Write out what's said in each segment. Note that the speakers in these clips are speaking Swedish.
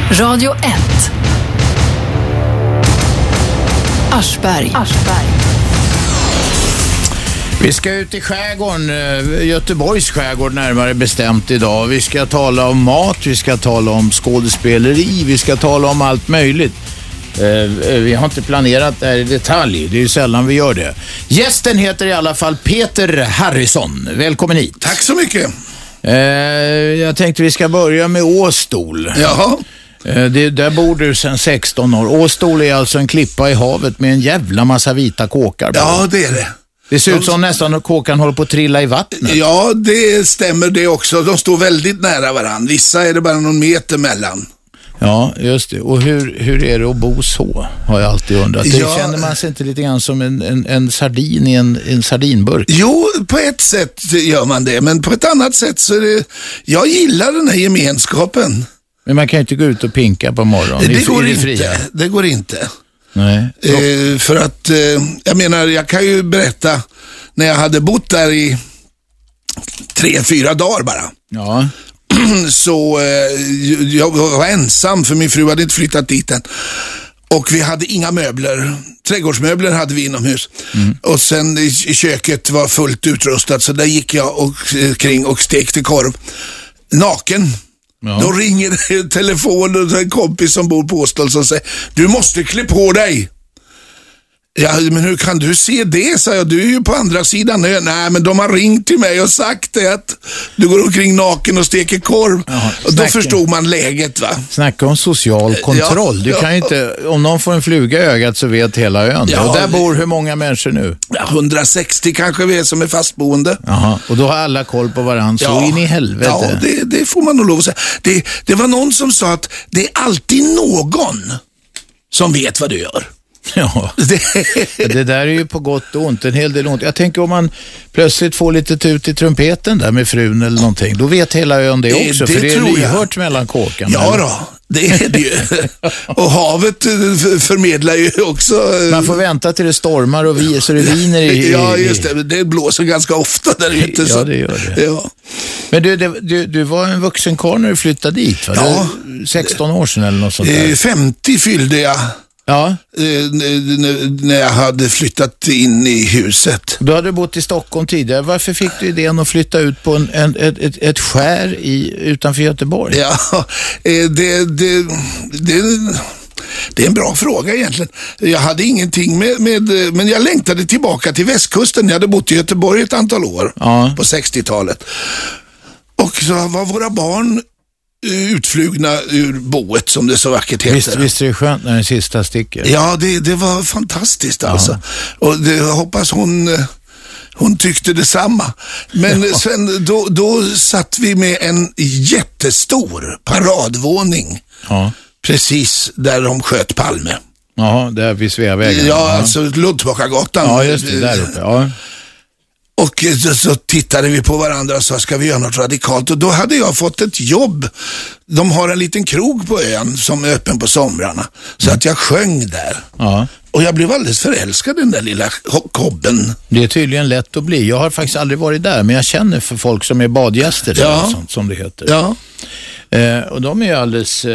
Radio 1. Aschberg. Vi ska ut i skärgården, Göteborgs skärgård närmare bestämt idag. Vi ska tala om mat, vi ska tala om skådespeleri, vi ska tala om allt möjligt. Vi har inte planerat det här i detalj, det är ju sällan vi gör det. Gästen heter i alla fall Peter Harrison. Välkommen hit. Tack så mycket. Jag tänkte vi ska börja med Åstol. Jaha. Där bor du sedan 16 år. Åstol är alltså en klippa i havet med en jävla massa vita kåkar på. Ja, det är det. Det ser ut som nästan att kåkan håller på att trilla i vattnet. Ja, det stämmer det också. De står väldigt nära varandra. Vissa är det bara någon meter mellan. Ja, just det. Och hur är det att bo så? Har jag alltid undrat. Ja. Känner man sig inte lite grann som en sardin i en sardinburk? Jo, på ett sätt gör man det. Men på ett annat sätt så är det... Jag gillar den här gemenskapen. Men man kan ju inte gå ut och pinka på morgonen. Det går inte. Nej. För att, jag menar, jag kan ju berätta när jag hade bott där i 3-4 dagar bara. Ja. Så jag var ensam för min fru hade inte flyttat dit än. Och vi hade inga möbler. Trädgårdsmöbler hade vi inomhus. Och sen i köket var fullt utrustat. Så där gick jag kring och stekte korv. Naken. Ja. Då ringer telefonen och en kompis som bor på Åstol som säger: du måste klä på dig. Ja, men hur kan du se det? Sa jag, du är ju på andra sidan. Nej, men de har ringt till mig och sagt det att du går omkring naken och steker korv. Jaha, och då förstod man läget, va? Snacka om social kontroll. Du kan ju inte, om någon får en fluga i ögat så vet hela ön. Ja, och där bor hur många människor nu? 160 kanske vi är som är fastboende. Jaha, och då har alla koll på varandra. Så in i helvete. Ja, det får man nog lov att säga. Det var någon som sa att det är alltid någon som vet vad du gör. Ja, det där är ju på gott och ont, en hel del ont. Jag tänker om man plötsligt får lite tut i trumpeten där med frun eller någonting, då vet hela ön det också, för det är lyhört mellan kåkarna. Ja då, det är det ju. Och havet förmedlar ju också... Man får vänta till det stormar och så det viner i... Ja, just det. Det blåser ganska ofta där ute. Ja, det gör det. Ja. Men du var en vuxen karl när du flyttade dit, va? Ja. 16 år sedan eller något sånt där. 50 fyllde jag. Ja. När jag hade flyttat in i huset. Du hade bott i Stockholm tidigare. Varför fick du idén att flytta ut på ett skär utanför Göteborg? Ja, det är en bra fråga egentligen. Jag hade ingenting men jag längtade tillbaka till västkusten. Jag hade bott i Göteborg ett antal år på 60-talet. Och så var våra barn utflugna ur boet, som det så vackert heter. Visst är det skönt när den sista sticker? Ja, det var fantastiskt alltså. Och jag hoppas hon tyckte detsamma. Men sen då satt vi med en jättestor paradvåning. Ja. Precis där de sköt Palme. Ja, där vid Sveavägen. Ja, alltså Luntbakagatan. Ja, just det, där uppe. Ja. Och så tittade vi på varandra och sa, ska vi göra något radikalt? Och då hade jag fått ett jobb. De har en liten krog på ön som är öppen på somrarna. Så att jag sjöng där. Ja. Och jag blev alldeles förälskad i den där lilla kobben. Det är tydligen lätt att bli. Jag har faktiskt aldrig varit där, men jag känner för folk som är badgäster där, och sånt, som det heter. Ja. Och de är alldeles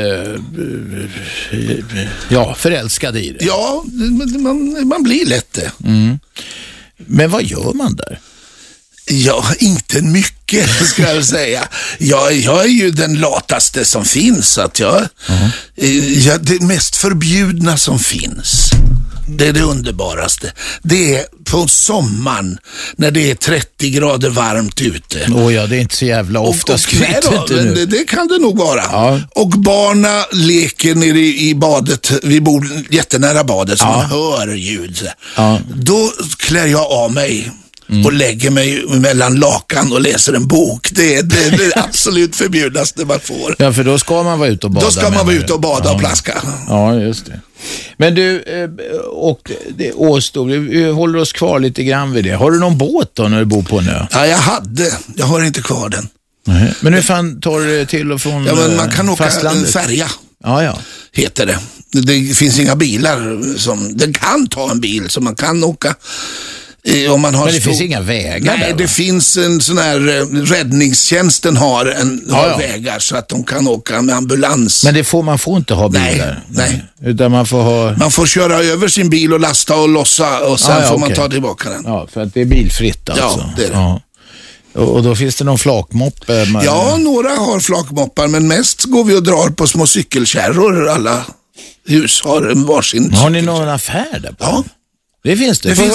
förälskade i det. Ja, man blir lätt det. Mm. Men vad gör man där? Ja, inte mycket ska jag säga. Jag är ju den lataste som finns. Att det mest förbjudna som finns. Det är det underbaraste. Det är på sommaren när det är 30 grader varmt ute. Ja, det är inte så jävla ofta. Men det kan det nog vara. Ja. Och barna leker nere i badet. Vi bor jättenära badet så man hör ljud. Ja. Då klär jag av mig och lägger mig mellan lakan och läser en bok. Det är det absolut förbjudnaste man får. Ja, för då ska man vara ute och bada. Då ska man vara ute och bada och plaska. Ja, just det. Men du, och Åstol, vi håller oss kvar lite grann vid det. Har du någon båt då när du bor på en ö? Ja, jag har inte kvar den. Nej. Men hur fan tar du till och från fastlandet? Man kan åka en färja. Ja. Heter det. Det finns inga bilar den kan ta en bil så man kan åka Om man har men det finns inga vägar. Nej, där, det finns en sån här räddningstjänsten har vägar så att de kan åka med ambulans. Men man får inte ha bilar. Nej. Utan man får köra över sin bil och lasta och lossa och sen får man ta tillbaka den. Ja, för att det är bilfritt alltså. Ja, det är det. Ja. Och då finns det någon flakmoppe? Ja, några har flakmoppar, men mest går vi och drar på små cykelkärror. Alla hus har en varsin. Har ni någon affär där på? Ja. Det finns det. Det finns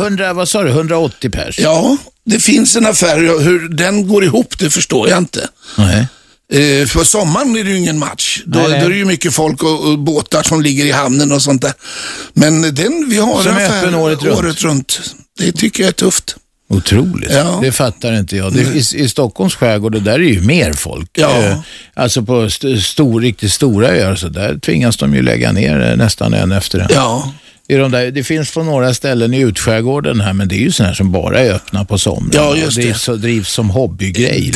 180 pers? Ja, det finns en affär. Hur den går ihop, det förstår jag inte. Nej. För sommaren är det ju ingen match. Då är det ju mycket folk och båtar som ligger i hamnen och sånt där. Men vi har som en affär året runt. Det tycker jag är tufft. Otroligt. Ja. Det fattar inte jag. I Stockholms skärgård, där är ju mer folk. Ja. Alltså på riktigt stora öar, så där tvingas de ju lägga ner nästan en efter en. Ja. Det finns på några ställen i utskärgården här, men det är ju sådana här som bara är öppna på somrarna. Ja, just det. Drivs som hobbygrej.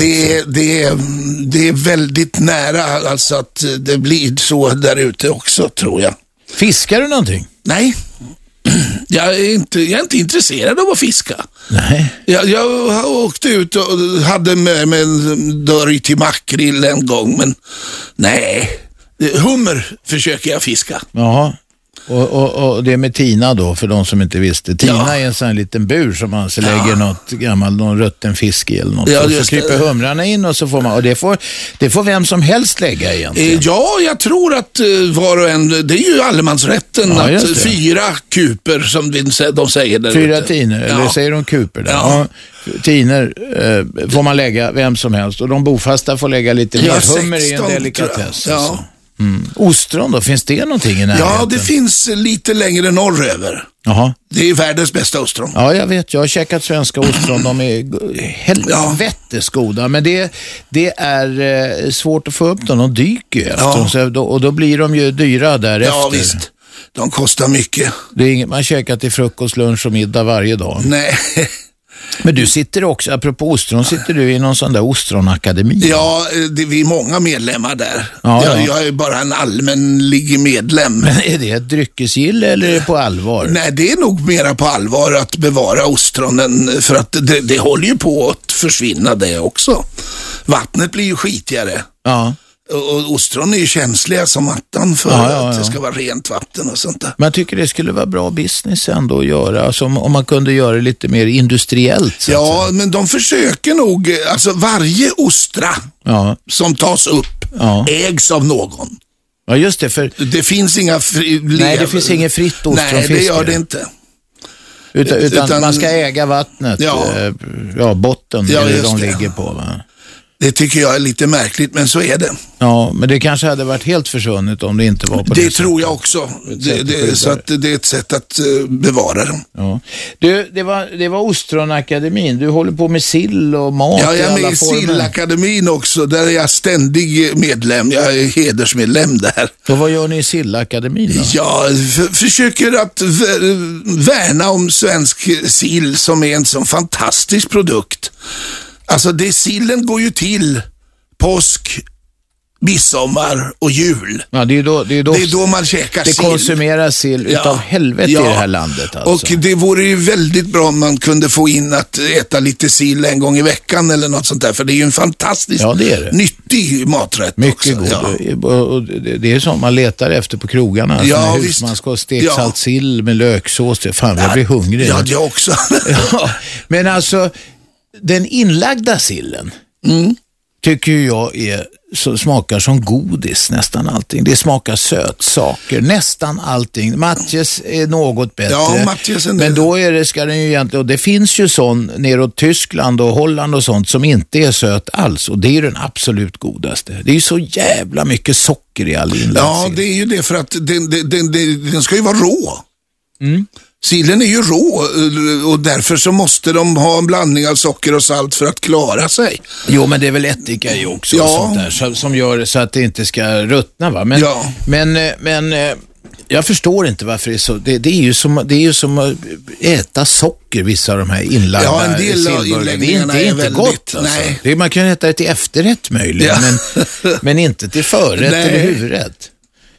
Det är väldigt nära alltså att det blir så där ute också, tror jag. Fiskar du någonting? Nej. Jag är inte intresserad av att fiska. Nej. Jag åkte ut och hade med mig en dörj till makrill en gång, men nej. Hummer försöker jag fiska. Jaha. Och det är med tina då, för de som inte visste. Tina är en sån här liten bur som man så lägger någon rutten fisk i eller något. Ja, så kryper humrarna in och så får man, och det får vem som helst lägga egentligen. Ja, jag tror att var och en, det är ju allemansrätten att 4 kuper som de säger där 4 tiner, eller säger de kuper där? Ja. Tiner får man lägga vem som helst, och de bofasta får lägga lite mer. Hummer är en delikatess. Ja. Ostron då, finns det någonting i närheten? Ja, det finst lite längre norröver. Jaha. Det är världens bästa ostron. Ja, jag vet. Jag har käkat svenska ostron. De är helvetes goda. Men det är svårt att få upp dem. De dyker ju efter. Och då blir de ju dyra därefter. Ja, visst. De kostar mycket. Det är inget man käkar till frukost, lunch och middag varje dag. Nej. Men du sitter också, apropå ostron, sitter du i någon sån där ostronakademi? Ja, vi är många medlemmar där. Ja. Jag är bara en allmänlig medlem. Men är det ett dryckesgill eller är det på allvar? Nej, det är nog mera på allvar att bevara ostronen, för att det håller ju på att försvinna det också. Vattnet blir ju skitigare. Ja. Och ostron är ju känsliga som attan för att det ska vara rent vatten och sånt där. Men jag tycker det skulle vara bra business ändå att göra, alltså om man kunde göra det lite mer industriellt. Ja, men de försöker nog, alltså varje ostra som tas upp ägs av någon. Ja, just det, för det finns inga nej, det finns inget fritt ostronfiske. Nej, det gör det inte. Utan man ska äga vattnet, botten där de ligger på, va? Det tycker jag är lite märkligt, men så är det. Ja, men det kanske hade varit helt försvunnet om det inte var på det. Det tror jag också. Så att det är ett sätt att bevara dem. Ja. Du, det var Ostronakademin. Du håller på med sill och mat i alla former. Ja, jag är med i Sillakademin också. Där är jag ständig medlem. Jag är hedersmedlem där. Så vad gör ni i Sillakademin då? Jag försöker att värna om svensk sill som är en sån fantastisk produkt. Alltså sillen går ju till påsk, midsommar och jul. Ja, det är då man käkar sill. Det konsumeras sill utav helvete i det här landet alltså. Och det vore ju väldigt bra om man kunde få in att äta lite sill en gång i veckan eller något sånt där. För det är ju en fantastiskt nyttig maträtt. Mycket god. Ja. Och det är som man letar efter på krogarna. Ja, visst. Man ska ha steksalt sill med löksås. Fan, jag blir hungrig. Ja, jag också. Men alltså, den inlagda sillen tycker jag smakar som godis nästan allting. Det smakar sötsaker, nästan allting. Matjes är något bättre. Ja, Matjes är men då ska den ju egentligen, och det finns ju sån neråt Tyskland och Holland och sånt som inte är söt alls, och det är ju den absolut godaste. Det är ju så jävla mycket socker i all inlagd. Ja, det är ju det, för att den ska ju vara rå. Sillen är ju rå och därför så måste de ha en blandning av socker och salt för att klara sig. Jo, men det är väl ättika i också och sånt där som gör det så att det inte ska ruttna, va? Men jag förstår inte varför det är så. Det är ju som att äta socker, vissa av de här inlagda. Ja, en del av inläggningarna är inte väldigt gott. Alltså. Nej. Man kan äta det till efterrätt möjligen, men inte till förrätt eller huvudrätt.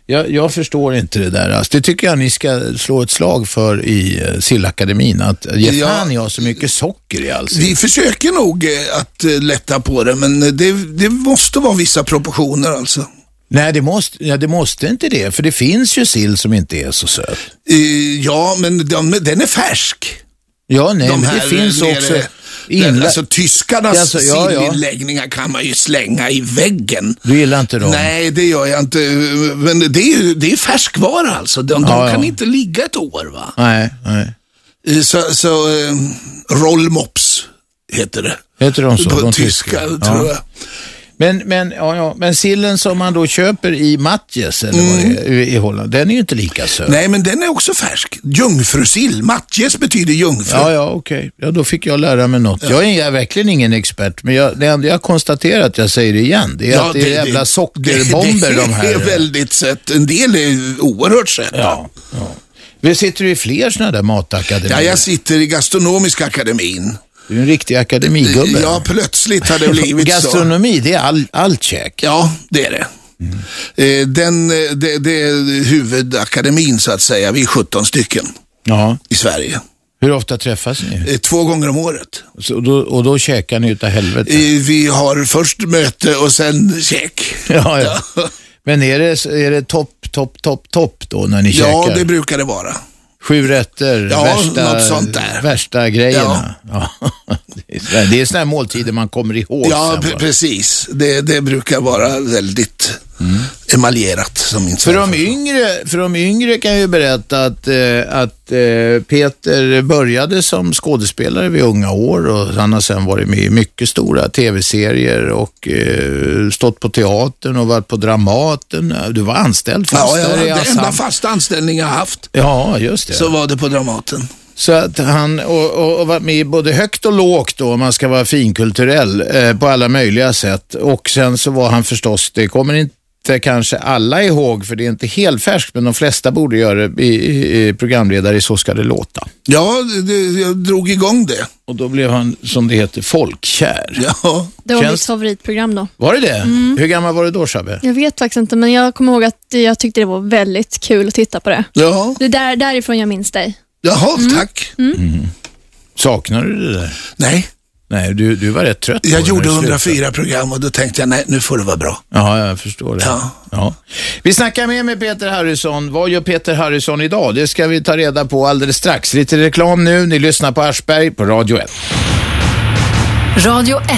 Jag förstår inte det där. Alltså, det tycker jag ni ska slå ett slag för i Sillakademin. Att fan, jag har så mycket socker i alls. Vi försöker nog att lätta på det, men det måste vara vissa proportioner alltså. Nej, det måste inte det. För det finns ju sill som inte är så söt. Ja, men den är färsk. Ja, nej, men det finns också... Alltså tyskarnas sillinläggningar kan man ju slänga i väggen. Du gillar inte dem? Nej, det gör jag inte. Men det är färskvara alltså. De kan inte ligga ett år, va? Nej. Så rollmops heter det. Heter de så? På tyska, tror jag. Men sillen som man då köper i Matjes eller vad det är, i Holland, den är ju inte lika söt. Nej, men den är också färsk. Jungfrusill. Matjes betyder jungfru. Ja, okej. Ja, då fick jag lära mig något. Jag är verkligen ingen expert, men det enda jag konstaterat, jag säger det igen, det är att det är jävla sockerbomber de här. Det är väldigt sött. En del är oerhört sött. Ja. Vi sitter i fler sådana där matakademier. Ja, jag sitter i Gastronomiska akademin. Du är en riktig akademigubbe. Ja, plötsligt har det blivit Gastronomi, det är allt käk. Ja, det är det. Det är huvudakademin så att säga. Vi är 17 stycken i Sverige. Hur ofta träffas ni? 2 gånger om året. Och då käkar ni utav helvete? Vi har först möte och sen käk. Ja. Men är det topp då när ni käkar? Ja, det brukar det vara. 7 rätter, något sånt där. Värsta grejerna. Ja. Det är såna här måltider man kommer ihåg. Ja, precis. Det brukar vara väldigt emaljerat. Som för de yngre kan jag ju berätta att Peter började som skådespelare vid unga år och han har sen varit med i mycket stora tv-serier och stått på teatern och varit på Dramaten. Du var anställd fast där i Assam. Det enda fasta anställning jag haft. Ja, just det. Så var det på Dramaten. Så att han och varit med både högt och lågt då, om man ska vara finkulturell på alla möjliga sätt. Och sen så var han förstås, det kommer inte kanske alla ihåg för det är inte helt färskt, men de flesta borde göra det i programledare i Så ska det låta. Ja, jag drog igång det. Och då blev han, som det heter, folkkär. Ja. Det var mitt favoritprogram då. Var det det? Hur gammal var du då, Shabbe? Jag vet faktiskt inte, men jag kommer ihåg att jag tyckte det var väldigt kul att titta på det. Ja. Det är därifrån jag minns dig. Jaha, tack. Saknar du det där? Nej, du var rätt trött. Jag gjorde 104 program och då tänkte jag, nej, nu får det vara bra. Ja, jag förstår det. Ja. Vi snackar med Peter Harrison. Vad gör Peter Harrison idag? Det ska vi ta reda på alldeles strax. Lite reklam nu. Ni lyssnar på Aschberg på Radio 1. Radio 1.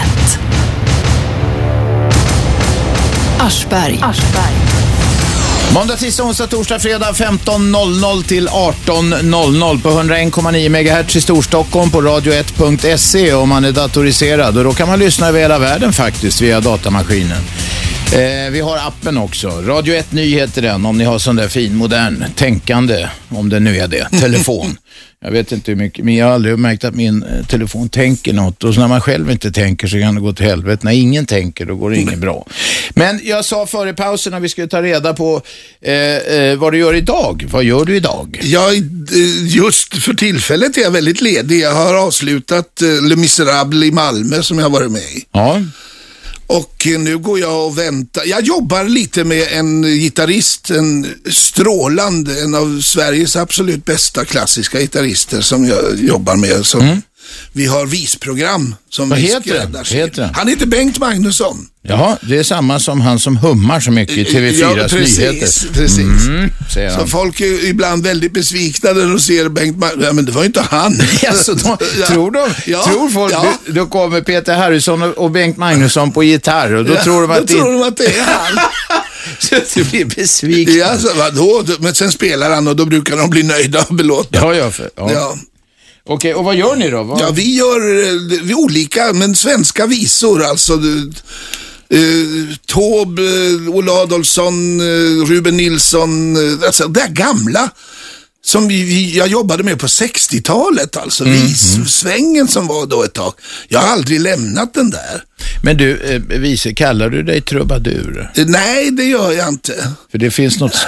Aschberg. Måndag, tisdag, onsdag, torsdag, fredag 15.00 till 18.00 på 101,9 MHz i Storstockholm på radio1.se om man är datoriserad. Och då kan man lyssna över hela världen faktiskt via datamaskinen. Vi har appen också. Radio 1 Nyheter den om ni har sån där fin, modern, tänkande, om det nu är det, telefon. Jag vet inte hur mycket, men jag har aldrig märkt att min telefon tänker något. Och så när man själv inte tänker så kan det gå till helvete. När ingen tänker, då går det inget bra. Men jag sa före pausen när vi skulle ta reda på vad du gör idag. Vad gör du idag? Ja, just för tillfället är jag väldigt ledig. Jag har avslutat Le Miserable i Malmö som jag har varit med i. Ja. Och nu går jag och väntar. Jag jobbar lite med en gitarrist, en strålande, en av Sveriges absolut bästa klassiska gitarrister som jag jobbar med. Som vi har visprogram som vad vi heter han heter Bengt Magnusson. Ja, det är samma som han som hummar så mycket i TV4s nyheter. Precis. Så folk är ibland väldigt besvikna när de ser Bengt Magnusson. Ja, men det var ju inte han. Alltså, tror folk, då kommer Peter Harrison och Bengt Magnusson på gitarr och då tror de att, det är han. Så det blir besvikna. Ja, alltså, vadå? Men sen spelar han och då brukar de bli nöjda och belåtna. Ja. Okej, och vad gör ni då? Ja, vi gör olika, men svenska visor, alltså Taube, Olle Adolfsson, Ruben Nilsson, alltså det gamla som jag jobbade med på 60-talet, alltså vissvängen som var då ett tag. Jag har aldrig lämnat den där. Men du, Vise, kallar du dig trubadur? Nej, det gör jag inte. För det finns något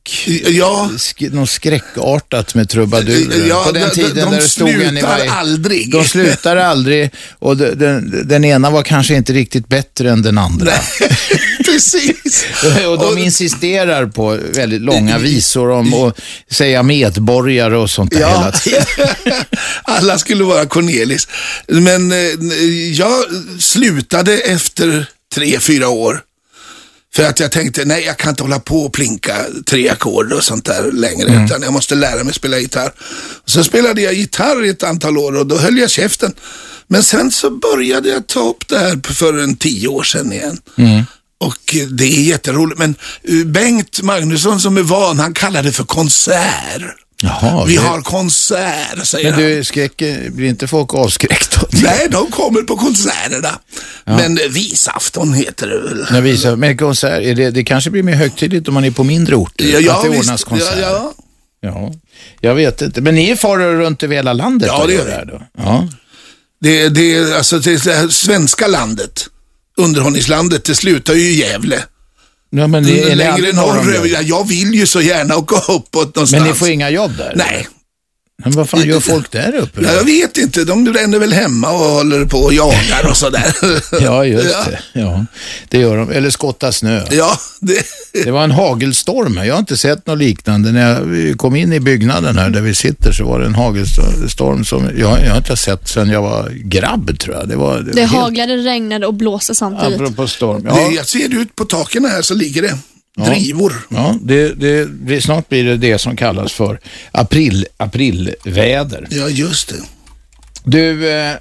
något skräckartat med trubadurer. Ja, på den tiden de slutar aldrig. De slutar aldrig och den ena var kanske inte riktigt bättre än den andra. Precis. Och de insisterar på väldigt långa visor om att säga medborgare och sånt där hela tiden. Alla skulle vara Cornelis. Men jag slutade efter 3-4 år. För att jag tänkte, nej, jag kan inte hålla på och plinka 3 ackord och sånt där längre, utan jag måste lära mig spela gitarr. Så spelade jag gitarr i ett antal år och då höll jag käften. Men sen så började jag ta upp det här för 10 år sedan igen. Och det är jätteroligt. Men Bengt Magnusson som är van, han kallar det för konsert. Jaha, vi har konsert, säger han. Men blir inte folk avskräckta? Nej, de kommer på konserterna. Ja. Men visafton heter det väl. Men konsert, det kanske blir mer högtidligt om man är på mindre orter. Att det ordnas konsert. Ja, jag vet inte. Men ni far runt över hela landet? Ja, det gör det. Då. Ja. Det här svenska landet, underhållningslandet, det slutar ju i Gävle. Ja, men längre norröver. Jag vill ju så gärna åka uppåt någonstans. Men ni får inga jobb där? Nej. Men vad fan gör folk där uppe? Jag vet inte, de ränner väl hemma och håller på och jagar och sådär. Ja, just det. Ja, det gör de. Eller skotta snö. Ja, det var en hagelstorm här. Jag har inte sett något liknande. När jag kom in i byggnaden här där vi sitter så var det en hagelstorm som jag har inte sett sedan jag var grabb, tror jag. Det haglade, regnade och blåste samtidigt. Apropå storm. Ja. Jag ser ut på taken här så ligger det. Drivor. Ja, snart blir det som kallas för aprilväder. Ja, just det. Du,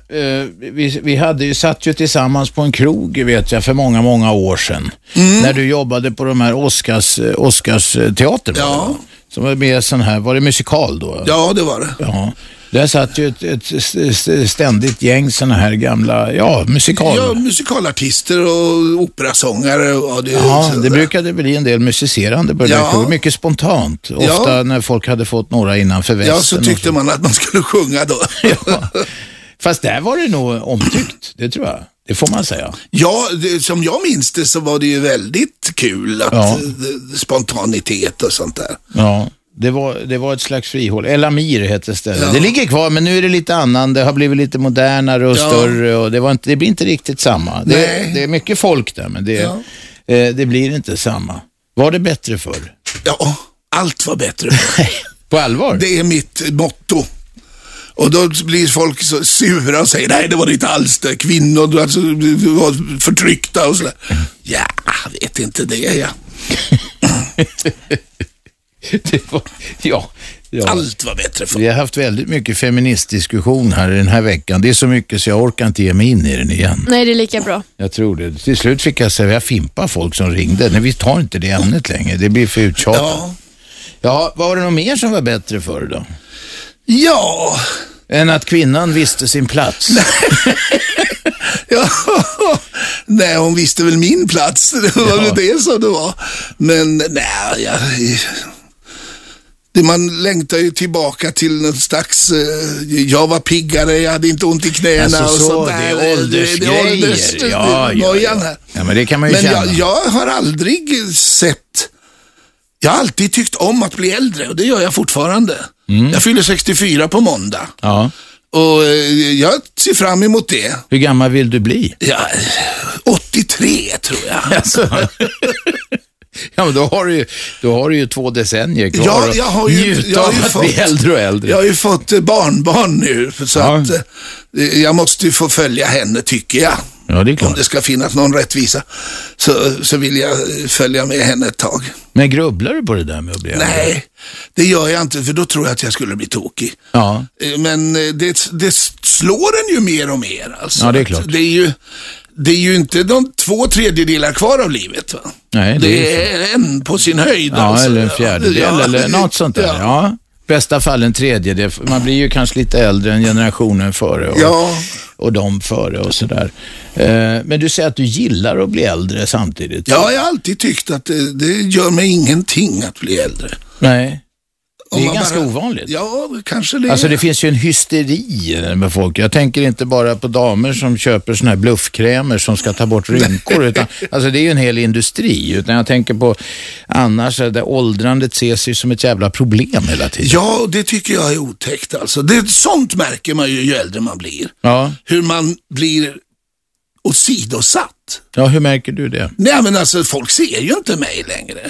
vi satt ju tillsammans på en krog, vet jag, för många, många år sedan. När du jobbade på de här Oscars teater. Ja. Som var med sån här, var det musikal då? Ja, det var det. Ja. Där satt ju ett ständigt gäng såna här gamla, musikalartister och operasångare. Det brukade bli en del musicerande på det mycket spontant. Ofta när folk hade fått några innanför västen. Ja, så tyckte man att man skulle sjunga då. Fast där var det nog omtyckt, det tror jag. Det får man säga. Ja, som jag minns det så var det ju väldigt kul att spontanitet och sånt där. Ja. Det var ett slags frihåll. Elamir hette stället. Ja. Det ligger kvar, men nu är det lite annan. Det har blivit lite modernare och större. Och det blir inte riktigt samma. Det är mycket folk där, men det blir inte samma. Var det bättre förr? Ja, allt var bättre förr. På allvar? Det är mitt motto. Och då blir folk så sura och säger, nej, det var det inte alls det. Kvinnor var förtryckta och sådär. Ja, jag vet inte det, Allt var bättre för. Vi har haft väldigt mycket feministdiskussion här den här veckan. Det är så mycket så jag orkar inte ge mig in i den igen. Nej, det är lika bra. Jag tror det. Till slut fick jag säga, jag fimpar folk som ringde. Nej, vi tar inte det ämnet längre. Det blir för uttjatat. Ja, var det något mer som var bättre för då? Ja. Än att kvinnan visste sin plats. Nej, hon visste väl min plats. Det var väl det som det var. Men nej, man längtar ju tillbaka till något slags, jag var piggare, jag hade inte ont i knäna och sånt där. Det är åldersgrejer. Ja, men det kan man ju känna. Men jag har aldrig jag har alltid tyckt om att bli äldre och det gör jag fortfarande. Jag fyller 64 på måndag. Ja. Och jag ser fram emot det. Hur gammal vill du bli? Ja, 83 tror jag. Alltså. Ja, men då har du ju 2 decennier kvar. Ja, jag har ju bli äldre och äldre. Jag har ju fått barnbarn nu så att jag måste få följa henne, tycker jag. Ja, det är klart. Om det ska finnas någon rättvisa så vill jag följa med henne ett tag. Men grubblar du på det där med att bli äldre? Nej, det gör jag inte, för då tror jag att jag skulle bli tokig. Ja. Men det slår en ju mer och mer. Alltså. Ja, det är klart. Det är ju inte de 2/3 kvar av livet, va? Nej, det är en på sin höjd. Ja, alltså. eller en fjärdedel eller något sånt där. Ja. Bästa fall en tredjedel. Man blir ju kanske lite äldre än generationen före och de före och sådär. Men du säger att du gillar att bli äldre samtidigt. Ja, jag har alltid tyckt att det gör mig ingenting att bli äldre. Nej. Det är ganska ovanligt. Ja, kanske det. Alltså det finns ju en hysteri med folk. Jag tänker inte bara på damer som köper såna här bluffkrämer som ska ta bort rynkor. Utan, alltså det är ju en hel industri. Utan jag tänker på annars där åldrandet ses ju som ett jävla problem hela tiden. Ja, det tycker jag är otäckt alltså. Sånt märker man ju äldre man blir. Ja. Hur man blir åsidosatt. Ja, hur märker du det? Nej, men alltså folk ser ju inte mig längre.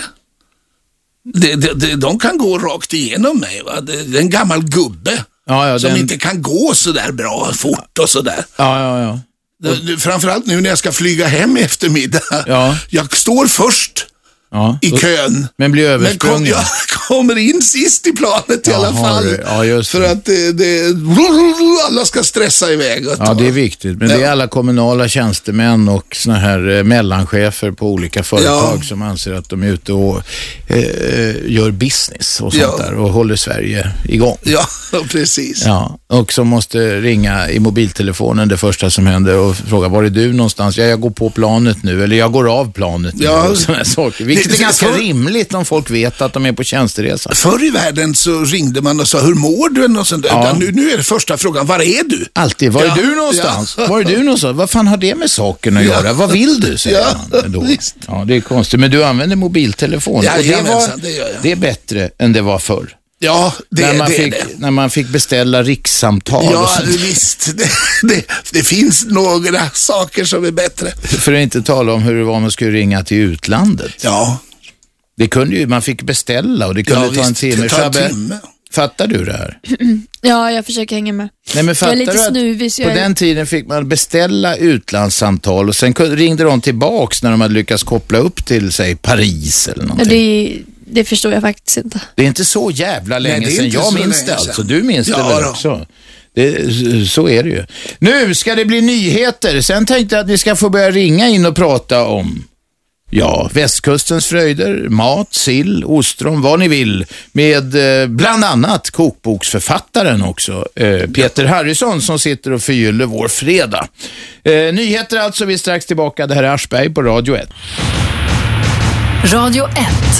De kan gå rakt igenom mig, va? Det är en gammal gubbe som inte kan gå så där bra, fort och sådär. Ja. Framförallt nu när jag ska flyga hem i eftermiddag. Ja. Jag står först i kön. Men blir översprungen. Men jag kommer in sist i planet i alla fall. Ja, just för att alla ska stressa iväg. Ja, det är viktigt. Men det är alla kommunala tjänstemän och såna här mellanchefer på olika företag som anser att de är ute och gör business och sånt där och håller Sverige igång. Ja, precis. Ja, och som måste ringa i mobiltelefonen det första som händer och fråga, var är du någonstans? Ja, jag går på planet nu, eller jag går av planet nu. Ja, och såna här saker. Vilket är ganska rimligt om folk vet att de är på tjänsteresa. Förr i världen så ringde man och sa, hur mår du? Och sånt där. Ja. Nu är det första frågan, var är du? Alltid, var är du någonstans? Ja. Var är du någonstans? Vad fan har det med saken att göra? Vad vill du, säger han då. Ja, det är konstigt. Men du använder mobiltelefon. Ja, och det är bättre än det var förr. Ja, när man fick beställa rikssamtal. Ja, visst. Det finns några saker som är bättre. För att inte tala om hur det var man skulle ringa till utlandet. Ja. Det kunde ju, man fick beställa och det kunde ta en timme. Fattar du det här? Ja, jag försöker hänga med. Nej, men jag är lite snuvig. På den tiden fick man beställa utlandssamtal och sen ringde de tillbaks när de hade lyckats koppla upp till sig Paris eller någonting. Det förstår jag faktiskt inte. Det är inte så jävla länge sedan. Jag minns det alltså. Du minns det väl också? Så är det ju. Nu ska det bli nyheter. Sen tänkte jag att vi ska få börja ringa in och prata om västkustens fröjder, mat, sill, ostron, vad ni vill. Med bland annat kokboksförfattaren också, Peter Harrison, som sitter och förgyller vår fredag. Nyheter alltså, vi är strax tillbaka. Det här är Aschberg på Radio 1. Radio 1.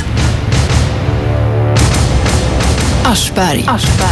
Aschberg.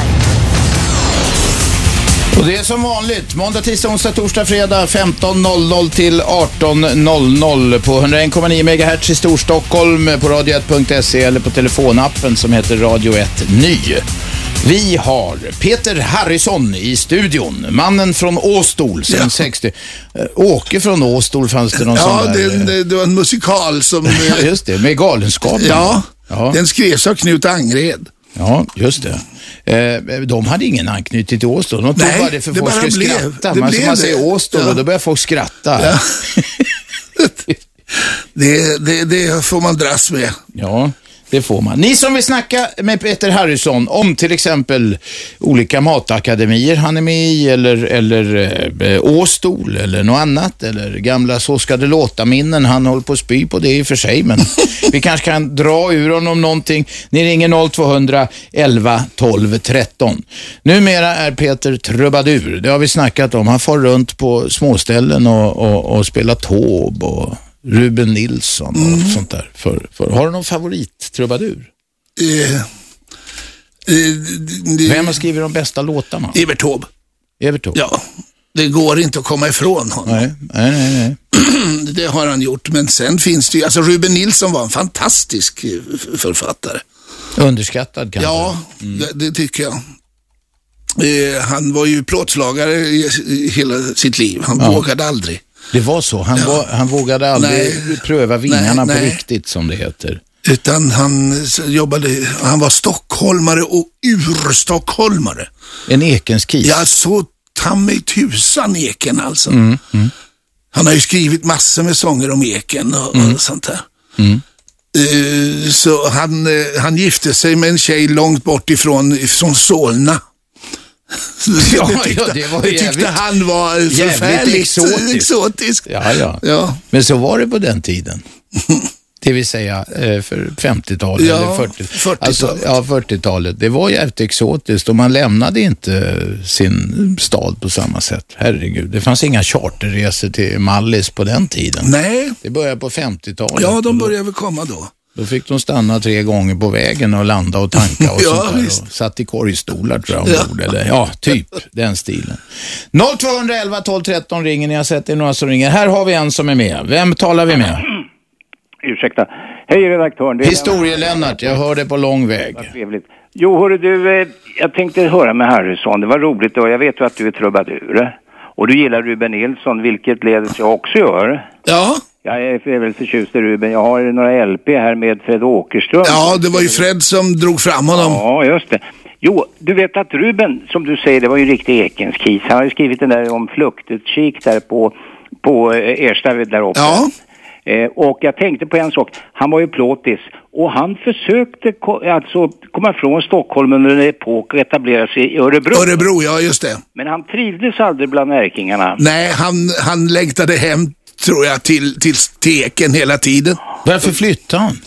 Och det är som vanligt, måndag, tisdag, onsdag, torsdag, fredag 15.00 till 18.00 på 101,9 MHz i Storstockholm, på radio1.se eller på telefonappen som heter Radio 1 Ny. Vi har Peter Harrison i studion, mannen från Åstol sen 60. Åke från Åstol fanns det någon sån där. Det var en musikal som... Ja, just det, med Galenskapen. Ja, den skrevs av Knut Angred. Ja, just det. De hade ingen anknytning till Åstol. De tog bara det för folk skulle skratta. Man säger Åstol och då börjar folk skratta. Ja. det får man dras med. Ja, det får man. Ni som vill snacka med Peter Harrison om till exempel olika matakademier han är med i eller Åstol eller något annat eller gamla så ska det låta minnen, han håller på att spy på det i och för sig, men vi kanske kan dra ur honom någonting. Ni ringer 0200 11 12 13. Numera är Peter trubadur, det har vi snackat om. Han får runt på småställen och spelar tåb och Ruben Nilsson och sånt där. Har du någon favorit-trubadur? Vem har skrivit de bästa låtarna? Evert Taube. Ja, det går inte att komma ifrån honom. Nej. Det har han gjort, men sen finns det ju, alltså Ruben Nilsson var en fantastisk författare. Underskattad kanske? Ja, det tycker jag. Han var ju plåtslagare i hela sitt liv. Han vågade aldrig. Det var så. Han vågade aldrig pröva vingarna på riktigt, som det heter. Utan han var stockholmare och urstockholmare. En Ekenskis. Ja, så ta mig tusan Eken alltså. Han har ju skrivit massor med sånger om Eken och sånt där. Så han gifte sig med en tjej långt bort ifrån Solna. Det tyckte han var förfärligt exotiskt. Ja. Men så var det på den tiden. Det vill säga för 50-talet eller 40-talet. Alltså, 40-talet. Det var jävligt exotiskt och man lämnade inte sin stad på samma sätt. Herregud, det fanns inga charterresor till Mallis på den tiden. Nej. Det började på 50-talet. Ja, de började väl komma då. Då fick de stanna 3 gånger på vägen och landa och tanka och sånt där. Och satt i korgstolar tror jag ombord. Ja, typ den stilen. 0211 12 13 ringer ni. Jag har sett det några som ringer. Här har vi en som är med. Vem talar vi med? Ursäkta. Hej redaktören. Historie-Lennart, jag hör det på lång väg. Vad trevligt. Jo, hörru du, jag tänkte höra med Harrison. Det var roligt och jag vet ju att du är trubadur. Och du gillar Ruben Nilsson, vilket ledes jag också gör. Ja. Jag är väl förtjust i Ruben. Jag har några LP här med Fred Åkerström. Ja, det var ju Fred som drog fram honom. Ja, just det. Jo, du vet att Ruben, som du säger, det var ju en riktig Ekenskis. Han har ju skrivit den där om fluktutkik där på Ersta där uppe. Ja. Och jag tänkte på en sak. Han var ju plåtis. Och han försökte komma från Stockholm under en epok och etablera sig i Örebro. Örebro, ja just det. Men han trivdes aldrig bland ärkingarna. Nej, han längtade hem, tror jag, till Eken hela tiden. Varför flyttade han?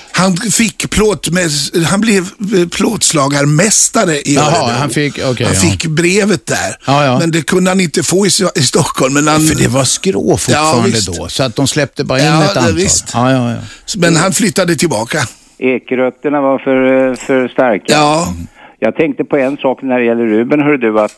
Han blev plåtslagarmästare i Örebro. Jaha, han fick brevet där. Ja. Men det kunde han inte få i Stockholm. Men för det var skrå fortfarande då. Så att de släppte bara in ett antal. Visst. Ja. Men han flyttade tillbaka. Ekrötterna var för starka. Ja. Jag tänkte på en sak när det gäller Ruben, hör du, att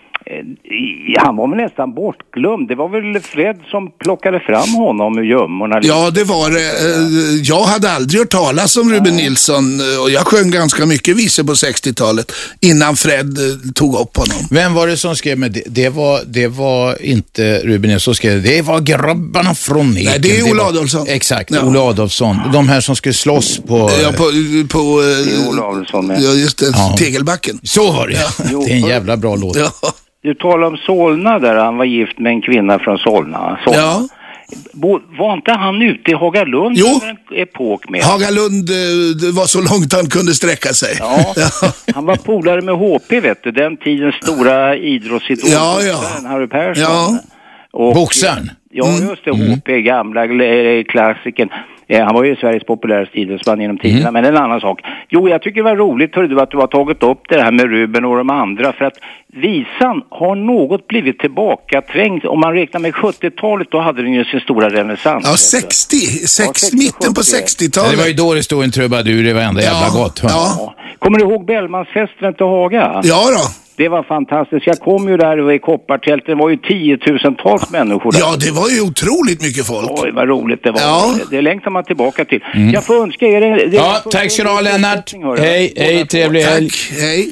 han var väl nästan bortglömd. Det var väl Fred som plockade fram honom ur gömmorna. Ja, det var det. Jag hade aldrig hört talas om Ruben Nilsson och jag sjöng ganska mycket visor på 60-talet innan Fred tog upp honom. Vem var det som skrev med det? Det var inte Ruben Nilsson som skrev det. var grabbarna från Eken. Nej, det är Ola Adolfsson. Exakt, ja. Ola Adolfsson. De här som skulle slåss på... Ja, på det är Ola Adolfsson med. Ja, just det. Ja. Tegelbacken. Så var det. Ja. Det är en jävla bra låt. Ja. Du talar om Solna där, han var gift med en kvinna från Solna. Ja. Var inte han ute i Hagalund under en epok med? Hagalund, det var så långt han kunde sträcka sig. Ja. Han var polare med HP, vet du. Den tidens stora idrottsidol. Harry Persson. Ja. Boxaren. Ja, just det. HP, gamla klassiken. Han var ju Sveriges populäraste idrottsman genom tiderna, men en annan sak. Jo, jag tycker det var roligt att du har tagit upp det här med Ruben och de andra, för att visan har något blivit tillbakaträngd. Om man räknar med 70-talet, då hade den ju sin stora renässans. Ja, 60 mitten på 60-talet. Det var ju då det stod en trubadur i varenda jävla gott. Ja. Kommer du ihåg Bellmansfesten till Haga? Ja då. Det var fantastiskt. Jag kom ju där i koppartältet. Det var ju 10-tusentals människor där. Ja, det var ju otroligt mycket folk. Oj, vad roligt det var. Ja. Det längtar man tillbaka till. Jag får önska er... tack ska du ha, Lennart. Hej, trevlig helg. Tack, hej.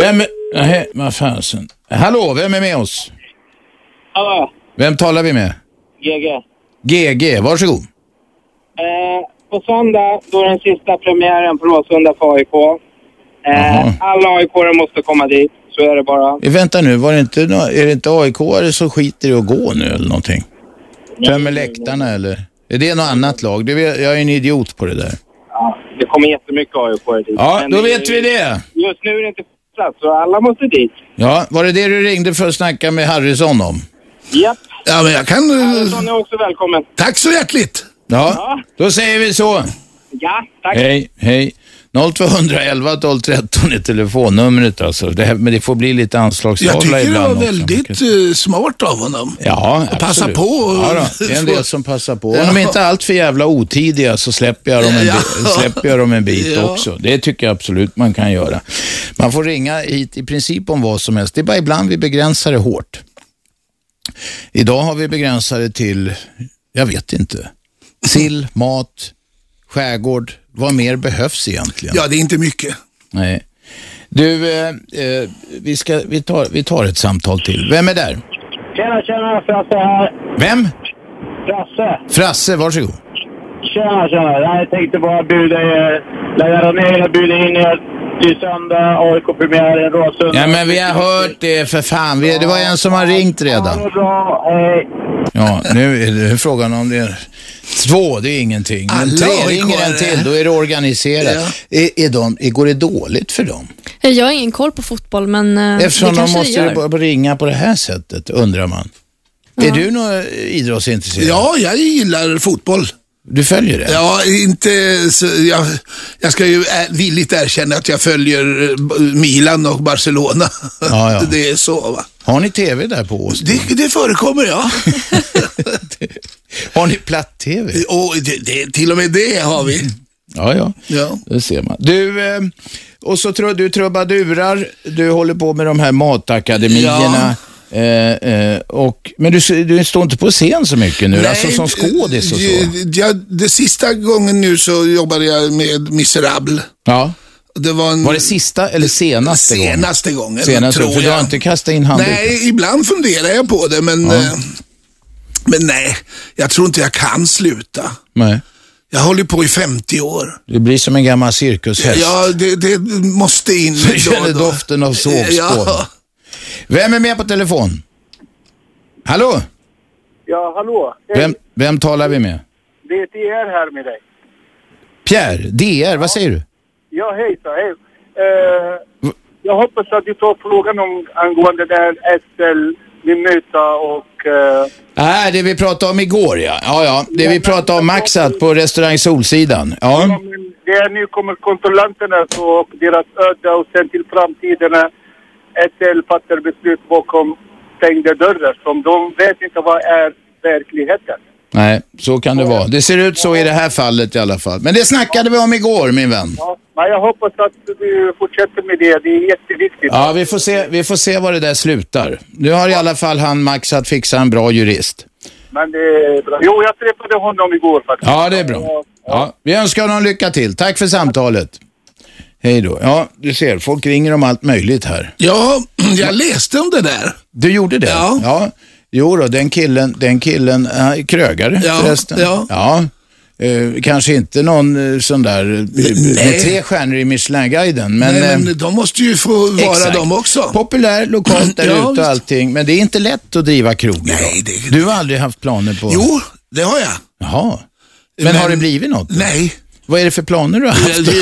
Vad fansen. Hallå, vem är med oss? Hallå. Vem talar vi med? GG, varsågod. På söndag, då är den sista premiären på Råsunda för AIK. Alla AIK-are måste komma dit, så är det bara. Vänta nu, är det inte AIK-are som skiter i att gå nu eller någonting? Tömmer läktarna eller? Är det något annat lag? Jag är en idiot på det där. Ja, det kommer jättemycket AIK-are dit. Ja, då vet vi det. Just nu är det inte plats, så alla måste dit. Ja, var det du ringde för att snacka med Harrison om? Japp. Ja, men jag kan... Harrison är också välkommen. Tack så hjärtligt. Ja, då säger vi så. Ja, tack. Hej. 0211 12 13 är telefonnumret alltså. Men det får bli lite anslagstavla ibland. Jag tycker det var väldigt smart av honom. Ja, och passa på. Ja, det är en del som passar på. Om de inte är allt för jävla otidiga så släpper jag dem en bit också. Det tycker jag absolut man kan göra. Man får ringa hit i princip om vad som helst. Det är bara ibland vi begränsar det hårt. Idag har vi begränsat det till, jag vet inte, sill, mat, skärgård. Vad mer behövs egentligen? Ja, det är inte mycket. Nej. Du, vi tar ett samtal till. Vem är där? Tjena, Frasse här. Vem? Frasse, varsågod. Tjena. Jag tänkte bara lägga ner och bjuda in er till söndag, AIK-premiären, Råsunda. Ja, men vi har hört det för fan. Det var en som har ringt redan. Ja, det är bra. Hej. Ja, nu är det frågan om det är 2, det är ingenting. Men 3 ringer en till, då är det organiserat. Ja. Går det dåligt för dem? Jag har ingen koll på fotboll, men eftersom de måste ringa på det här sättet, undrar man. Ja. Är du någon idrottsintresserad? Ja, jag gillar fotboll. Du följer det? Ja, inte så, jag ska ju villigt erkänna att jag följer Milan och Barcelona. Ja. Det är så, va? Har ni tv där på oss? Det förekommer, ja. Har ni platt-tv? Och till och med det har vi. Ja, det ser man. Du, och så du trubadurar, du håller på med de här matakademierna. Men du står inte på scen så mycket nu, alltså som skådis och så. Det sista gången nu så jobbade jag med Miserable. Ja. Var det sista eller senaste gången? Senaste gången, tror jag. Du har inte kastat in handen? Nej, ibland funderar jag på det, men nej, jag tror inte jag kan sluta. Nej. Jag håller på i 50 år. Det blir som en gammal cirkushäst. Ja, det måste in. Så känner doften av sovspår. Ja. Vem är med på telefon? Hallå? Ja, hallå. Vem talar vi med? Det är DR här med dig. Pierre, DR, vad säger du? Ja, hej. Jag hoppas att du tar frågan angående där SL vill möta och... det vi pratade om igår, ja. Det vi pratade om Maxat på restaurang Solsidan. Ja. Men nu kommer kontrollanterna och deras öde och sen till framtiden SL fattar beslut bakom stängda dörrar som de vet inte vad är verkligheten. Nej, så kan det vara. Det ser ut så i det här fallet i alla fall. Men det snackade vi om igår, min vän. Ja, men jag hoppas att du fortsätter med det. Det är jätteviktigt. Ja, vi får se vad det där slutar. Nu har i alla fall han Max att fixa en bra jurist. Men det är bra. Jo, jag träffade honom igår faktiskt. Ja, det är bra. Ja, vi önskar honom lycka till. Tack för samtalet. Hej då. Ja, du ser, folk ringer om allt möjligt här. Ja, jag läste om det där. Du gjorde det? Ja. Jo då, den killen krögare förresten. Ja. Kanske inte någon sån där med 3 stjärnor i Michelin-guiden. Men de måste ju få vara exakt. De också. Populär, lokalt där ute och allting. Men det är inte lätt att driva krog. Nej, du har aldrig haft planer på... Jo, det har jag. Jaha. Men har det blivit något? Nej. Vad är det för planer du har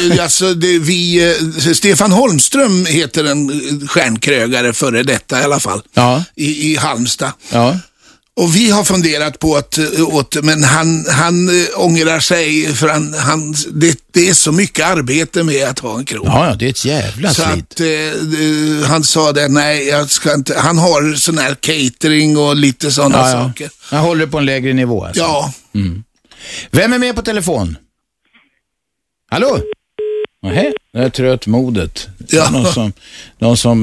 haft? Stefan Holmström heter en stjärnkrögare före detta i alla fall. Ja. I Halmstad. Ja. Och vi har funderat på men han ångrar sig för det är så mycket arbete med att ha en krog. Ja, det är ett jävla så slit. Att han sa det, nej jag ska inte, han har sån här catering och lite sådana saker. Han håller på en lägre nivå alltså. Ja. Mm. Vem är med på telefon? Hallå? Nej, det är trötmodet. Ja. Någon som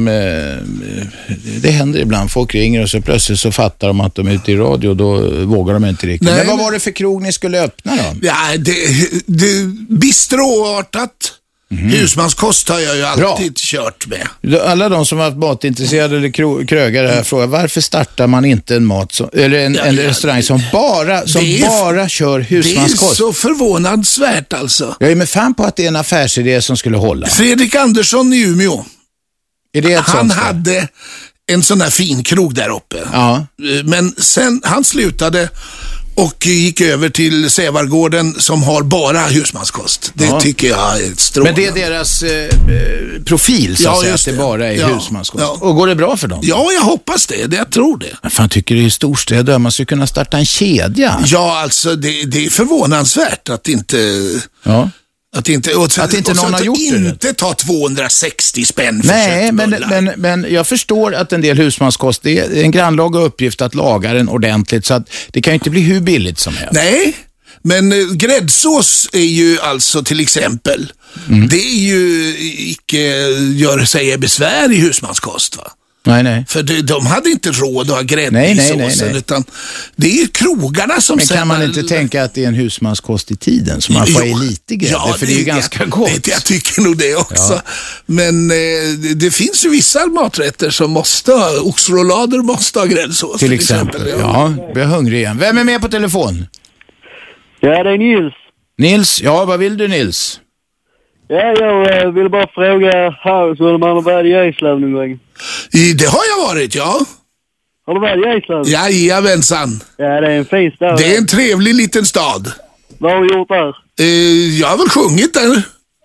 det händer ibland. Folk ringer och så plötsligt så fattar de att de är ute i radio och då vågar de inte riktigt. Nej, men vad var det för krog ni skulle öppna då? Ja, det bistroartat. Husmanskost har jag ju alltid kört med. Alla de som har varit matintresserade eller krögare här frågar, varför startar man inte en en restaurang som bara kör husmanskost? Det är så förvånansvärt alltså. Jag är med fan på att det är en affärsidé som skulle hålla. Fredrik Andersson i Umeå. Är det han hade en sån här fin krog där uppe. Ja. Men sen han slutade och gick över till Sävargården som har bara husmanskost. Det tycker jag är ett strålande. Men det är deras profil så att säga, att det bara är husmanskost. Ja. Och går det bra för dem? Ja, jag hoppas det. Jag tror det. Jag fan tycker det är storstäder. Man skulle kunna starta en kedja. Ja, alltså det är förvånansvärt att inte... Ja. Att inte någon har gjort det. Inte ta 260 spänn för Nej, men jag förstår att en del husmanskost, det är en grannlaga uppgift att laga den ordentligt, så att det kan ju inte bli hur billigt som helst. Nej, men gräddsås är ju alltså till exempel, det är ju gör sig besvär i husmanskost, va? Nej. För de hade inte råd att ha grädde i såsen, utan det är ju krogarna som... Men kan man inte tänka att det är en husmanskost i tiden så man får i lite grädde, för det är ju ganska gott. Jag tycker nog det också. Ja. Men det finns ju vissa maträtter som måste ha, oxroulader måste ha gräddsås. Till exempel. Ja, jag är hungrig igen. Vem är med på telefon? Ja, det är Nils. Nils, vad vill du Nils? Ja, jag vill bara fråga, skulle man ha varit i Island någon gång? Det har jag varit, ja. Har du varit i Island? Jajamensan. Ja, det är en fin stad. Det är en trevlig liten stad. Vad har du gjort där? Jag har väl sjungit där.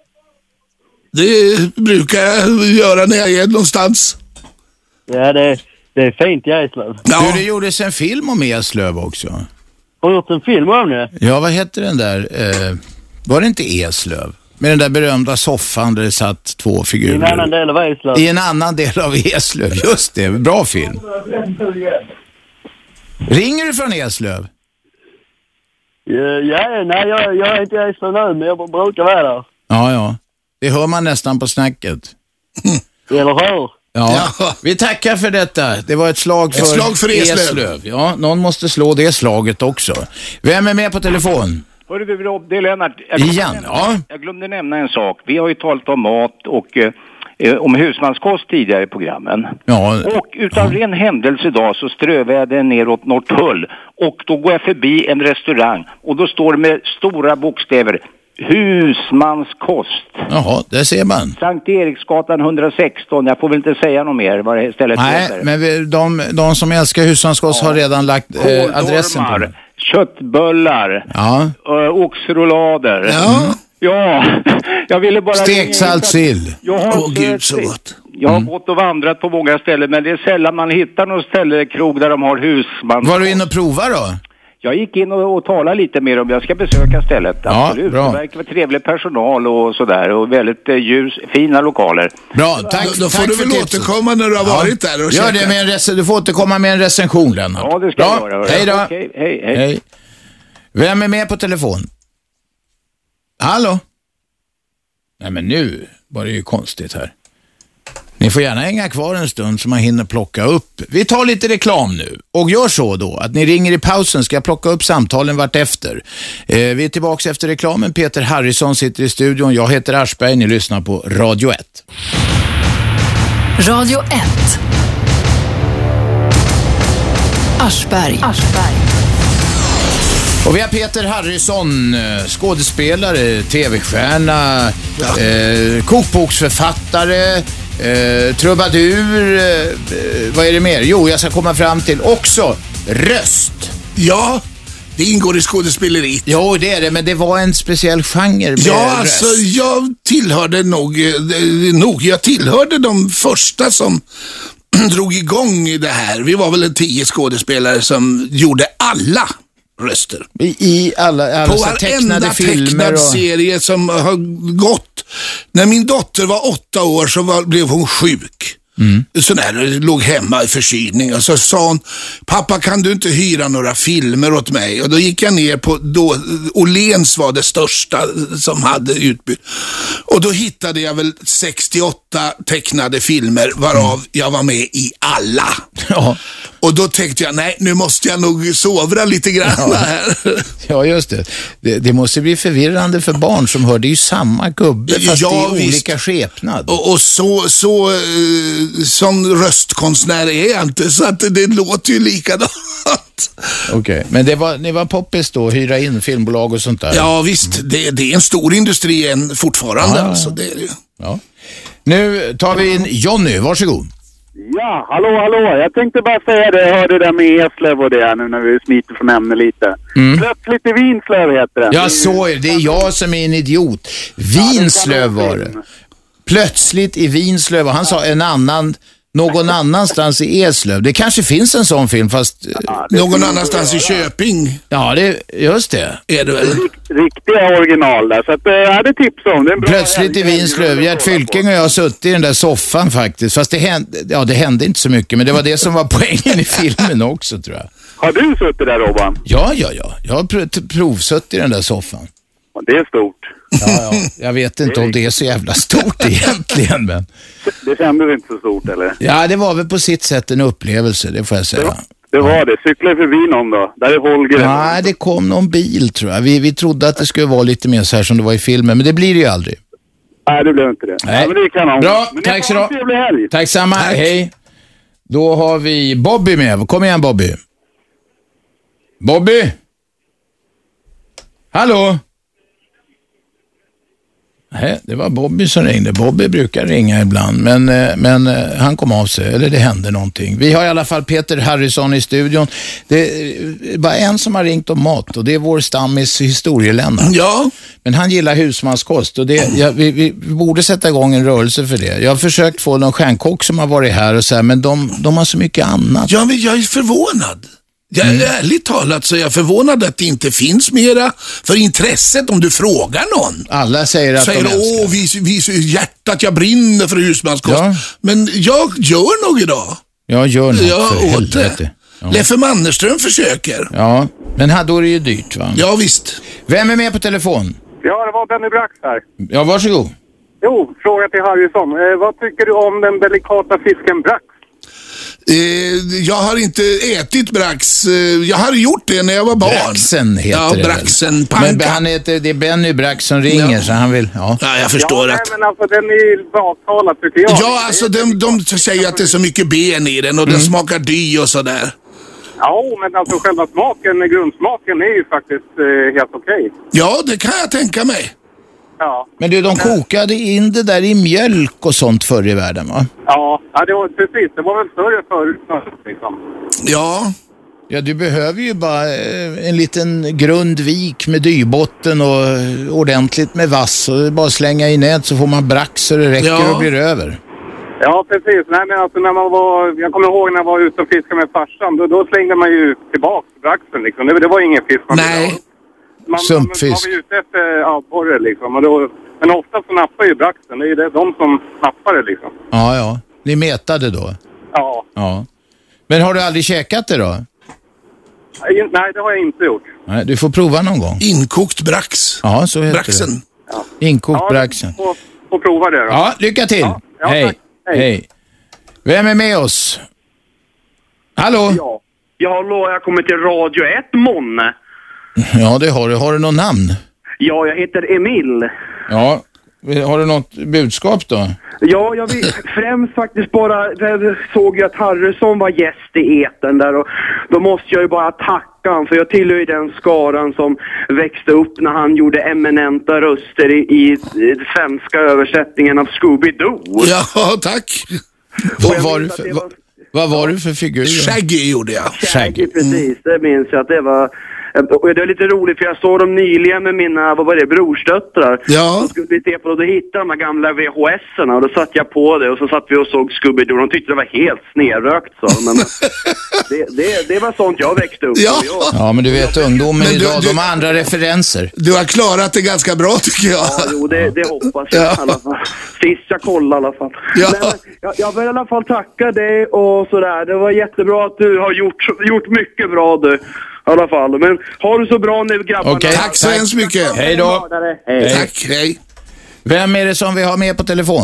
Det brukar jag göra när jag är någonstans. Ja, det är fint i Island. Ja. Det gjordes en film om Eslöv också. Har du gjort en film om det? Ja, vad heter den där? Var det inte Eslöv? Med den där berömda soffan där det satt 2 figurer. I en annan del av Eslöv. I en annan del av Eslöv, just det. Bra film. Ringer du från Eslöv? Nej, jag är inte i så nu, men jag brukar vara där. Ja. Det hör man nästan på snacket. Eller hur? Ja, vi tackar för detta. Det var ett slag för Eslöv. Ja, någon måste slå det slaget också. Vem är med på telefon? Hörru du Rob, det är Lennart. Jag glömde nämna en sak. Vi har ju talat om mat och om husmanskost tidigare i programmen. Ja. Och utan ren händelse idag så strövade jag den neråt Norrtull. Och då går jag förbi en restaurang och då står det med stora bokstäver husmanskost. Jaha, det ser man. Sankt Eriksgatan 116. Jag får väl inte säga något mer vad det stället heter. Nej, men de som älskar husmanskost har redan lagt adressen på det. Köttbullar. Ja. Oxroulader. Ja. Ja, jag ville bara... Steksalt sill. Gud så gott. Jag har gått och vandrat på många ställen, men det är sällan man hittar någon ställe, krog där de har husmanskost. Var du in och prova då? Jag gick in och talade lite mer om jag ska besöka stället. Ja, absolut. bra. Det verkar vara trevlig personal och sådär. Och väldigt fina lokaler. Bra, tack. Då får du väl återkomma när du har varit där och gör det med du får återkomma med en recension, Lennart. Ja, det ska jag göra. Hej då. Okej, hej. Vem är med på telefon? Hallå? Nej, men nu var det ju konstigt här. Ni får gärna hänga kvar en stund så man hinner plocka upp. Vi tar lite reklam nu och gör så då att ni ringer i pausen, ska jag plocka upp samtalen vart efter. Vi är tillbaka efter reklamen. Peter Harrison sitter i studion. Jag heter Aschberg. Ni lyssnar på Radio 1. Radio 1. Aschberg. Och vi har Peter Harrison, skådespelare, tv-stjärna, kokboksförfattare, trubadur, vad är det mer? Jo, jag ska komma fram till också röst. Ja, det ingår i skådespeleriet. Jo, det är det, men det var en speciell genre med röst. Alltså, jag tillhörde jag tillhörde de första som drog igång det här. Vi var väl 10 skådespelare som gjorde alla röster. I alla på varenda tecknad serie som har gått. När min dotter var 8 år så blev hon sjuk. Så där, låg hemma i förkylning och så sa hon: pappa, kan du inte hyra några filmer åt mig? Och då gick jag ner på, Åhléns var det största som hade utbud. Och då hittade jag väl 68 tecknade filmer varav jag var med i alla. Ja. Och då tänkte jag, nej, nu måste jag nog sovra lite grann här. Ja, just det. Det måste bli förvirrande för barn som hör, det är ju samma gubbe fast i olika skepnad. Och sån röstkonstnär är jag inte, så att det låter ju likadant. Okej, men ni var poppis då, hyra in filmbolag och sånt där? Ja, visst. Det är en stor industri än fortfarande. Alltså, det är det ju. Ja. Nu tar vi in Johnny, varsågod. Ja, hallå. Jag tänkte bara säga det, jag hörde det där med Eslöv och det nu när vi smiter från ämnet lite. Plötsligt i Vinslöv heter det. Ja, så är det. Det är jag som är en idiot. Vinslöv var det. Plötsligt i Vinslöv, och han sa någon annanstans i Eslöv. Det kanske finns en sån film, fast... någon annanstans i Köping. Ja, just det. Är det väl? Riktiga original där, så att jag hade tips om det. Plötsligt i Vinslöv. Gert Fylking och jag har suttit i den där soffan faktiskt. Fast det hände inte så mycket, men det var det som var poängen i filmen också, tror jag. Har du suttit där, Robban? Ja. Jag har provsuttit i den där soffan. Det är stort. Ja, jag vet inte om det är så jävla stort egentligen, men... Det kändes inte så stort, eller? Ja, det var väl på sitt sätt en upplevelse, det får jag säga. Det var det. Cyklar förbi någon då? Där är Holger. Nej, det kom någon bil, tror jag. Vi trodde att det skulle vara lite mer så här som det var i filmen, men det blir det ju aldrig. Nej, det blev inte det. Nej. Ja, men det kan han. Bra, tack så du. Tack samma, hej. Då har vi Bobby med. Kom igen, Bobby. Bobby? Hallå? Nej, det var Bobby som ringde. Bobby brukar ringa ibland, men han kom av sig, eller det hände någonting. Vi har i alla fall Peter Harrison i studion. Det är bara en som har ringt om mat, och det är vår stammis historielända. Ja. Men han gillar husmanskost, och vi borde sätta igång en rörelse för det. Jag har försökt få någon stjärnkock som har varit här och så här, men de har så mycket annat. Ja, men jag är förvånad. Jag är ärligt talat så är jag förvånad att det inte finns mera för intresset om du frågar någon. Alla säger att de älskar. Vis hjärtat, jag brinner för husmanskost. Ja. Men jag gör nog idag. Jag gör nog för helvete. Leffe Mannerström försöker. Ja, men då är det ju dyrt, va? Ja, visst. Vem är med på telefon? Ja, det var Benny Brax här. Ja, varsågod. Jo, fråga till Harrison. Vad tycker du om den delikata fisken brax? Jag har inte ätit brax. Jag har gjort det när jag var barn. Braxen heter det. Braxen, panka. Men han heter, det är Benny Brax som ringer, så han vill... Ja, jag förstår att... Nej, men alltså den är baktalad tycker jag. Ja, alltså de säger att det är så mycket ben i den och den smakar dy och sådär. Ja, men alltså själva grundsmaken är ju faktiskt helt okej. Ja, det kan jag tänka mig. Ja. Men du, de kokade in det där i mjölk och sånt förr i världen, va? Ja, det var precis. Det var väl större förr liksom. Ja. Ja, du behöver ju bara en liten grund vik med dybotten och ordentligt med vass. Och bara slänga i nät så får man brax så det räcker och blir över. Ja, precis. Nej, men alltså när man var... Jag kommer ihåg när jag var ute och fiskade med farsan. Då slängde man ju tillbaka braxen liksom. Det var ingen fisk man ville ha. Sumpfisk. Man var ute efter abborre liksom. Men ofta så nappar ju braxen. Det är ju de som nappar det liksom. Ja. Ni metade då? Ja. Men har du aldrig käkat det då? Nej, det har jag inte gjort. Nej, du får prova någon gång. Inkokt brax. Ja, så heter braxen. det. Ja. Inkokt braxen. Får prova det då. Ja, lycka till. Ja, hej. Hej. Vem är med oss? Hallå? Ja, hallå, jag kommer till Radio 1, Månne. Ja, det har du. Har du någon namn? Ja, jag heter Emil. Ja, har du något budskap då? Ja, jag vill främst faktiskt bara... Jag såg ju att Harrison var gäst i etern där och då måste jag ju bara tacka han, för jag tillhör ju den skaran som växte upp när han gjorde eminenta röster i svenska översättningen av Scooby-Doo. Ja, tack. Vad var du för figur? Shaggy gjorde jag. Shaggy, precis. Det minns jag att det var... Och det är lite roligt för jag såg dem nyligen med mina, brorsdöttrar. Ja. Och skulle vi se på då hittade de här gamla VHS-erna och då satt jag på det och så satt vi och såg Scooby-Doo. De tyckte det var helt snerrökt så. Men det var sånt jag växte upp ja. Ja, men du vet ungdomen idag, de har andra referenser. Du har klarat det ganska bra tycker jag. Ja, jo, det hoppas jag i alla fall. Sist jag kollade i alla fall. Ja. Men jag vill i alla fall tacka dig och sådär. Det var jättebra att du har gjort mycket bra du. I alla fall. Men har du så bra nu grabbarna. Okej, tack så hemskt mycket. Hej då. Hej. Tack, hej. Vem är det som vi har med på telefon?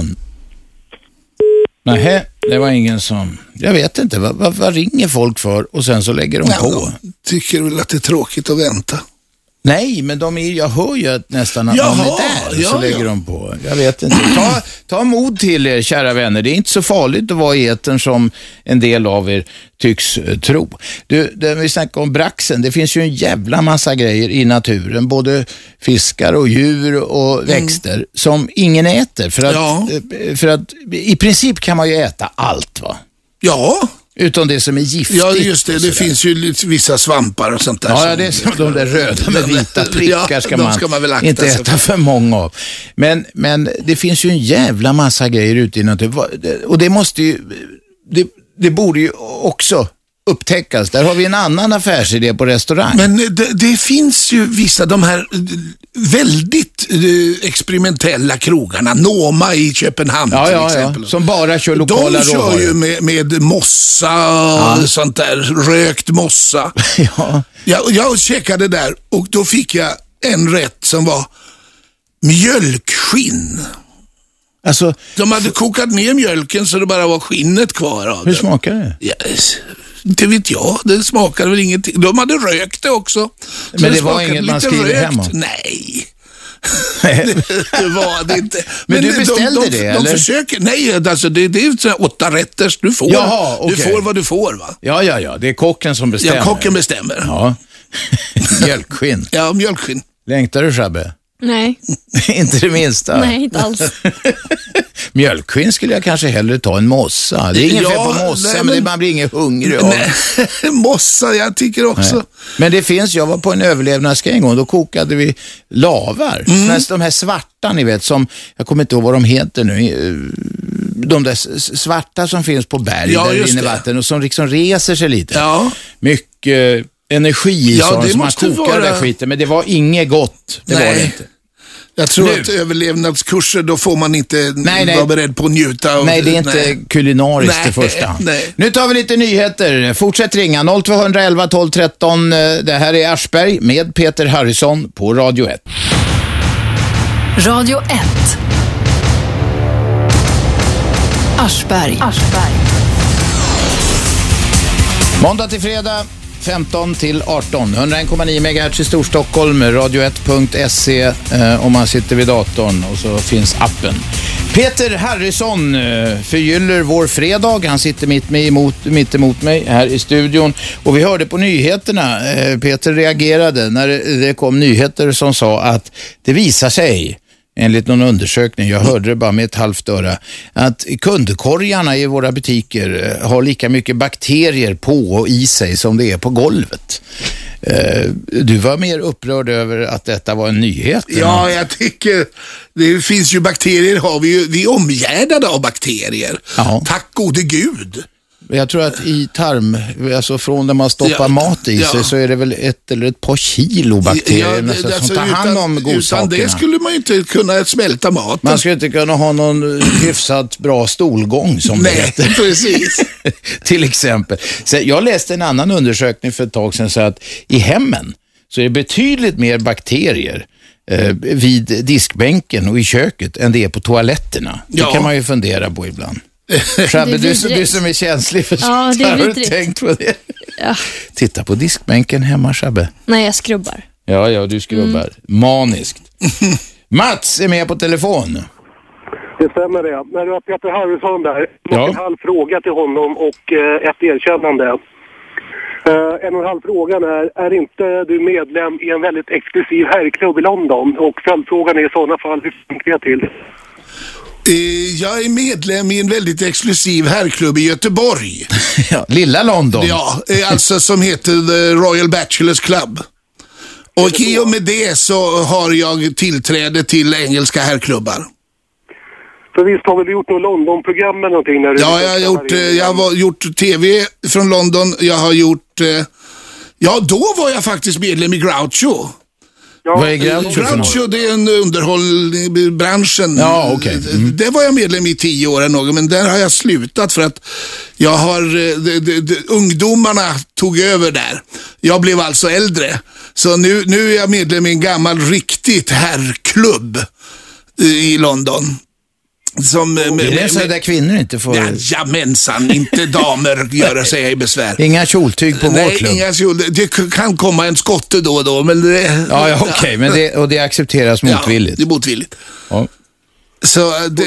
Nej, det var ingen som... Jag vet inte, vad ringer folk för och sen så lägger de på? Tycker väl att det är tråkigt att vänta. Nej, men jag hör ju att nästan att de är där så lägger de på. Jag vet inte. Ta mod till er, kära vänner. Det är inte så farligt att vara i etern som en del av er tycks tro. Vi snackar om braxen. Det finns ju en jävla massa grejer i naturen. Både fiskar och djur och växter som ingen äter. För att i princip kan man ju äta allt, va? Ja. Utom det som är giftigt. Ja, just det. Det finns ju vissa svampar och sånt där. Ja, det är som de där röda med vita prickar ska man väl inte äta för många av. Men det finns ju en jävla massa grejer ute i naturen. Och det måste ju... Det borde ju också upptäckas. Där har vi en annan affärsidé på restaurang. Men det finns ju vissa, de här väldigt experimentella krogarna. Noma i Köpenhamn till exempel. Som bara kör lokala råvaror. De kör ju med mossa och sånt där, rökt mossa. Jag checkade där och då fick jag en rätt som var mjölkskinn. Alltså, de hade kokat ner mjölken så det bara var skinnet kvar av det. Hur smakar det? Yes. Inte vet jag, det smakade väl ingenting. De hade rökt det också. Men det var inget man skriver hemma? Nej. Det var det inte. Men du beställde det, eller? De försöker, nej, alltså det är så 8 rätters. Du får, du får vad du får, va? Ja, det är kocken som bestämmer. Ja, kocken bestämmer. Ja. Mjölkskinn. Ja, mjölkskinn. Längtar du, Shabbe? Nej. Inte det minsta. Nej, inte alls. Mjölkskinn skulle jag kanske hellre ta en mossa. Det är ingen fel på mossa, men man blir ingen hungrig av. Nej, mossa, jag tycker också. Nej. Men det finns, jag var på en överlevnadsgrej en gång, då kokade vi lavar. De här svarta, ni vet, som, jag kommer inte ihåg vad de heter nu, de där svarta som finns på berg där det rinner vatten och som liksom reser sig lite. Ja. Mycket energi i som man kokar där skiten, men det var inget gott. Det var det inte. Jag tror att överlevnadskurser, då får man inte vara beredd på att njuta. Nej, det är inte kulinariskt i första hand. Nej. Nu tar vi lite nyheter. Fortsätt ringa 0211 12 13. Det här är Aschberg med Peter Harrison på Radio 1. Radio 1. Aschberg. Måndag till fredag 15 till 18. 101,9 MHz i Storstockholm. Radio1.se om man sitter vid datorn, och så finns appen. Peter Harrison förgyller vår fredag. Han sitter mitt emot mig här i studion. Och vi hörde på nyheterna. Peter reagerade när det kom nyheter som sa att det visar sig, enligt någon undersökning, jag hörde det bara med ett halvt öra, att kundkorgarna i våra butiker har lika mycket bakterier på och i sig som det är på golvet. Du var mer upprörd över att detta var en nyhet? Ja, jag tycker det finns ju bakterier, vi är omgärdade av bakterier. Ja. Tack gode Gud. Jag tror att i tarm, alltså från där man stoppar mat i sig, så är det väl ett eller ett par kilo bakterier som tar hand om godsakerna. Utan det skulle man ju inte kunna smälta maten. Man skulle inte kunna ha någon hyfsat bra stolgång som det heter. Nej, precis. Till exempel. Så jag läste en annan undersökning för ett tag sedan, så att i hemmen så är det betydligt mer bakterier vid diskbänken och i köket än det är på toaletterna. Det kan man ju fundera på ibland. Shabbe, du som är känslig för sånt, har du tänkt på det? Ja. Titta på diskbänken hemma, Shabbe. Nej, jag skrubbar. Ja, du skrubbar. Maniskt. Mats är med på telefon. Det stämmer det. När du har Peter Harrison där, en halv fråga till honom och ett erkännande. En och en halv frågan är inte du medlem i en väldigt exklusiv herrklubb i London? Och följdfrågan är i sådana fall, hur funkar det till? Jag är medlem i en väldigt exklusiv herrklubb i Göteborg. Ja, lilla London. Ja, alltså som heter The Royal Bachelors Club. Och i och med det så har jag tillträde till engelska herrklubbar. För visst har du gjort något London-program eller någonting? När jag har gjort tv från London. Jag har gjort... då var jag faktiskt medlem i Groucho. Vad är Groucho? Groucho, det är en underhåll i branschen. Ja, okej. Det var jag medlem i 10 år eller något, men där har jag slutat för att jag har ungdomarna tog över där. Jag blev alltså äldre. Så nu är jag medlem i en gammal riktigt herrklubb i London. Det är så där kvinnor inte får... Jajamensan, inte damer göra sig i besvär. Inga kjoltyg på vår klubb. Inga kjoltyg. Det kan komma en skotte då och då, men det... Ja, okej, men det accepteras motvilligt. Ja, det är motvilligt. Ja. Så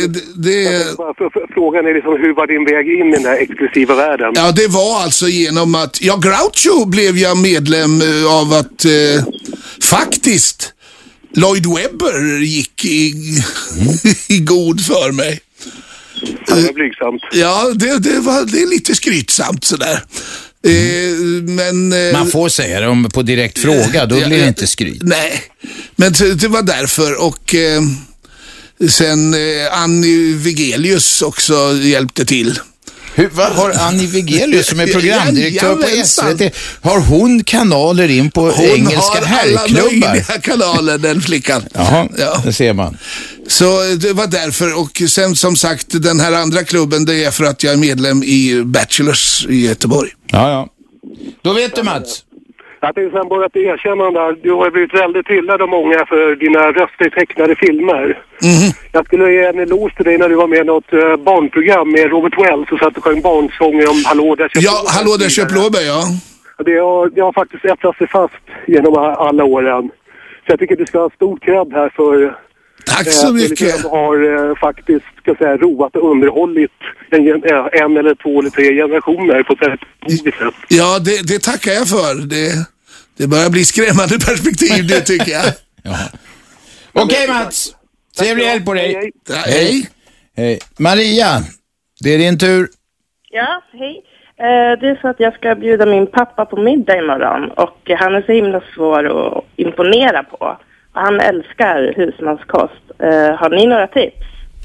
Frågan är liksom, hur var din väg in i den där exklusiva världen? Ja, det var alltså genom att... Groucho blev jag medlem av att faktiskt... Lloyd Webber gick i god för mig. Det var blygsamt. Ja, det är lite skrytsamt sådär. Men... Man får säga det på direkt fråga, då blir det inte skryt. Nej, men det var därför. Och sen Annie Vigelius också hjälpte till. Vad har Annie Vigelius som är programdirektör på SVT? Har hon kanaler in på engelska herrklubbar? Hon har alla möjliga kanaler, den flickan. Jaha, det ser man. Så det var därför. Och sen som sagt, den här andra klubben, det är för att jag är medlem i Bachelors i Göteborg. Ja. Då vet du, Mats. Jag tänkte sen bara ett erkännande. Du har blivit väldigt hyllad av många för dina röster i tecknade filmer. Jag skulle ge en eloge till dig när du var med i något barnprogram med Robert Wells och satt och sjöng barnsånger om Hallå där köp blåbär. Ja, Hallå där köp blåbär, ja. Det har faktiskt etsat sig fast genom alla åren. Så jag tycker du ska ha stort cred här för... Tack så mycket. Du har faktiskt, ska säga, roat och underhållit en eller 2 eller 3 generationer på ett modigt sätt. Ja, det tackar jag för. Det börjar bli skrämmande perspektiv, det tycker jag. Okej, Mats. Trevlig helg på dig. Hej. Maria, det är din tur. Ja, hej. Det är så att jag ska bjuda min pappa på middag imorgon och han är så himla svår att imponera på. Han älskar husmanskost. Har ni några tips?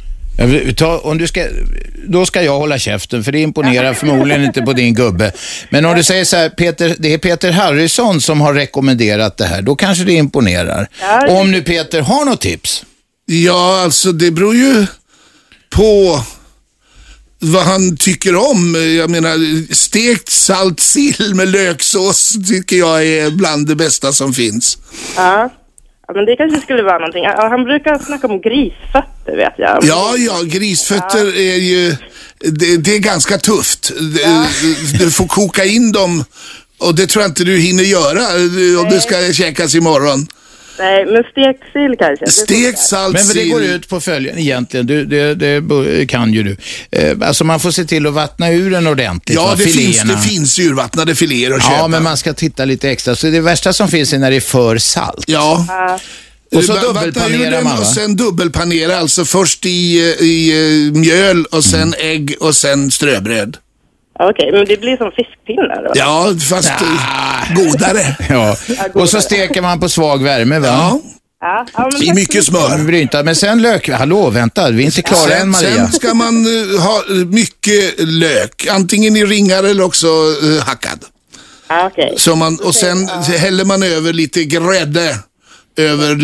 Då ska jag hålla käften, för det imponerar förmodligen inte på din gubbe. Men om du säger så här, det är Peter Harrison som har rekommenderat det här, då kanske det imponerar. Ja, om nu Peter har något tips. Ja, alltså det beror ju på vad han tycker om. Jag menar, stekt salt sill med löksås tycker jag är bland det bästa som finns. Ja, men det kanske skulle vara någonting. Han brukar snacka om grisfötter, vet jag. Ja, grisfötter är ju... Det är ganska tufft. Du får koka in dem och det tror jag inte du hinner göra om det ska käkas imorgon. Nej, men steksill kanske. Stekt salt men sill. det går ut på följande egentligen. Det kan ju du. Alltså man får se till att vattna ur den ordentligt. Ja, det finns urvattnade filéer att köpa. Ja, men man ska titta lite extra. Så det värsta som finns är när det är för salt. Ja. Och så dubbelpanerar man, och sen dubbelpanera, alltså först i mjöl och sen ägg och sen ströbröd. Okej, men det blir som fiskpinnar då? Ja, fast godare. Ja, och så steker man på svag värme, va? Ja. I mycket smör. Men sen lök, hallå, vänta, vi är inte klara än, Maria. Sen ska man ha mycket lök, antingen i ringar eller också hackad. Okay. Och sen häller man över lite grädde över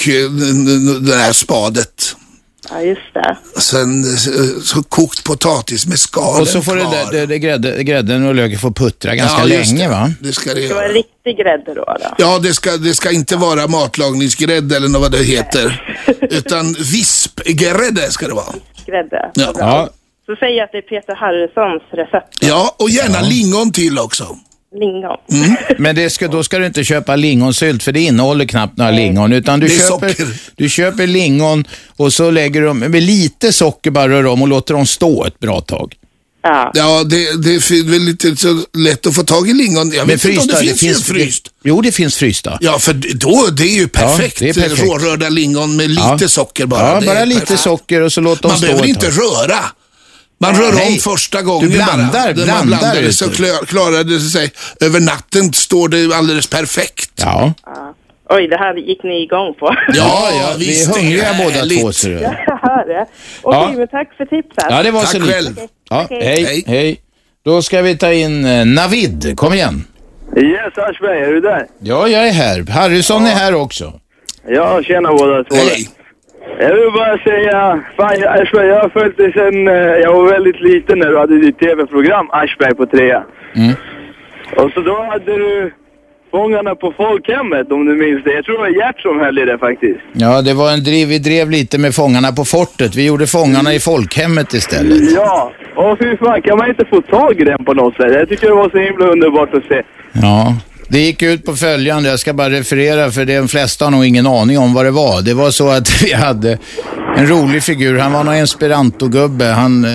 det här spadet. Ja, just det. Sen så kokt potatis med skalen. Och så får grädden och löken få puttra ganska länge, va? Det ska det vara riktig grädde då? Ja, det ska inte vara matlagningsgrädde eller vad det heter. Utan vispgrädde ska det vara. Grädde. Ja. Så säger jag att det är Peter Harrisons recept. Ja, och gärna lingon till också. Lingon. Men då ska du inte köpa lingonsylt, för det innehåller knappt några lingon, utan du köper lingon och så lägger de med lite socker, bara rör om och låter dem stå ett bra tag. Ja, det är väl lite så lätt att få tag i lingon. Jag vet inte om det finns fryst. Jo, det finns frysta. Ja, för det är ju perfekt. Ja, det är perfekt. Rårörda lingon med lite socker bara. Ja, bara lite socker och så låter de stå. Man behöver inte röra. Man rör om första gången. Du blandar så klarar det sig. Över natten står det alldeles perfekt. Ja. Oj, det här gick ni igång på. Ja, vi är hungriga båda två. Jag hör det. Okej, men tack för tipset. Ja, det var så lite. Själv. Ja, hej. Då ska vi ta in Navid. Kom igen. Yes, Aschberg, är du där? Ja, jag är här. Harrison är här också. Ja, tjena båda två. Hej. Jag vill bara säga, fan Aschberg, jag har följt dig sedan jag var väldigt liten när du hade ditt tv-program Aschberg på 3. Och så då hade du Fångarna på folkhemmet, om du minns det. Jag tror det var Gert som höll i det faktiskt. Ja, det var vi drev lite med Fångarna på fortet. Vi gjorde Fångarna i folkhemmet istället. Ja, och fy fan, kan man inte få tag i den på något sätt? Jag tycker det var så himla underbart att se. Ja, det gick ut på följande. Jag ska bara referera, för de flesta har nog ingen aning om vad det var. Det var så att vi hade en rolig figur. Han var någon esperanto-gubbe.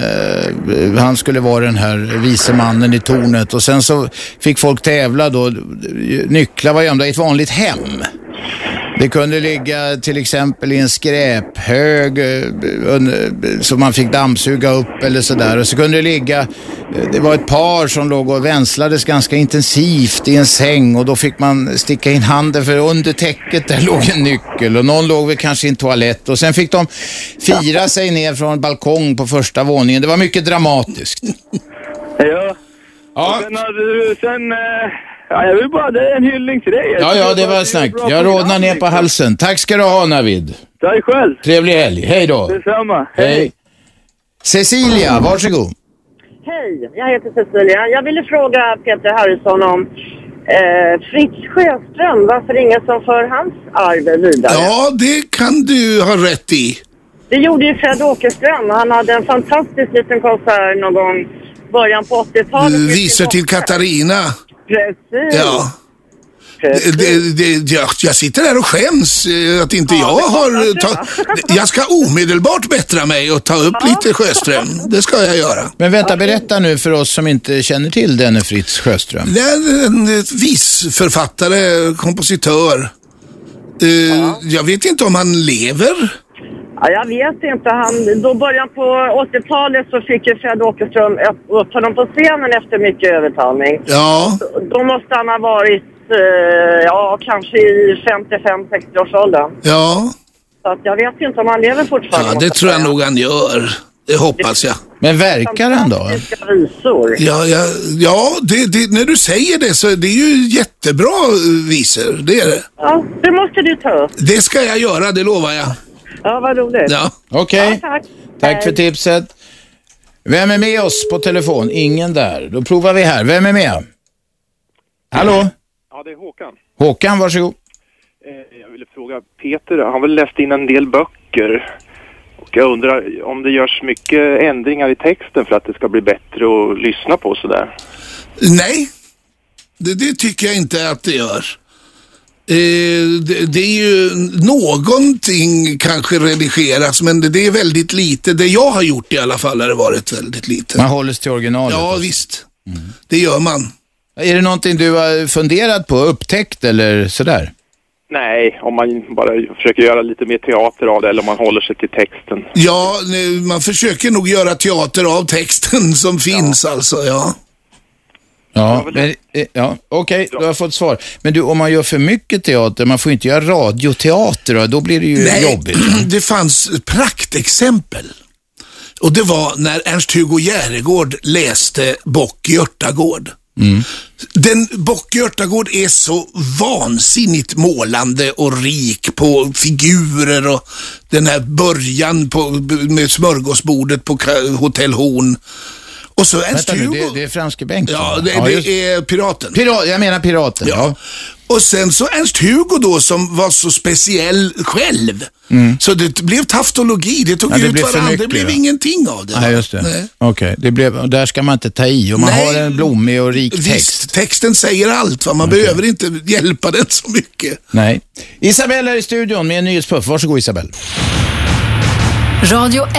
Han skulle vara den här vise mannen i tornet. Och sen så fick folk tävla då. Nycklar var gömda i ett vanligt hem. Det kunde ligga till exempel i en skräphög som man fick dammsuga upp eller sådär. Och så kunde det ligga, det var ett par som låg och vänslades ganska intensivt i en säng. Och då fick man sticka in handen, för under täcket där låg en nyckel. Och någon låg väl kanske i en toalett. Och sen fick de fira sig ner från en balkong på första våningen. Det var mycket dramatiskt. Ja. Och sen hade du ja, jag vill bara, det är en hyllning till dig. Ja, det var snack. Jag rodnar ner på halsen. Tack ska du ha, Navid. Tack själv. Trevlig helg. Hej då. Detsamma. Hej. Cecilia, varsågod. Hej, jag heter Cecilia. Jag ville fråga Peter Harrison om Fritz Sjöström. Varför ingen som för hans arv vidare? Ja, det kan du ha rätt i. Det gjorde ju Fred Åkerström. Han hade en fantastisk liten konsert någon gång början på 80-talet. Visar till Katarina. Precis. Ja. Jag sitter där och skäms att inte jag har jag ska omedelbart bättra mig och ta upp lite Sjöström. Det ska jag göra. Men vänta, berätta nu för oss som inte känner till denne Fritz Sjöström. Det är en viss författare, kompositör. Jag vet inte om han lever. Ja, jag vet inte. Då början på 80-talet så fick ju Fred Åkerström upp honom på scenen efter mycket övertalning. Ja. Då måste han ha varit kanske i 55-60 års åldern. Ja. Så att jag vet inte om han lever fortfarande. Ja, det tror jag nog han gör. Det hoppas jag. Men verkar han då? Visor. Ja, det, när du säger det så det är ju jättebra visor. Det är det. Ja, det måste du ta upp. Det ska jag göra, det lovar jag. Ja, vad roligt. Ja. Okej. Ja, Tack för tipset. Vem är med oss på telefon? Ingen där. Då provar vi här. Vem är med? Hallå? Ja, det är Håkan. Håkan, varsågod. Jag ville fråga Peter, han har väl läst in en del böcker. Och jag undrar om det görs mycket ändringar i texten för att det ska bli bättre att lyssna på sådär. Nej, det tycker jag inte att det gör. Det är ju någonting kanske redigeras, men det är väldigt lite. Det jag har gjort i alla fall har det varit väldigt lite. Man håller sig till originalet. Ja, visst. Det gör man. Är det någonting du har funderat på, upptäckt eller sådär? Nej, om man bara försöker göra lite mer teater av det eller om man håller sig till texten. Ja, man försöker nog göra teater av texten som finns alltså, ja. Ja, okej, du har fått svar. Men du, om man gör för mycket teater, man får inte göra radioteater då blir det ju jobbigt. Det fanns praktexempel. Och det var när Ernst-Hugo Järegård läste Bock i Örtagård. Bock i Örtagård är så vansinnigt målande och rik på figurer och den här början med smörgåsbordet på Hotell Horn. Och så Ernst-Hugo. Det är Franske Bengtsson. Ja, det är Piraten. Jag menar Piraten, ja. Och sen så Ernst-Hugo då som var så speciell själv. Så det blev taftologi, det tog ut varandra, det blev ingenting av det. Nej, just det. Okej, där ska man inte ta i och man har en blommig och rik text. Visst, texten säger allt, man behöver inte hjälpa den så mycket. Nej. Isabelle är i studion med en nyhetspuff. Varsågod Isabelle. Radio 1.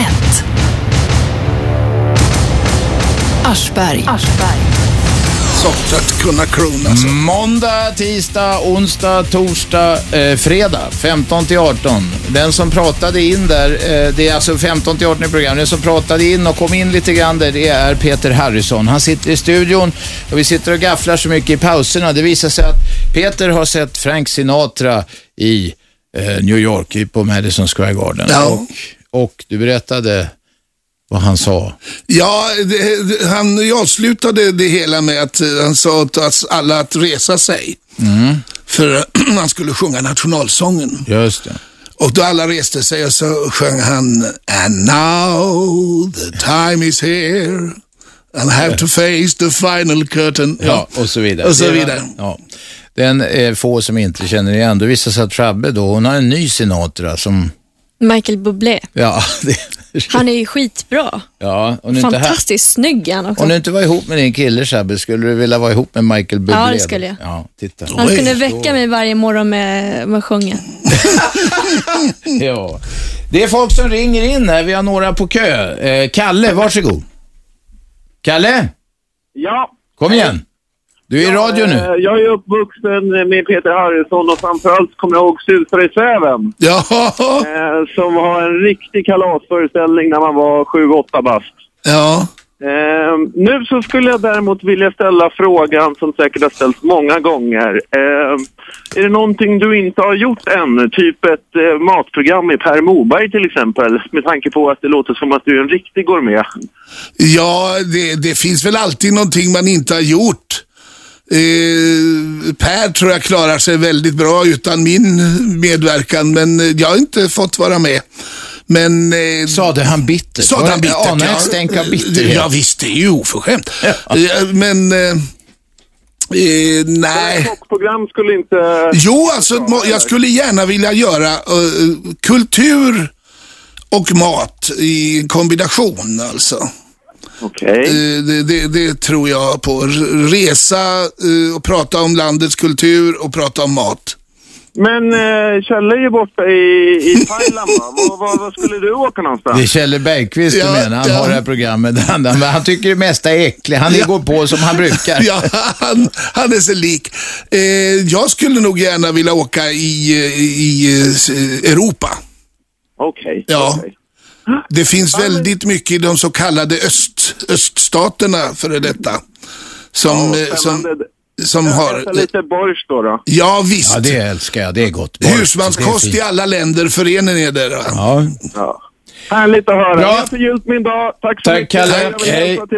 Aschberg. Så att kunna klona sig. Måndag, tisdag, onsdag, torsdag, fredag 15-18. Den som pratade in där, det är alltså 15-18 i programmet. Den som pratade in och kom in lite grann där, det är Peter Harrison. Han sitter i studion och vi sitter och gafflar så mycket i pauserna. Det visar sig att Peter har sett Frank Sinatra i New York på Madison Square Garden. Ja. Och du berättade vad han sa. Ja, han avslutade det hela med att han sa till alla att resa sig. För han skulle sjunga nationalsången. Just det. Och då alla reste sig och så sjöng han And now the time is here and I have to face the final curtain. Ja, och så vidare. Och så vidare. Ja. Den är få som inte känner igen. Det visar sig att Trabbe då, hon har en ny Sinatra som... Michael Bublé. Ja, han är ju skitbra. Ja, fantastiskt snygg han också. Om du inte var ihop med din kille, Shabbe, skulle du vilja vara ihop med Michael Bublé? Ja, det skulle jag. Ja, titta. Han kunde väcka mig varje morgon med att sjunga. Ja. Det är folk som ringer in här. Vi har några på kö. Kalle, varsågod. Kalle? Ja. Kom igen. Du är i radio nu. Jag är uppvuxen med Peter Harrison och framförallt kommer jag ihåg Susar i Säven. Ja. Som var en riktig kalasföreställning när man var 7-8 bast. Ja. Nu så skulle jag däremot vilja ställa frågan som säkert har ställts många gånger. Är det någonting du inte har gjort ännu? Typ ett matprogram med Per Moberg till exempel. Med tanke på att det låter som att du är en riktig gourmet. Ja, det finns väl alltid någonting man inte har gjort. Per tror jag klarar sig väldigt bra utan min medverkan, men jag har inte fått vara med. Men sade han bitter? Sade han bitter? Ja, ett stänk av bitterhet. Ja, visst, det är ju oförskämt. Men nej. Program skulle inte... Jo, alltså jag skulle gärna vilja göra kultur och mat i kombination alltså. Okej. Det tror jag på. Resa och prata om landets kultur och prata om mat. Men Kjell är ju borta i Thailand, vad skulle du åka någonstans? Det är Kjell Bergqvist du menar. Han har det här programmet. Han tycker det mesta är äckligt. Han går på som han brukar. Ja, han är så lik. Jag skulle nog gärna vilja åka i Europa. Okej. Ja. Okay. Det finns väldigt mycket i de så kallade öststaterna för detta. Som har... lite borsch då. Ja, visst. Ja, det älskar jag. Det är gott. Borsch, husmanskost i alla länder, förenar ni det då? Ja. Härligt att höra. Jag har förgyllt min dag. Tack så mycket. Kalle.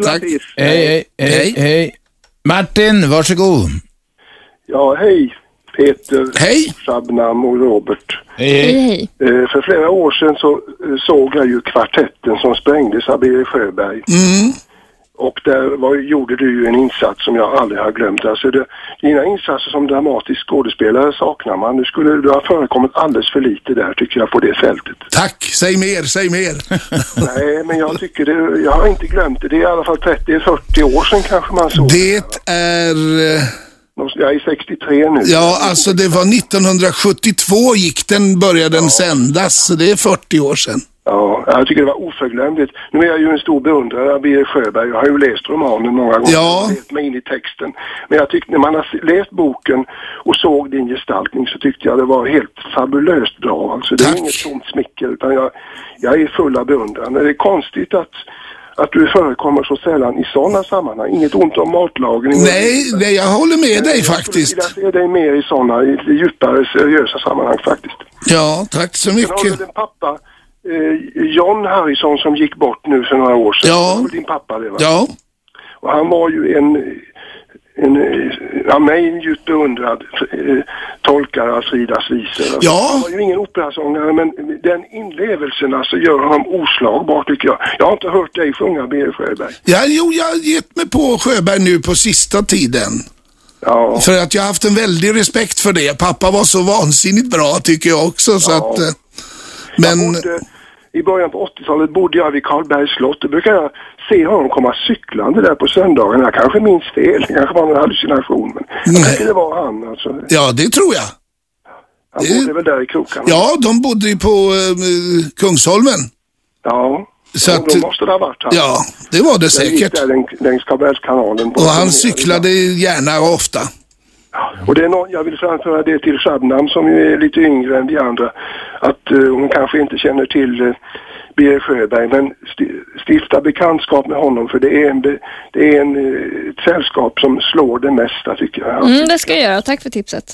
Hej. Martin, varsågod. Ja, hej Peter, hej. Shabnam och Robert. Hej. För flera år sedan så såg jag ju kvartetten som sprängdes av Birger Sjöberg. Och där gjorde du ju en insats som jag aldrig har glömt. Alltså dina insatser som dramatisk skådespelare saknar man. Nu skulle du ha förekommit alldeles för lite där, tycker jag, på det fältet. Tack, säg mer. Nej, men jag tycker jag har inte glömt det. Det är i alla fall 30-40 år sedan kanske man såg. Det är... Jag är 63 nu. Ja, alltså det var 1972 började den sändas, så det är 40 år sedan. Ja, jag tycker det var oförglömligt. Nu är jag ju en stor beundrare av Birger Sjöberg. Jag har ju läst romanen många gånger. Ja. Och läst mig in i texten. Men jag tyckte när man har läst boken och såg din gestaltning så tyckte jag det var helt fabulöst bra. Alltså det är inget tomt smicker, utan jag är full av beundran. Det är konstigt att du förekommer så sällan i sådana sammanhang. Inget ont om matlagning. Nej, jag håller med dig faktiskt. Jag skulle vilja se dig mer i sådana djupare, seriösa sammanhang faktiskt. Ja, tack så mycket. Sen har du en pappa, John Harrison, som gick bort nu för några år sedan. Ja. Det var din pappa det, va? Ja. Och han var ju av mig djupt beundrad tolkare av Fridas visor. Ja. Han var ju ingen operasångare, men den inlevelsen alltså gör honom oslagbar, tycker jag. Jag har inte hört dig sjunga Birger Sjöberg. Ja, jo, jag har gett mig på Sjöberg nu på sista tiden. Ja. För att jag har haft en väldig respekt för det. Pappa var så vansinnigt bra, tycker jag också. Så att, men... I början på 80-talet bodde jag vid Karlbergs slott. Då brukar jag se honom komma cyklande där på söndagen. Jag kanske minns fel, det kanske var en hallucination. Men jag tycker det var han. Alltså. Ja, det tror jag. Han bodde väl där i krokarna. Ja, de bodde ju på Kungsholmen. Ja, så att, då måste det ha varit han. Ja, det var det säkert. Gick där längs Karlbergskanalen. Och han cyklade gärna och ofta. Och det är jag vill framföra det till Shabnam, som är lite yngre än de andra, att hon kanske inte känner till Birger Sjöberg, men stifta bekantskap med honom, för det är ett sällskap som slår det mesta, tycker jag. Det ska jag göra, tack för tipset.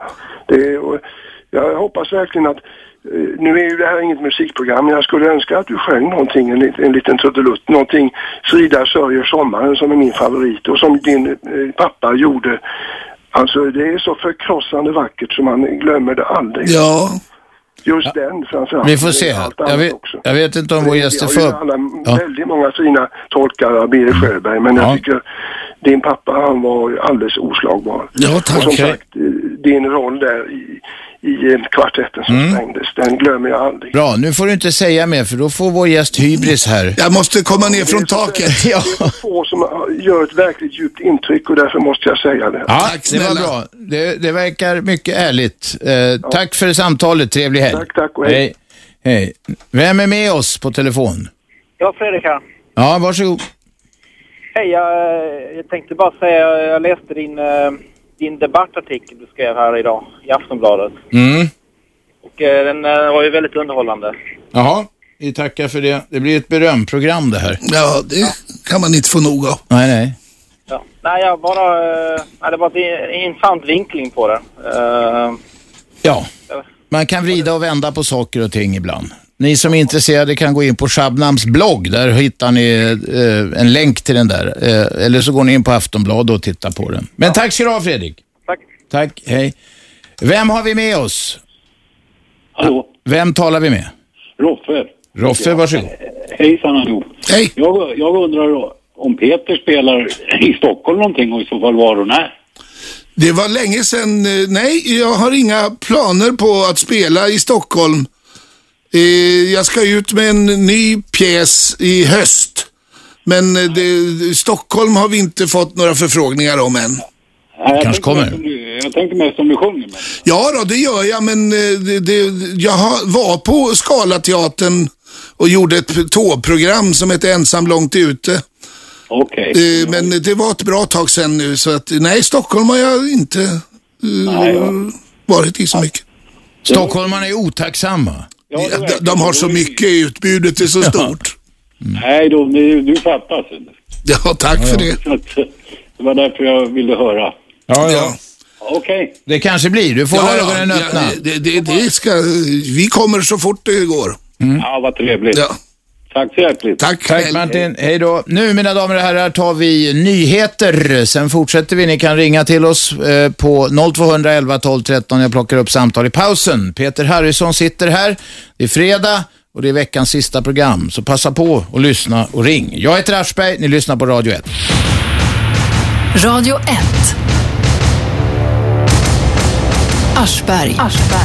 Jag hoppas verkligen att nu är ju det här inget musikprogram, men jag skulle önska att du sjöng någonting, en liten trudelutt, någonting Frida sörjer sommaren, som är min favorit, och som din pappa gjorde. Alltså det är så förkrossande vackert som man glömmer det aldrig. Ja. Just den framförallt. Vi får se. Jag vet inte om vår gäst är för... Väldigt många fina tolkare av Birger Sjöberg, men jag tycker din pappa, han var alldeles oslagbar. Ja, tack. Och som sagt, din roll där i kvartetten som sprängdes, den glömmer jag aldrig. Bra, nu får du inte säga mer, för då får vår gäst hybris här. Jag måste komma ner från taket. Det är så få som gör ett verkligt djupt intryck, och därför måste jag säga det. Ja, tack, det var bra. Det verkar mycket ärligt. Tack för samtalet, trevlig helg. Tack och hej. Hej. Vem är med oss på telefon? Ja, Fredrik här. Ja, varsågod. Hej, jag tänkte bara säga, jag läste din debattartikel du skrev här idag i Aftonbladet. Och den var ju väldigt underhållande. Jaha, vi tackar för det. Det blir ett berömprogram det här. Ja, det kan man inte få nog av. Nej. Ja. Nej, det var en intressant vinkling på det. Ja, man kan vrida och vända på saker och ting ibland. Ni som är intresserade kan gå in på Shabnams blogg. Där hittar ni en länk till den där. Eller så går ni in på Aftonbladet och tittar på den. Men tack ska du ha, Fredrik. Tack, hej. Vem har vi med oss? Hallå? Vem talar vi med? Roffe, varsågod. Hejsan allihop. Hej. Jag undrar då, om Peter spelar i Stockholm någonting, och i så fall var och när? Det var länge sedan. Nej, jag har inga planer på att spela i Stockholm. Jag ska ut med en ny pjäs i höst. Men Stockholm har vi inte fått några förfrågningar om än. Kanske kommer. Jag tänker mest om du sjunger med. Ja då, det gör jag, men jag var på Scalateatern och gjorde ett tågprogram som heter Ensam långt ute. Okej. Men det var ett bra tag sedan nu, så att nej, Stockholm har jag inte varit i så mycket. Stockholmarna är otacksamma. De har så mycket, utbudet är så stort. Nej, du fattas. Ja, tack för det. Det var därför jag ville höra. Ja. Okej. Det kanske blir, du får ögonen öppna. Vi kommer så fort det går. Ja, vad trevligt. Ja. Tack så hjärtligt. Tack Martin, hej då. Nu mina damer och herrar tar vi nyheter. Sen fortsätter vi, ni kan ringa till oss på 0211 12 13. Jag plockar upp samtal i pausen. Peter Harrison sitter här, det är fredag och det är veckans sista program. Så passa på och lyssna och ring. Jag heter Aschberg, ni lyssnar på Radio 1. Radio 1. Aschberg.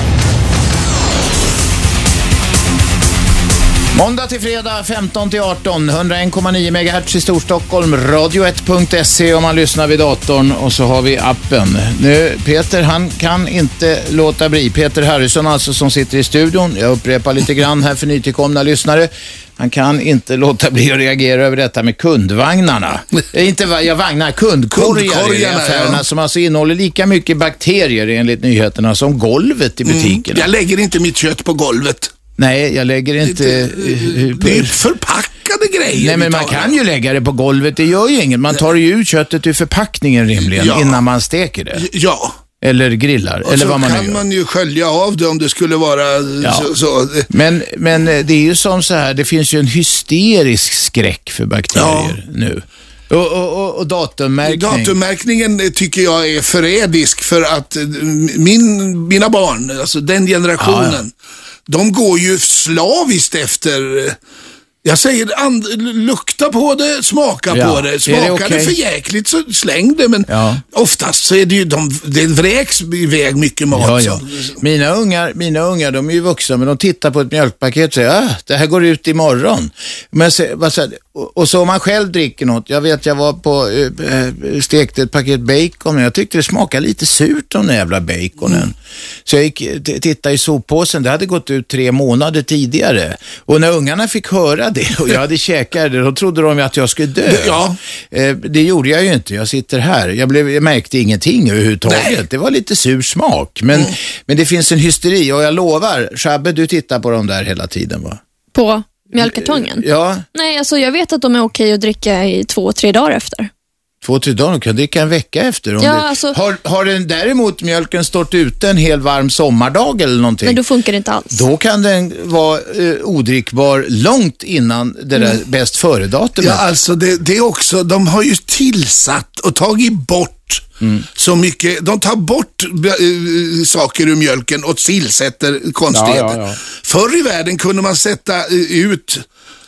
Måndag till fredag 15 till 18, 101,9 MHz i Storstockholm, radio1.se om man lyssnar vid datorn, och så har vi appen. Nu, Peter, han kan inte låta bli. Peter Harrison alltså, som sitter i studion. Jag upprepar lite grann här för nytillkomna lyssnare. Han kan inte låta bli att reagera över detta med kundvagnarna. Kundkorgar i affärerna som alltså innehåller lika mycket bakterier enligt nyheterna som golvet i butikerna. Jag lägger inte mitt kött på golvet. Nej, jag lägger inte... Det är förpackade grejer. Nej, men man kan ju lägga det på golvet, det gör ju inget. Man tar ju ut köttet ur förpackningen rimligen innan man steker det. Ja. Eller grillar, och eller vad man gör. Så kan man ju skölja av det om det skulle vara så. Men det är ju som så här, det finns ju en hysterisk skräck för bakterier nu. Och datummärkning. Datummärkningen tycker jag är förrädisk, för att mina barn, alltså den generationen, de går ju slaviskt efter... Jag säger, lukta på det, smaka på det. Smakar det för jäkligt så släng det, men oftast så är det ju, det vräks iväg mycket mat. Ja. Mina ungar, de är ju vuxna, men de tittar på ett mjölkpaket och säger, det här går ut imorgon. Men och så om man själv dricker något, jag var på stekte ett paket bacon, och jag tyckte det smakade lite surt, de jävla baconen. Så jag gick tittade i soppåsen, det hade gått ut 3 månader tidigare. Och när ungarna fick höra det och jag hade käkat det, då trodde de att jag skulle dö. Det gjorde jag ju inte, jag sitter här. Jag märkte ingenting överhuvudtaget. Nej. Det var lite sur smak, men det finns en hysteri, och jag lovar, Shabbe, du tittar på dem där hela tiden, va? På mjölkkartongen? Ja. Nej, alltså jag vet att de är okej att dricka i 2-3 dagar efter. 2-3 dagar, du kan dricka en vecka efter. Har den däremot mjölken stått ute en hel varm sommardag eller någonting? Nej, då funkar det inte alls. Då kan den vara odrickbar långt innan det där bäst före-datumet. Ja, alltså det är också, de har ju tillsatt och tagit bort så mycket. De tar bort saker ur mjölken och tillsätter konstigheter. Förr i världen kunde man sätta ut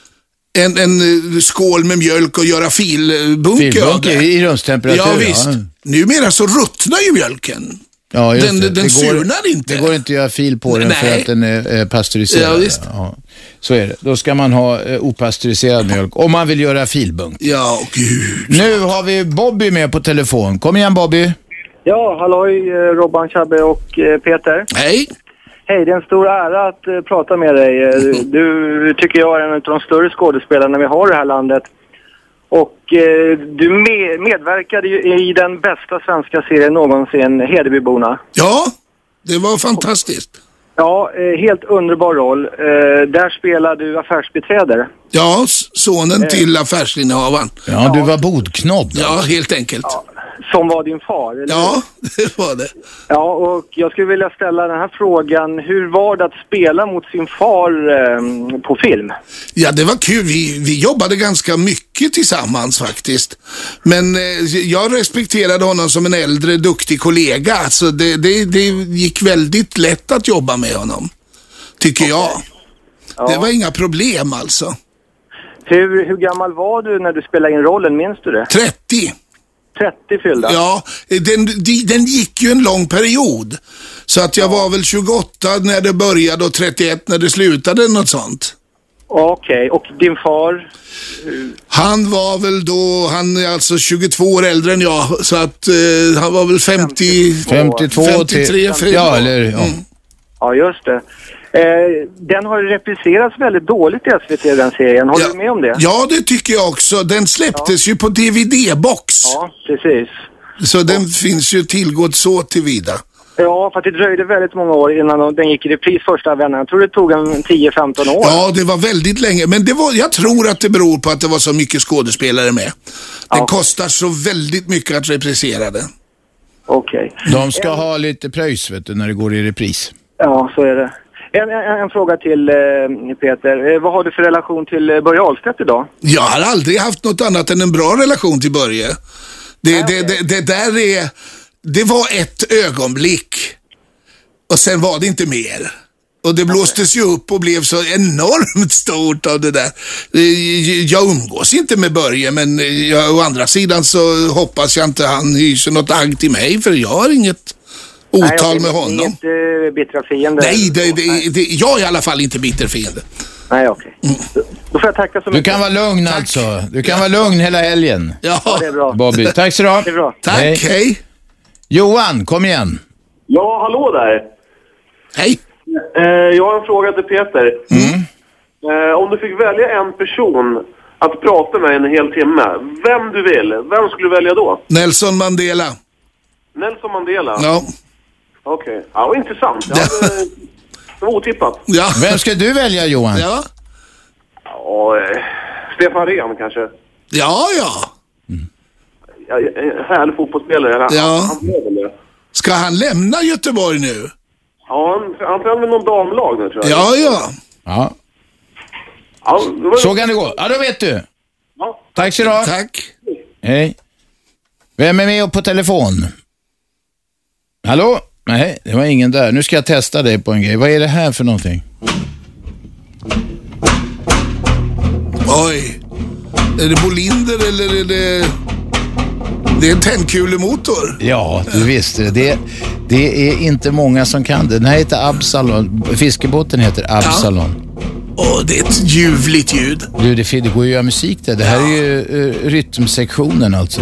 en skål med mjölk och göra filbunke i rumstemperatur. Ja, visst. Numera så ruttnar ju mjölken. Ja, den surnar inte. Det går inte att göra fil på den för att den är pasteuriserad. Ja, visst. Ja, så är det. Då ska man ha opastöriserad mjölk om man vill göra filbunk. Ja, gud. Nu har vi Bobby med på telefon. Kom igen, Bobby. Ja, halloj Robban, Chabbe och Peter. Hej. Hej, det är en stor ära att prata med dig. Du tycker jag är en av de större skådespelarna vi har i det här landet. Och du medverkade ju i den bästa svenska serien någonsin, Hedebyborna. Ja, det var fantastiskt. Ja, helt underbar roll. Där spelar du affärsbiträder. Ja, sonen till affärsinnehavaren. Ja, du var bodknodd. Ja, helt enkelt. Ja, som var din far, eller? Ja, det var det. Ja, och jag skulle vilja ställa den här frågan. Hur var det att spela mot sin far på film? Ja, det var kul. Vi jobbade ganska mycket tillsammans faktiskt. Men jag respekterade honom som en äldre, duktig kollega. Så det gick väldigt lätt att jobba med honom, tycker jag. Ja. Det var inga problem alltså. Hur gammal var du när du spelade in rollen, minns du det? 30. 30 fyllda? Ja, den gick ju en lång period. Så att jag var väl 28 när det började och 31 när det slutade, något sånt. Okej, och din far? Han var väl då, han är alltså 22 år äldre än jag, så att han var väl 53. Ja, eller ja. Ja, just det. Den har repriserats väldigt dåligt i SVT, den serien. Håller du med om det? Ja, det tycker jag också. Den släpptes ju på DVD-box. Ja, precis. Så den finns ju tillgått så tillvida. Ja, för att det dröjde väldigt många år innan den gick i repris första vännerna. Jag tror det tog en 10-15 år. Ja, det var väldigt länge. Men jag tror att det beror på att det var så mycket skådespelare med. Det kostar så väldigt mycket att reprisera det. Okej. De ska ha lite pröjs, vet du, när det går i repris. Ja, så är det. En fråga till Peter. Vad har du för relation till Börje Ahlstedt idag? Jag har aldrig haft något annat än en bra relation till Börje. Det var ett ögonblick. Och sen var det inte mer. Och det blåstes ju upp och blev så enormt stort av det där. Jag umgås inte med Börje, men å andra sidan så hoppas jag inte han hyser något agg till mig, för jag har inget otal med honom. Inget bittra fiende? Nej, jag är i alla fall inte bitter fiende. Nej, okej. Då får jag tacka så mycket. Du kan vara lugn alltså. Du kan vara lugn hela helgen. Ja, det är bra. Bobby, tack så du. Det är bra. Tack, hej. Johan, kom igen. Ja, hallå där. Hej. Jag har en fråga till Peter. Om du fick välja en person att prata med en hel timme, vem du vill, vem skulle du välja då? Nelson Mandela. Nelson Mandela? Ja. Okej. Ja, vad intressant. Det var otippat. Ja. Vem ska du välja, Johan? Ja. Stefan Rehn kanske. Ja. Härlig fotbollsspelare. Ja. Ska han lämna Göteborg nu? Ja, han spelar med någon damlag nu, tror jag. Ja. Så kan det gå. Ja, då vet du. Ja. Tack så du ha. Tack. Hej. Vem är med på telefon? Hallå? Nej, det var ingen där. Nu ska jag testa dig på en grej. Vad är det här för någonting? Oj. Är det Bolinder eller är det... Det är en tändkulemotor. Ja, du visste det. Det är inte många som kan det. Den här heter Absalon. Fiskebåten heter Absalon. Det är ett ljuvligt ljud. Du, det går ju att göra musik där. Det här är ju rytmsektionen alltså.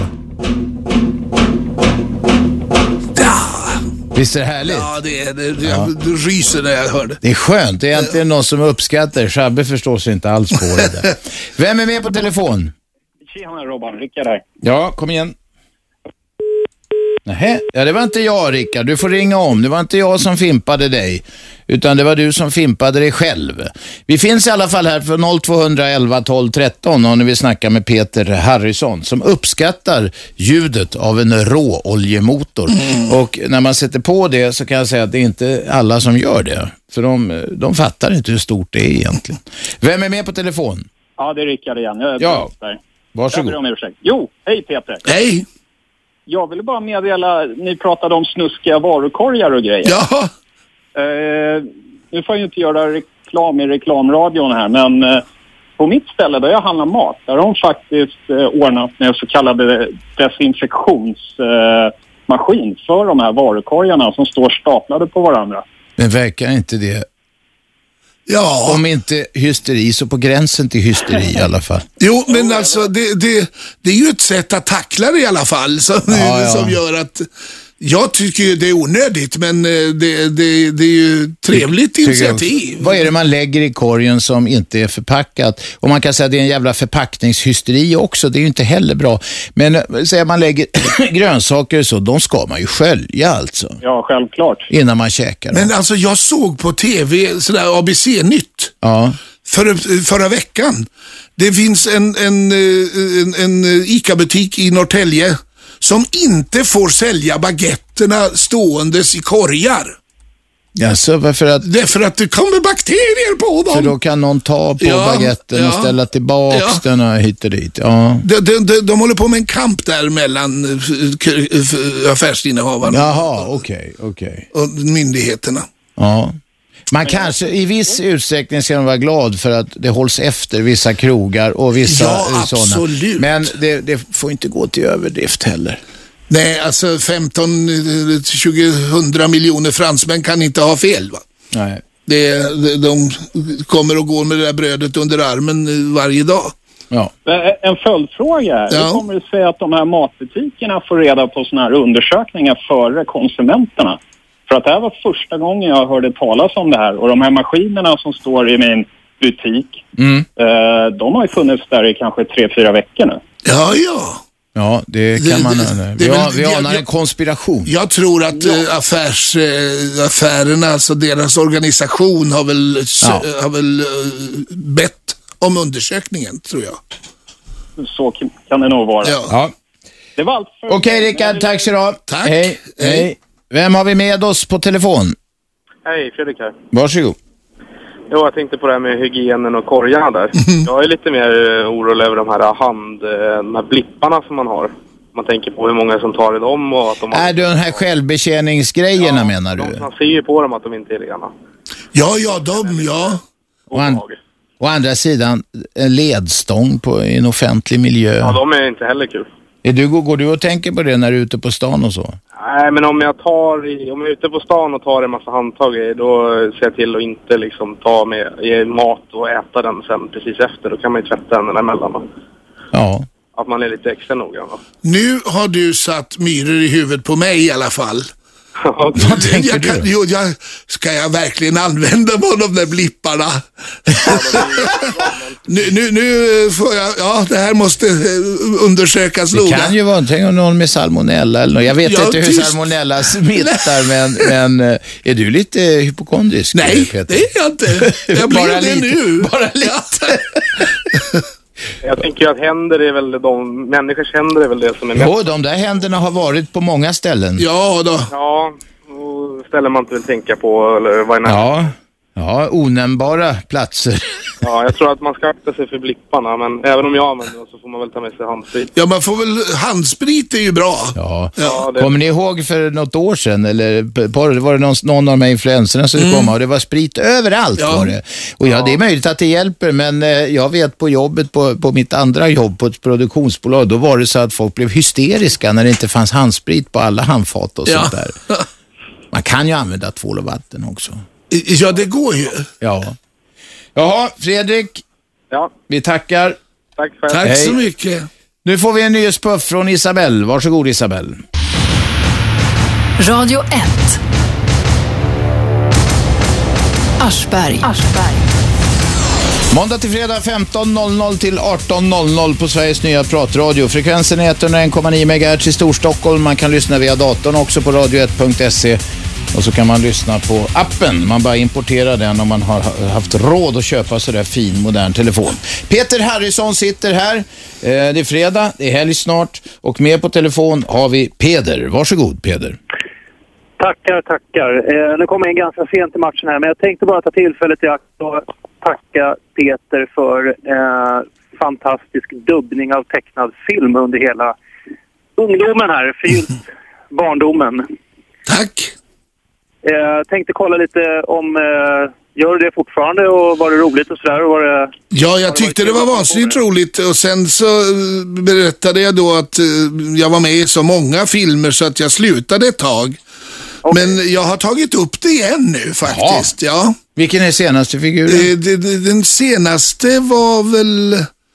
Visst är det härligt? Ja, det är det. Jag ryser när jag hör det. Det är skönt. Det är egentligen någon som uppskattar. Shabbe förstår sig inte alls på det där. Vem är med på telefon? Tjena Robban, Rickard här. Ja, kom igen. Nähä, ja det var inte jag, Rickard. Du får ringa om. Det var inte jag som fimpade dig, utan det var du som fimpade dig själv. Vi finns i alla fall här för 0211 12 13 och när vi snackar med Peter Harrison som uppskattar ljudet av en råoljemotor. Och när man sätter på det så kan jag säga att det är inte alla som gör det. För de fattar inte hur stort det är egentligen. Vem är med på telefon? Ja, det är Rickard igen. Jag är där. Varsågod. Jag ber om ursäkt. Jo, hej Peter. Hej. Jag ville bara meddela, ni pratade om snuskiga varukorgar och grejer. Ja. Nu får jag ju inte göra reklam i reklamradion här, men på mitt ställe där jag handlar mat, där har de faktiskt ordnat med så kallade desinfektionsmaskin för de här varukorgarna som står staplade på varandra. Men verkar inte det? Ja. Om inte hysteri så på gränsen till hysteri i alla fall. Jo, men alltså det är ju ett sätt att tackla det i alla fall som gör att jag tycker ju det är onödigt, men det är ju trevligt initiativ. Vad är det man lägger i korgen som inte är förpackat? Och man kan säga att det är en jävla förpackningshysteri också, det är ju inte heller bra. Men säger man lägger grönsaker så, de ska man ju skölja alltså. Ja, självklart. Innan man käkar dem. Men alltså jag såg på tv sådär ABC-nytt förra veckan. Det finns en ICA-butik i Norrtälje som inte får sälja baguetterna ståendes i korgar. Jaså, varför att... Det är för att det kommer bakterier på dem. För då kan någon ta på baguetten och ställa tillbaks den och hit och dit. Ja. De håller på med en kamp där mellan affärsinnehavarna. Jaha, okej. Och myndigheterna. Ja. Man kanske i viss utsträckning ska man vara glad för att det hålls efter vissa krogar och vissa sådana. Men det får inte gå till överdrift heller. Nej, alltså 15-20 miljoner fransmän kan inte ha fel, va? Nej. De kommer och går med det där brödet under armen varje dag. Ja. En följdfråga här. Hur kommer det sig att de här matbutikerna får reda på såna här undersökningar före konsumenterna? För att det här var första gången jag hörde talas om det här. Och de här maskinerna som står i min butik, de har ju funnits där i kanske 3-4 veckor nu. Ja, det kan man... Vi anar en konspiration. Jag tror att affärerna, alltså deras organisation har väl bett om undersökningen, tror jag. Så kan det nog vara. Ja. Det var allt för... Okej, Rickard, tack så du. Tack. Hej. Vem har vi med oss på telefon? Hej, Fredrik här. Varsågod. Jo, jag tänkte på det här med hygienen och korgarna där. Jag är lite mer orolig över de här blipparna som man har. Man tänker på hur många som tar i dem och att de... Är det den här självbetjäningsgrejerna menar du? Man ser ju på dem att de inte är rena. Ja. Å andra sidan, en ledstång i en offentlig miljö. Ja, de är inte heller kul. Går du och tänker på det när du är ute på stan och så? Nej, men om jag är ute på stan och tar en massa handtag då ser jag till att inte liksom ta med mat och äta den sen precis efter. Då kan man ju tvätta den emellan. Ja. Att man är lite extra noggrann. Nu har du satt myror i huvudet på mig i alla fall. Vad tänker du? Ska jag verkligen använda mig av de där blipparna? nu får jag, det här måste undersökas noga. Det kan ju vara någon med salmonella eller något. Jag vet inte hur salmonella smittar, men är du lite hypokondrisk? Nej, Peter? det är jag inte. Jag blir det nu. Bara lite. Jag tänker att händer är väl människors händer är väl det som är mest. Jo, de där händerna har varit på många ställen. Ja då. Ja, och ställen man inte vill tänka på eller vad är det? Ja, onämnbara platser. Ja, jag tror att man ska akta sig för blipparna, men även om jag använder dem så får man väl ta med sig handsprit. Ja, man får väl, handsprit är ju bra. Ja. Kommer ni ihåg för något år sedan, eller var det någon av de här influenserna som kom och det var sprit överallt var det. Och det är möjligt att det hjälper, men jag vet på jobbet, på mitt andra jobb på ett produktionsbolag, då var det så att folk blev hysteriska när det inte fanns handsprit på alla handfat och sånt där. Man kan ju använda tvål och vatten också. Ja, det går ju. Ja. Jaha, Fredrik. Ja. Vi tackar. Tack så mycket. Nu får vi en ny spuff från Isabelle. Varsågod Isabelle. Radio 1. Aschberg. Måndag till fredag 15.00 till 18.00 på Sveriges nya pratradio. Frekvensen är 101,9 MHz i Storstockholm. Man kan lyssna via datorn också på radio1.se. Och så kan man lyssna på appen. Man bara importerar den om man har haft råd att köpa sådär fin modern telefon. Peter Harrison sitter här. Det är fredag, det är helg snart. Och med på telefon har vi Peder. Varsågod Peder. Tackar. Nu kommer jag in ganska sent i matchen här, men jag tänkte bara ta tillfället i akt och tacka Peter för fantastisk dubbning av tecknad film under hela ungdomen här, förgyllt barndomen. Tack. Tänkte kolla lite om gör det fortfarande och var det roligt och sådär? Ja, jag tyckte det var vansinnigt roligt och sen så berättade jag då att jag var med i så många filmer så att jag slutade ett tag. Okay. Men jag har tagit upp det igen nu faktiskt, ja. Vilken är senaste figuren? Den senaste var väl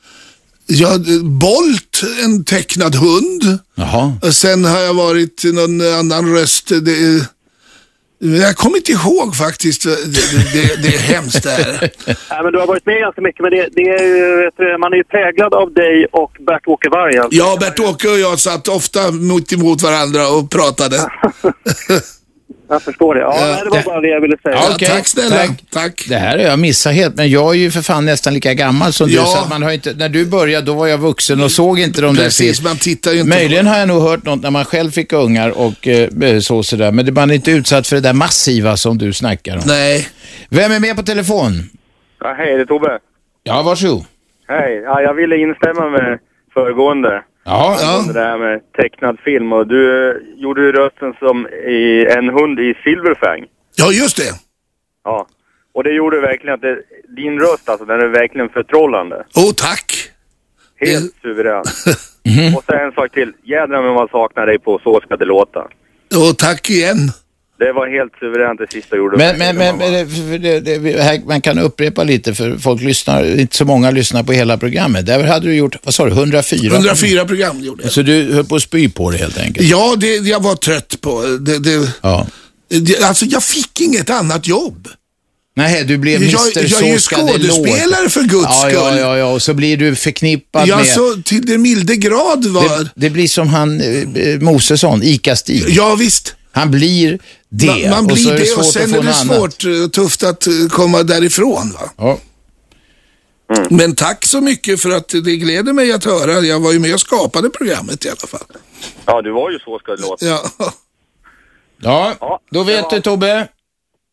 Bolt, en tecknad hund. Jaha. Och sen har jag varit någon annan röst. Jag kommer inte ihåg faktiskt. Det är hemskt där. Nej, men du har varit med ganska mycket, men det är ju, man är ju präglad av dig och Bert-Åke Varg. Alltså. Ja, Bert-Åke och jag satt ofta emot varandra och pratade. Jag förstår det. Ja, det var bara det jag ville säga. Ja, okay. Tack snälla. Tack. Det här har jag missat helt, men jag är ju för fan nästan lika gammal som du, så att man har inte, när du började då var jag vuxen och såg inte de där filmerna. Man tittar ju inte. Möjligen har jag nog hört något när man själv fick ungar och sådär, men man är inte utsatt för det där massiva som du snackar om. Nej. Vem är med på telefon? Ja, hej, det är Tobbe. Ja, varsågod. Hej, jag ville instämma med föregående. Ja. Det här med tecknad film, och du gjorde ju rösten som i en hund i Silverfang. Ja, just det. Ja, och det gjorde verkligen att din röst, alltså, den är verkligen förtrollande. Tack. Helt suverän. Och så en sak till, jädrar men man saknar dig på Så ska det låta. Tack igen. Det var helt suveränt det sista gjorde. Men man kan upprepa lite för folk lyssnar, inte så många lyssnar på hela programmet. Där hade du gjort, vad sa du, 104 program gjorde jag. Så du höll på att spy på det helt enkelt? Ja, jag var trött på alltså jag fick inget annat jobb. Nej, du blev Mr. Jag är ju skådespelare för Guds skull. Ja, och så blir du förknippad med... så till det milde grad var... Det blir som han, Mosesson, Ica-Stig. Ja, visst. Han blir det. Man blir det och sen är det svårt, tufft att komma därifrån, va? Ja. Men tack så mycket för att det gläder mig att höra. Jag var ju med och skapade programmet i alla fall. Ja, du var ju Så ska det låta. Ja, då vet du, Tobbe.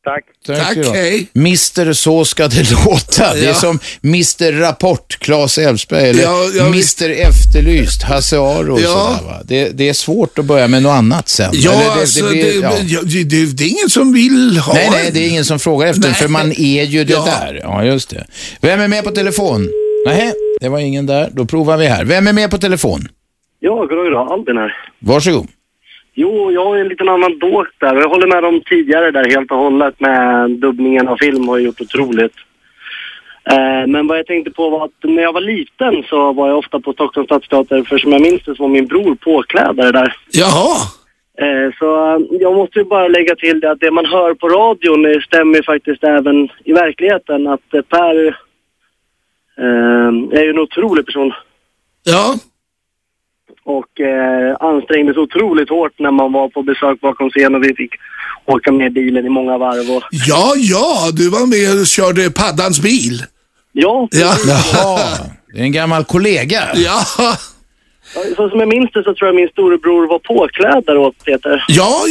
Tack. Tack, hej. Mister så ska det låta. Det är som Mr. Rapport, Claes Elfsberg, eller Mr. Efterlyst, Hasse Aro och sådär, va? Det är svårt att börja med något annat sen. Ja, eller det är ingen som vill ha. Nej, det är ingen som frågar efter, för man är ju det där. Ja, just det. Vem är med på telefon? Nej, det var ingen där. Då provar vi här. Vem är med på telefon? Ja, goddag, Albin här. Varsågod. Jo, jag har en liten annan dåk där. Jag håller med dem tidigare där helt och hållet med dubbningen av film har gjort otroligt. Men vad jag tänkte på var att när jag var liten så var jag ofta på Stockholms stadsteater, för som jag minns det så var min bror påklädare där. Jaha! Så jag måste ju bara lägga till det att det man hör på radion stämmer ju faktiskt även i verkligheten, att Per är ju en otrolig person. Ja. Och ansträngde så otroligt hårt när man var på besök bakom scen och vi fick åka med bilen i många varv. Och... Ja, du var med och körde Paddans bil. Ja. Jaha, det är en gammal kollega. Ja. Så som jag minns det så tror jag min storebror var påklädare åt Peter. Ja.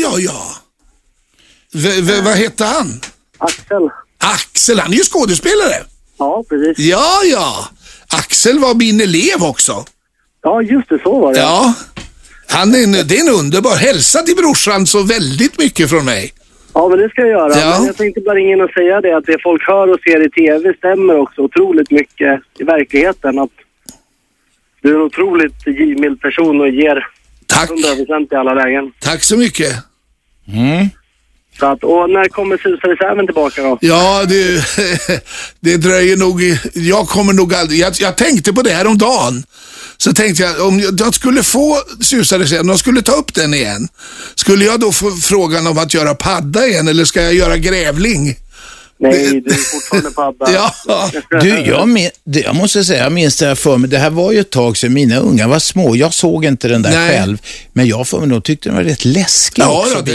Vad hette han? Axel, han är ju skådespelare. Ja, precis. Ja. Axel var min elev också. Ja, just det, så var det. Ja, det är en underbar. Hälsa till brorsan så väldigt mycket från mig. Ja, men det ska jag göra. Ja. Men jag tänkte bara ringa in och säga det, att det folk hör och ser i tv stämmer också otroligt mycket i verkligheten. Att du är en otroligt givmild person och ger 100% i alla lägen. Tack så mycket. Så att, och när kommer Susare tillbaka då? Ja, det dröjer nog. Jag kommer nog aldrig. Jag tänkte på det här om dagen. Så tänkte jag, om jag skulle få Susare sen, de skulle ta upp den igen. Skulle jag då få frågan om att göra padda igen, eller ska jag göra grävling? Nej, du är fortfarande padda. Ja. Jag måste säga, jag minns det här för mig. Det här var ju ett tag sedan mina unga var små. Jag såg inte den där själv. Men jag för mig nog tyckte den var rätt läskig också. Ja,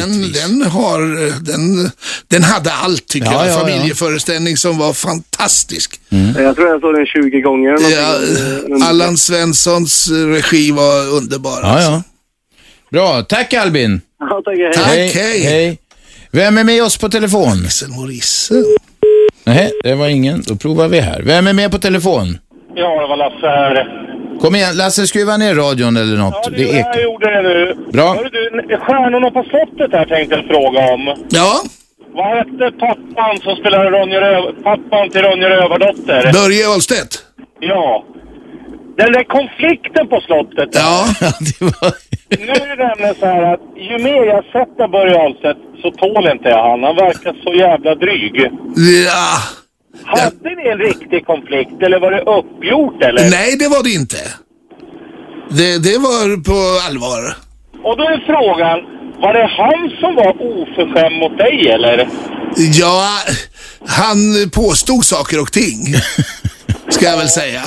den hade allt tycker jag. En familjeföreställning som var fantastisk. Jag tror jag såg den 20 gånger. Allan Svenssons regi var underbar. Ja. Bra, tack Albin. Ja, tack. Hej. Vem är med oss på telefon? Axel Morisse. Nej, det var ingen. Då provar vi här. Vem är med på telefon? Ja, det var Lasse här. Kom igen, Lasse, skruva ner radion eller något. Ja, jag gjorde det nu. Bra. Du, stjärnorna på slottet här tänkte jag fråga om. Ja. Vad hette pappan som spelade pappan till Ronja Rövardotter? Börje Ahlstedt. Ja. Den där konflikten på slottet. Ja, det var... Nu är det nämligen så här att ju mer jag sätter Börje Ahlstedt så tål inte jag han. Han verkar så jävla dryg. Ja. Hade ni en riktig konflikt eller var det uppgjort eller? Nej, det var det inte. Det var på allvar. Och då är frågan, var det han som var oförskämd mot dig eller? Ja, han påstod saker och ting. Ska jag väl säga.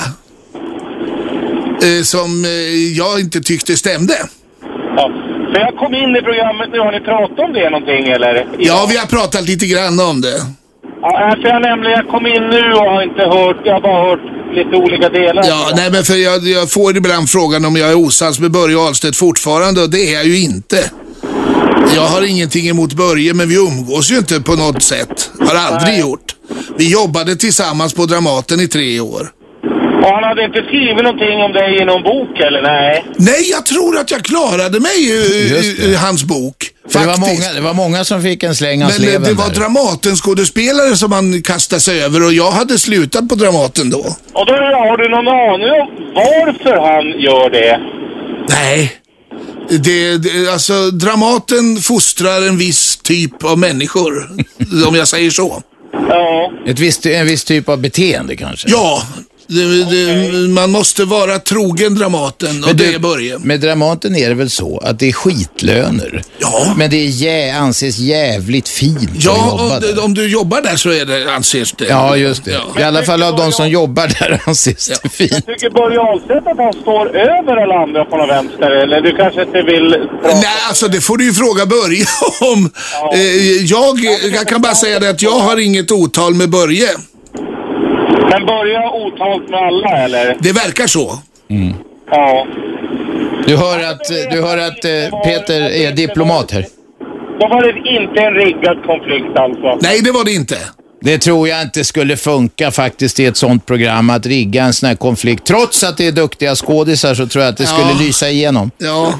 Som jag inte tyckte stämde. Ja, för jag kom in i programmet nu, har ni pratat om det någonting eller? Ja, vi har pratat lite grann om det. Ja, för jag kom in nu och har inte hört, jag har bara hört lite olika delar. Ja, nej men för jag får ibland frågan om jag är osams med Börje Ahlstedt fortfarande, och det är jag ju inte. Jag har ingenting emot Börje, men vi umgås ju inte på något sätt. Har aldrig gjort. Vi jobbade tillsammans på Dramaten i 3 år. Och han hade inte skrivit någonting om dig i någon bok, eller nej? Nej, jag tror att jag klarade mig i hans bok. Det var många som fick en släng av sleven. Men det var Dramaten-skådespelare som han kastade sig över, och jag hade slutat på Dramaten då. Och då har du någon aning om varför han gör det? Nej. Alltså, Dramaten fostrar en viss typ av människor, om jag säger så. Ja. En viss typ av beteende kanske? Ja. Man måste vara trogen Dramaten, och det är Börje. Med Dramaten är det väl så att det är skitlöner. Ja. Men det anses jävligt fint att jobba där. Om du jobbar där så anses det. Ja, just det. Ja. I alla fall av de som jobbar där anses det fint. Jag tycker Börje Ahlstedt att han står över alla andra på någon vänster, eller du kanske inte vill prata? Nej, alltså det får du ju fråga Börje om. Ja. Jag kan bara säga det att jag har inget otal med Börje. Men börjar otalt med alla, eller? Det verkar så. Mm. Ja. Du hör att Peter är diplomat här. Då var det inte en riggad konflikt alltså. Nej, det var det inte. Det tror jag inte skulle funka faktiskt i ett sånt program att rigga en sån här konflikt. Trots att det är duktiga skådisar så tror jag att det skulle lysa igenom. Ja.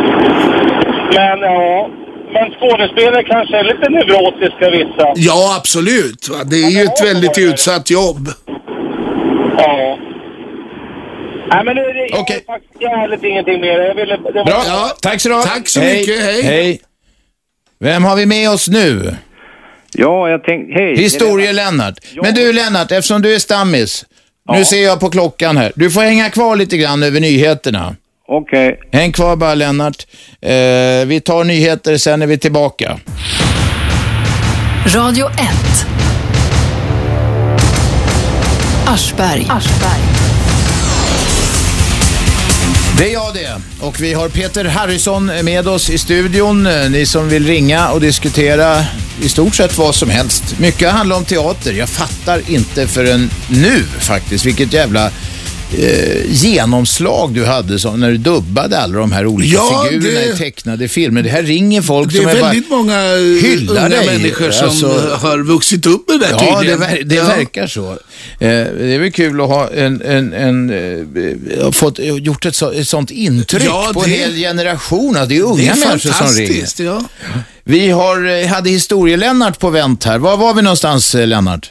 Men skådespelare kanske är lite neurotiska vissa. Ja, absolut. Det är ju ett väldigt utsatt jobb. Ja. Nej, men det är faktiskt jävligt ingenting mer. Bra, tack så mycket. Tack så mycket, hej. Vem har vi med oss nu? Ja, jag tänkte, hej. Historie-Lennart. Ja. Men du Lennart, eftersom du är stammis, nu ser jag på klockan här. Du får hänga kvar lite grann över nyheterna. Okej. Häng kvar bara Lennart. Vi tar nyheter, sen är vi tillbaka. Radio 1. Aschberg. Det är jag det. Och vi har Peter Harrison med oss i studion. Ni som vill ringa och diskutera i stort sett vad som helst. Mycket handlar om teater. Jag fattar inte förrän nu faktiskt vilket jävla genomslag du hade när du dubbade alla de här olika figurerna i tecknade filmer. Det här ringer folk som är väldigt många unga människor som har vuxit upp med det tydligen. Ja, det verkar så. Det är väl kul att ha fått gjort ett sånt intryck på en hel generation. Det är unga människor som ringer. Ja. Vi hade historie-Lennart på vänt här. Var var vi någonstans, Lennart?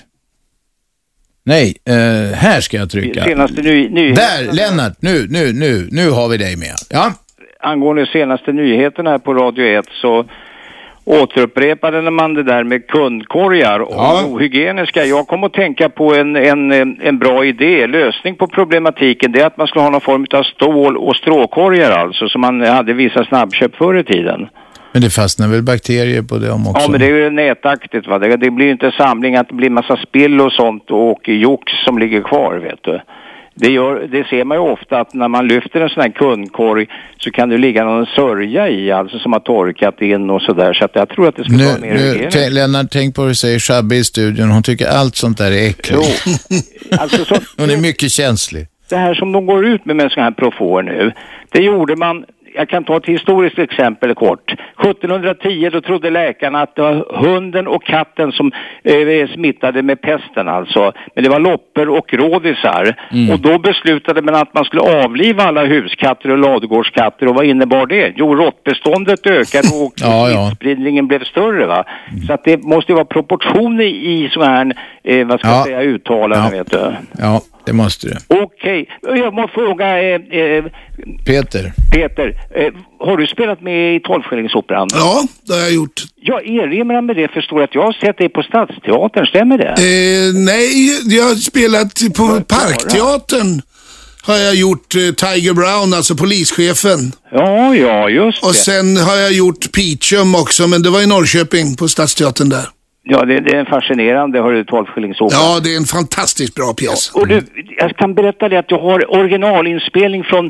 Nej, här ska jag trycka. Senaste nyheterna. Där, Lennart, nu har vi dig med. Ja. Angående senaste nyheterna här på Radio 1 så återupprepade man det där med kundkorgar och ohygieniska. Jag kom att tänka på en bra idé, lösning på problematiken. Det är att man skulle ha någon form av stål- och stråkorgar alltså, som man hade vissa snabbköp förr i tiden. Men det fastnar väl bakterier på det också? Ja, men det är ju nätaktigt va. Det blir ju inte samling att det blir massa spill och sånt och jox som ligger kvar, vet du. Det ser man ju ofta att när man lyfter en sån här kundkorg så kan det ligga någon sörja i, alltså som har torkat in och sådär. Så att jag tror att det skulle vara mer hygieniskt. Lennart, tänk på vad du säger, Shabbe i studion. Hon tycker allt sånt där är äckligt. Alltså, hon är mycket känslig. Det här som de går ut med sån här proffer nu, det gjorde man. Jag kan ta ett historiskt exempel kort. 1710 då trodde läkarna att det var hunden och katten som smittade med pesten alltså. Men det var loppor och rådisar. Och då beslutade man att man skulle avliva alla huskatter och ladugårdskatter. Och vad innebar det? Jo, råttbeståndet ökade och spridningen blev större va. Så att det måste ju vara proportioner i sån här, vad ska jag säga, uttalanden vet du. Ja, det måste det. Okej, jag måste fråga Peter, har du spelat med i 12-skillingsoperan? Ja, det har jag gjort. Jag erinrar mig det, förstår att jag har sett dig på Stadsteatern, stämmer det? Nej, jag har spelat på Parkteatern. Har jag gjort Tiger Brown, alltså polischefen. Ja, just det. Och sen har jag gjort Peachum också, men det var i Norrköping på Stadsteatern där. Ja, det är en fascinerande, har du 12-skillingsoperan. Ja, det är en fantastiskt bra pjäs. Och du, jag kan berätta det att jag har originalinspelning från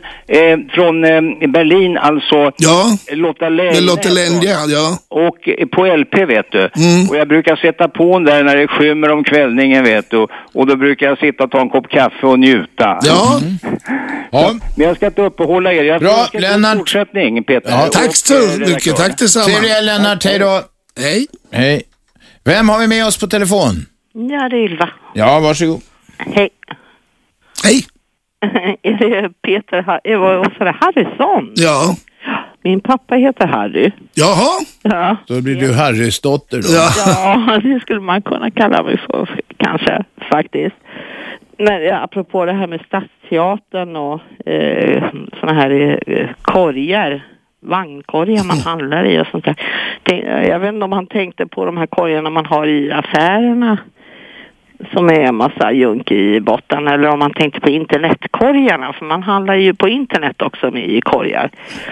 Berlin, alltså Lotta Länge. Ja. Och på LP, vet du. Och jag brukar sätta på den där när det skymmer om kvällningen, vet du. Och då brukar jag sitta och ta en kopp kaffe och njuta. Ja. Men jag ska inte uppehålla er. Bra, Lennart. Fortsättning, Peter. Ja, tack så mycket. Tack detsamma. Trevliga Lennart, hej då. Hej. Vem har vi med oss på telefon? Ja, det är Ylva. Ja, varsågod. Hej. Hej. Är det Peter Harrison? Ja. Min pappa heter Harry. Jaha. Ja. Då blir du Harrys dotter då. Ja, det skulle man kunna kalla mig för, kanske, faktiskt. Apropå det här med Stadsteatern och såna här korgar. Vagnkorgar man handlar i och sånt där. Jag vet inte om han tänkte på de här korgarna man har i affärerna som är en massa junk i botten, eller om man tänkte på internetkorgarna, för man handlar ju på internet också med i korgar.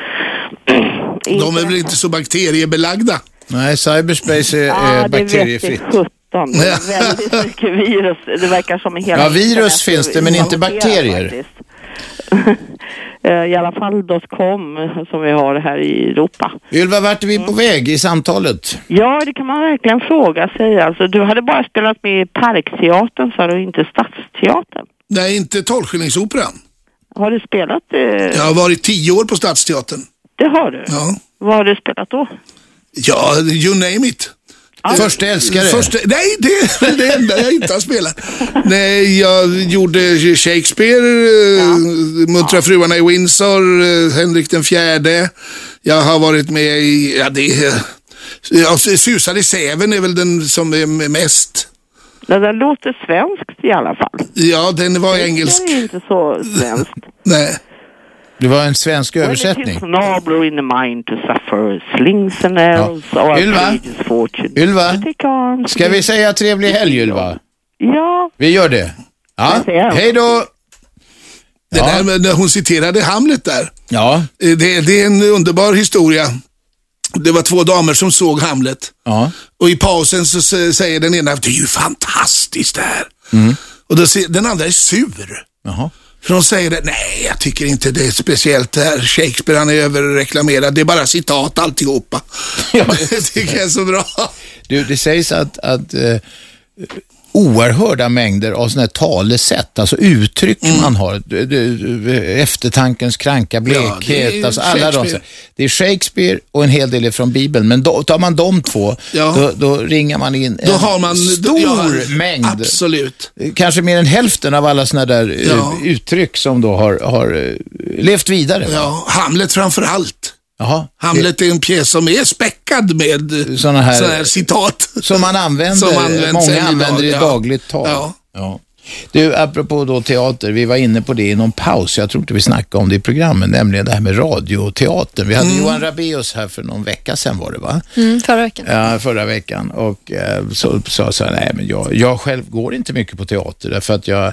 De är väl inte så bakteriebelagda? Nej, cyberspace är bakteriefritt. Det är väldigt mycket virus. Det verkar som hela... Ja, virus finns det, men inte bakterier. I alla fall .com som vi har här i Europa. Ylva, vart är vi på väg i samtalet? Ja, det kan man verkligen fråga sig. Alltså, du hade bara spelat med i Parkteatern, så du inte Stadsteatern. Nej, inte 12-skillingsoperan. Har du spelat? Jag har varit 10 år på Stadsteatern. Det har du? Ja. Vad har du spelat då? Ja, you name it. Första älskare? Nej, det är det enda jag inte har spelat. Nej, jag gjorde Shakespeare, Muntra fruarna i Windsor, Henrik den fjärde. Jag har varit med i, Susar i säven är väl den som är mest. Den låter svenskt i alla fall. Ja, den var engelsk. Det är inte så svenskt. Nej. Det var en svensk översättning. Nobler in the mind to suffer slings and arrows or Ylva, ska vi säga trevlig helg, Ylva? Ja. Vi gör det. Ja, hej då. Det där när hon citerade Hamlet där. Ja. Det är en underbar historia. Det var 2 damer som såg Hamlet. Ja. Och i pausen så säger den ena, det är ju fantastiskt det här. Och då säger den andra är sur. Jaha. För de säger det, nej jag tycker inte det är speciellt det här. Shakespeare han är överreklamerad, det är bara citat alltihopa. Ja. Det tycker jag är så bra. Du, det sägs att oerhörda mängder av sådana här talesätt, alltså uttryck man har, eftertankens kranka blekhet, alltså alla de. Det är Shakespeare och en hel del från Bibeln, men då tar man de två, då ringar man in en stor mängd. Absolut. Kanske mer än hälften av alla sådana där uttryck som då har levt vidare. Ja, Hamlet framför allt. Jaha. Hamlet är en pjäs som är späckad med såna här citat. Som man använder, många använder i dagligt tal. Ja. Du, apropå då teater, vi var inne på det i någon paus, jag tror inte vi snackade om det i programmen, nämligen det här med radioteatern. Vi hade Johan Rabaeus här för någon vecka sedan var det, va? Förra veckan. Ja, förra veckan. Och så sa jag, nej men jag själv går inte mycket på teater därför att jag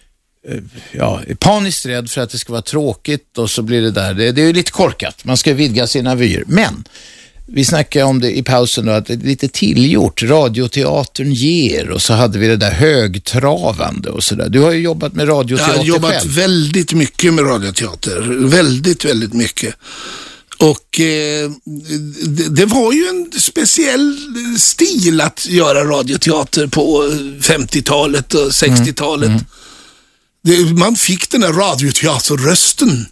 är paniskt rädd för att det ska vara tråkigt och så blir det där. Det är ju lite korkat. Man ska vidga sina vyer. Men vi snackade om det i pausen då, att det är lite tillgjort. Radioteatern ger och så hade vi det där högtravande och sådär. Du har ju jobbat med radioteater själv. Jag har jobbat väldigt mycket med radioteater. Väldigt, väldigt mycket. Och det var ju en speciell stil att göra radioteater på 50-talet och 60-talet. Man fick den där radioteaterrösten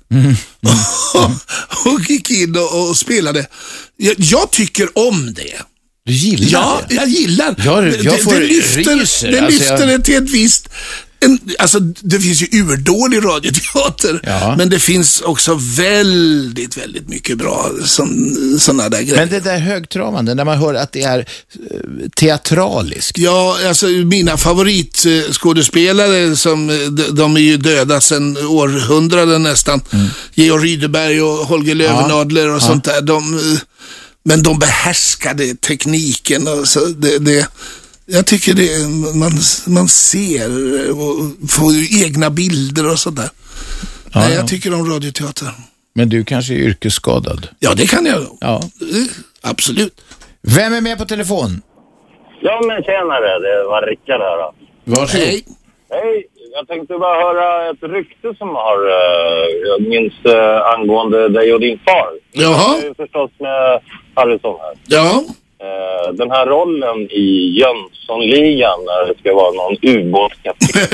och gick in och spelade. Jag tycker om det. Du gillar det? Ja, jag gillar. Jag får det lyfter det till ett visst... Alltså det finns ju urdålig radioteater, men det finns också väldigt, väldigt mycket bra sådana där grejer. Men det där högtravande, när man hör att det är teatraliskt. Ja, alltså mina favoritskådespelare de är ju döda sedan århundraden nästan. Georg Rydeberg och Holger Löwenadler och sånt där. Men de behärskade tekniken och så jag tycker man ser och får egna bilder och sådär. Nej, jag tycker om radioteater. Men du kanske är yrkesskadad? Ja, det kan jag. Ja. Absolut. Vem är med på telefon? Ja, men tjänare, det var Rickard här då. Varsågod. Hej. Jag tänkte bara höra ett rykte som jag minns angående dig och din far. Jaha. Det är förstås med Harrison här. Ja. Den här rollen i Jönssonligan när det ska vara någon ubåtskapten.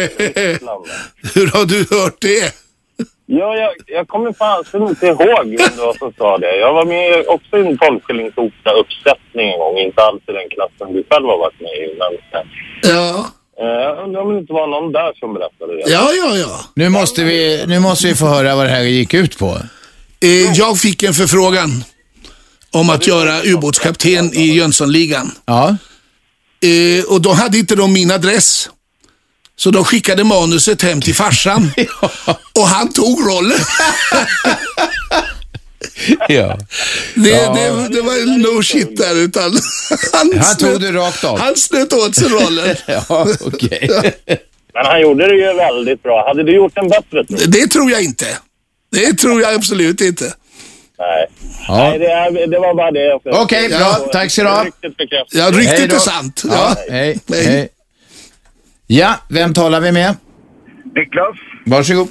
Hur har du hört det? Ja, jag kommer fan inte ihåg vem det var som sa det. Jag var med också i en 12-skillingsorta-uppsättning en gång. Inte alls i den klassen du själv har varit med i. Men, ja. Jag undrar om det inte var någon där som berättade det. Ja. Nu måste vi få höra vad det här gick ut på. Jag fick en förfrågan om att göra ubåtskapten i Jönssonligan. Ja. Och då hade inte de min adress. Så de skickade manuset hem till farsan. Och han tog rollen. Ja. Det var no shit där, utan han tog det rakt av. Han snöt åt sig rollen. Ja, okej. Men han gjorde det ju väldigt bra. Hade du gjort den bättre? Det tror jag inte. Det tror jag absolut inte. Nej. Ja. Nej, det var bara det. Okej, bra. Tack så du. Ja, riktigt är sant. Ja. Hej. Ja, vem talar vi med? Niklas. Varsågod.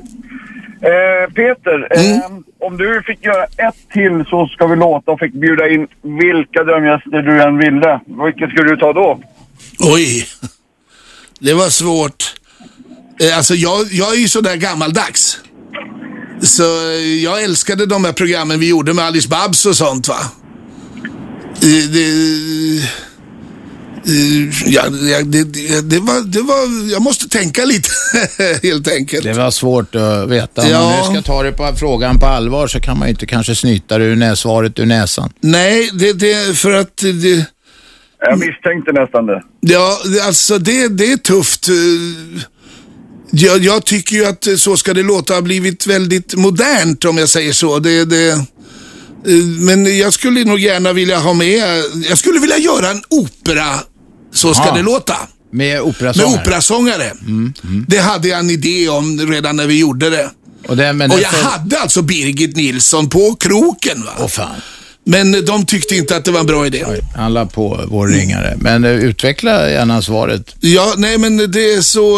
Peter, om du fick göra ett till så ska vi låta och fick bjuda in vilka drömgäster du än ville. Vilka skulle du ta då? Oj, det var svårt. Alltså jag är ju sådär gammaldags. Så jag älskade de här programmen vi gjorde med Alice Babs och sånt, va? Det var, jag måste tänka lite helt enkelt. Det var svårt att veta. Om man nu ska ta det på frågan på allvar så kan man ju inte kanske snyta det svaret ur näsan. Nej, det för att jag misstänkte nästan det. Ja, alltså det är tufft. Jag tycker ju att Så ska det låta har blivit väldigt modernt, om jag säger så. Men jag skulle nog gärna vilja ha med, jag skulle vilja göra en opera, Så ska det låta. Med operasångare? Det hade jag en idé om redan när vi gjorde det. Och jag hade alltså Birgit Nilsson på kroken, va? Åh fan. Men de tyckte inte att det var en bra idé. Han la på vår ringare. Men utveckla gärna svaret. Ja, nej men det är så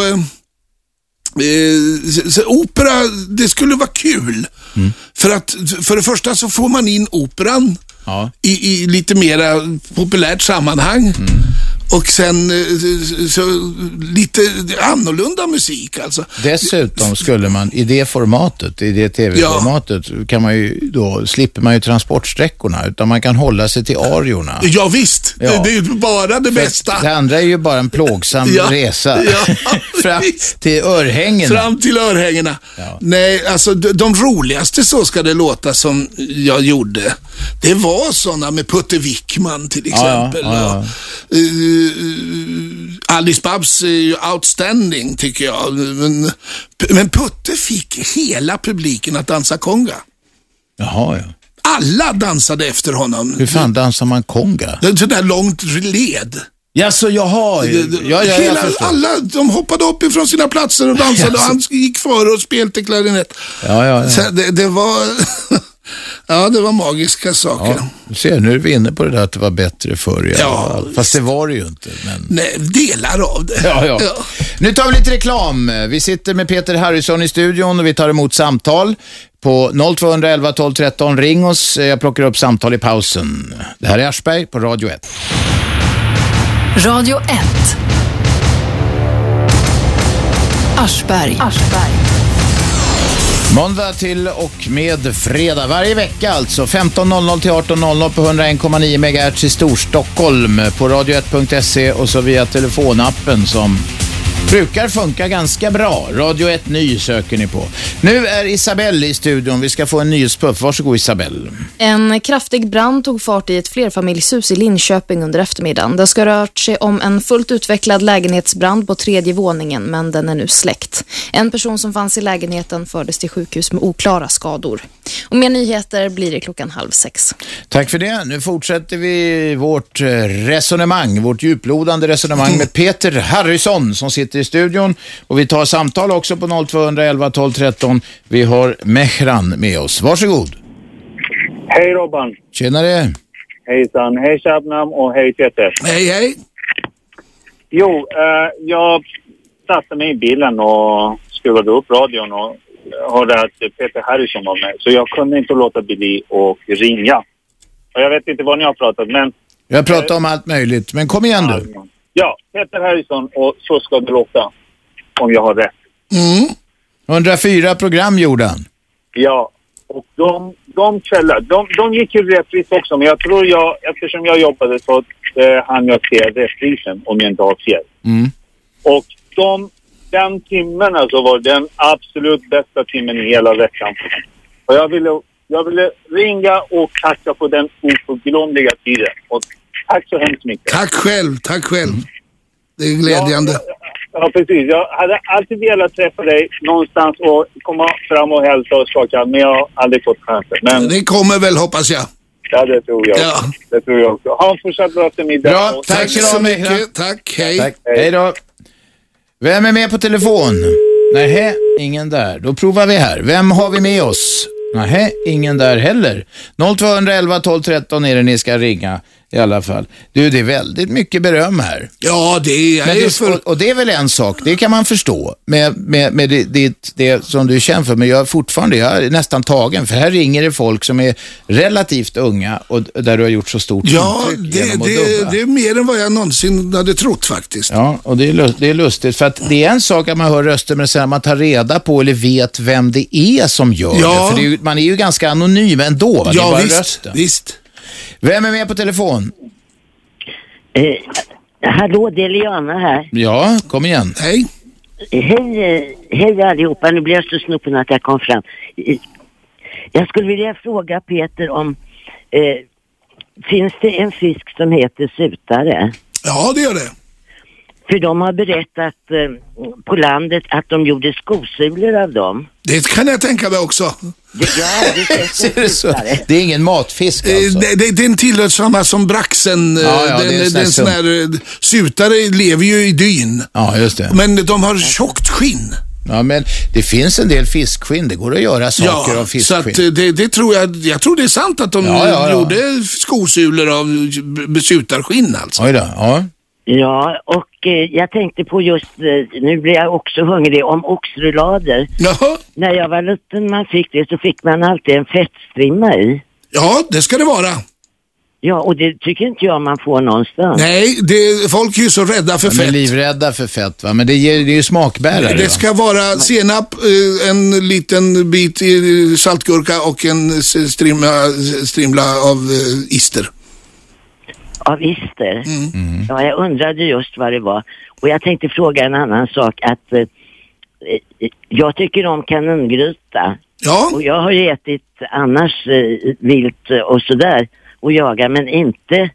opera, det skulle vara kul. För att för det första så får man in operan i lite mera populärt sammanhang. Och sen så lite annorlunda musik alltså. Dessutom skulle man i det formatet, i det tv-formatet kan man ju då slipper man ju transportsträckorna utan man kan hålla sig till ariorna. Ja visst, det är ju bara det bästa. Det andra är ju bara en plågsam resa fram till örhängena. Fram till örhängena. Nej, alltså de roligaste Så ska det låta som jag gjorde. Det var sådana med Putte Wickman till exempel. Alice Babs är ju outstanding tycker jag. Men Putte fick hela publiken att dansa konga. Jaha, ja. Alla dansade efter honom. Hur fan dansar man konga? Det är sådär långt led. Jaså, jaha. Alla, de hoppade upp ifrån sina platser och dansade och han gick före och spelade klarinett. Ja. Så det var... Ja, det var magiska saker. Ja, du ser, nu är vi inne på det där att det var bättre förr. Fast det var det ju inte. Men... Nej, delar av det. Ja. Nu tar vi lite reklam. Vi sitter med Peter Harrison i studion och vi tar emot samtal på 0211 12 13. Ring oss, jag plockar upp samtal i pausen. Det här är Aschberg på Radio 1. Radio 1. Aschberg. Måndag till och med fredag. Varje vecka alltså. 15.00 till 18.00 på 101,9 MHz i Storstockholm. På radio1.se och så via telefonappen som brukar funka ganska bra. Radio 1 Ny söker ni på. Nu är Isabelle i studion. Vi ska få en nyhetspuff. Varsågod Isabelle. En kraftig brand tog fart i ett flerfamiljshus i Linköping under eftermiddagen. Det ska rört sig om en fullt utvecklad lägenhetsbrand på 3:e våningen, men den är nu släckt. En person som fanns i lägenheten fördes till sjukhus med oklara skador. Och mer nyheter blir det 5:30. Tack för det. Nu fortsätter vi vårt resonemang, vårt djuplodande resonemang med Peter Harrison som sitter i studion. Och vi tar samtal också på 0211 12 13. Vi har Mehran med oss. Varsågod. Hej Robban. Tjenare. Hejsan. Hej Shabnam och hej Peter. Hej. Jo, jag satte mig i bilen och skruvade upp radion och hörde att Peter Harrison var med. Så jag kunde inte låta bli och ringa. Och jag vet inte vad ni har pratat, men... Jag pratar om allt möjligt, men kom igen du. Ja, Peter Harrison och Så ska det låta, om jag har rätt. 104 program gjorde han. Ja, och de kvällar, de gick ju repris också, men jag tror eftersom jag jobbade så hann jag se reprisen om jag inte har fel. Och den timmen alltså var den absolut bästa timmen i hela veckan. Och jag ville ringa och tacka på den oförglömliga tiden. Och tack så hemskt mycket. Tack själv. Det är glädjande. Ja, precis. Jag hade alltid velat träffa dig någonstans och komma fram och hälsa och skaka, men jag har aldrig fått chansen. Men... Det kommer väl, hoppas jag. Ja, det tror jag. Ja. Det tror jag också. Ha en fortsatt bra eftermiddag. Bra, tack så mycket. Tack, hej. Hej då. Vem är med på telefon? Nej, ingen där. Då provar vi här. Vem har vi med oss? Nej, ingen där heller. 0211 12 13 är det ni ska ringa i alla fall. Du, det är väldigt mycket beröm här. Ja, det är... Och det är väl en sak, det kan man förstå. Med det som du känner för. Men jag är nästan tagen. För här ringer det folk som är relativt unga och där du har gjort så stort intryck genom att dubba. Det är mer än vad jag någonsin hade trott faktiskt. Ja, och det är lustigt. För att det är en sak att man hör röster, men sen man tar reda på eller vet vem det är som gör det. För man är ju ganska anonym ändå. Va? Ja, det är bara visst. Vem är med på telefon? Hallå, det är Liana här. Ja, kom igen. Hej. Hej allihopa, nu blir jag så snoppen att jag kom fram. Jag skulle vilja fråga Peter om finns det en fisk som heter sutare? Ja, det gör det. För de har berättat på landet att de gjorde skosulor av dem. Det kan jag tänka mig också. Det är ingen matfisk alltså? Den tillhör samma som braxen. Den sån här sutare lever ju i dyn. Ja, just det. Men de har tjockt skinn. Ja, men det finns en del fiskskinn. Det går att göra saker av fiskskinn. Så att det tror jag tror det är sant att de gjorde skosulor av sutarskinn alltså. Oj då, ja. Ja, och jag tänkte på just, nu blir jag också hungrig, om oxrullader. Jaha. När jag var liten man fick det så fick man alltid en fettstrimma i. Ja, det ska det vara. Ja, och det tycker inte jag man får någonstans. Nej, folk är ju så rädda för fett. De är livrädda för fett, va? Men det är ju smakbärare. Det ska vara senap, en liten bit i saltgurka och en strimla av ister. Av ister? Ja, jag undrade just vad det var. Och jag tänkte fråga en annan sak. Att jag tycker om kaningryta. Ja. Och jag har ju ätit annars vilt och sådär. Och jagar, men inte...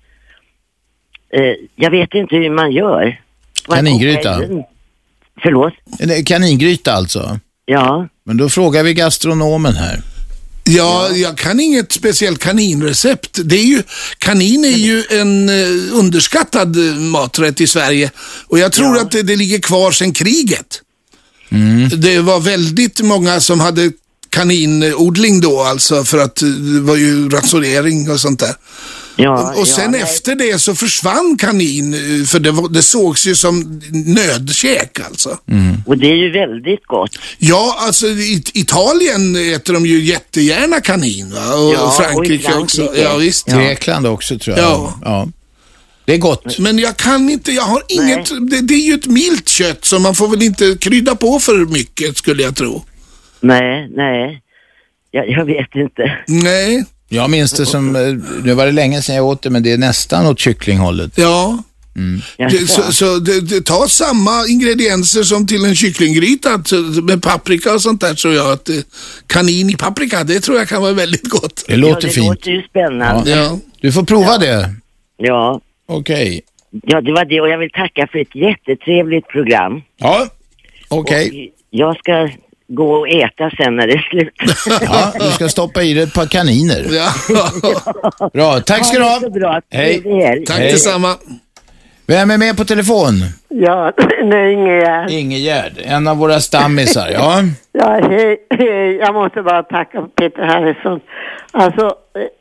jag vet inte hur man gör. Kaningryta? Förlåt? Kaningryta alltså? Ja. Men då frågar vi gastronomen här. Ja, jag kan inget speciellt kaninrecept. Kanin är ju en underskattad maträtt i Sverige. Och jag tror att det ligger kvar sedan kriget. Det var väldigt många som hade kaninodling då, alltså, för att det var ju ransonering och sånt där. Ja, och sen efter det så försvann kanin, för det sågs ju som nödkäk alltså. Och det är ju väldigt gott. Ja, alltså i Italien äter de ju jättegärna kanin, va? Och Frankrike också. Ja, visst. Grekland också tror jag. Ja. Det är gott. Men jag kan inte, jag har inget, det är ju ett milt kött så man får väl inte krydda på för mycket, skulle jag tro. Nej. Jag vet inte. Nej. Jag minns det som, nu var det länge sedan jag åt det, men det är nästan åt kycklinghållet. Ja. Så det tar samma ingredienser som till en kycklinggryta med paprika och sånt där, tror jag att kanin i paprika, det tror jag kan vara väldigt gott. Det låter fint. Det låter ju spännande. Ja. Du får prova det. Ja. Okej. Ja, det var det, och jag vill tacka för ett jättetrevligt program. Ja, okej. Jag ska gå och äta sen när det är slut. Ja, du ska stoppa i dig ett par kaniner. Ja. Bra, tack ska du ha. Bra. Hej. Tack detsamma. Vem är med på telefon? Ja, det är Ingegärd. Ingegärd, en av våra stammisar, ja. Ja, hej. Jag måste bara tacka Peter Harrison. Alltså,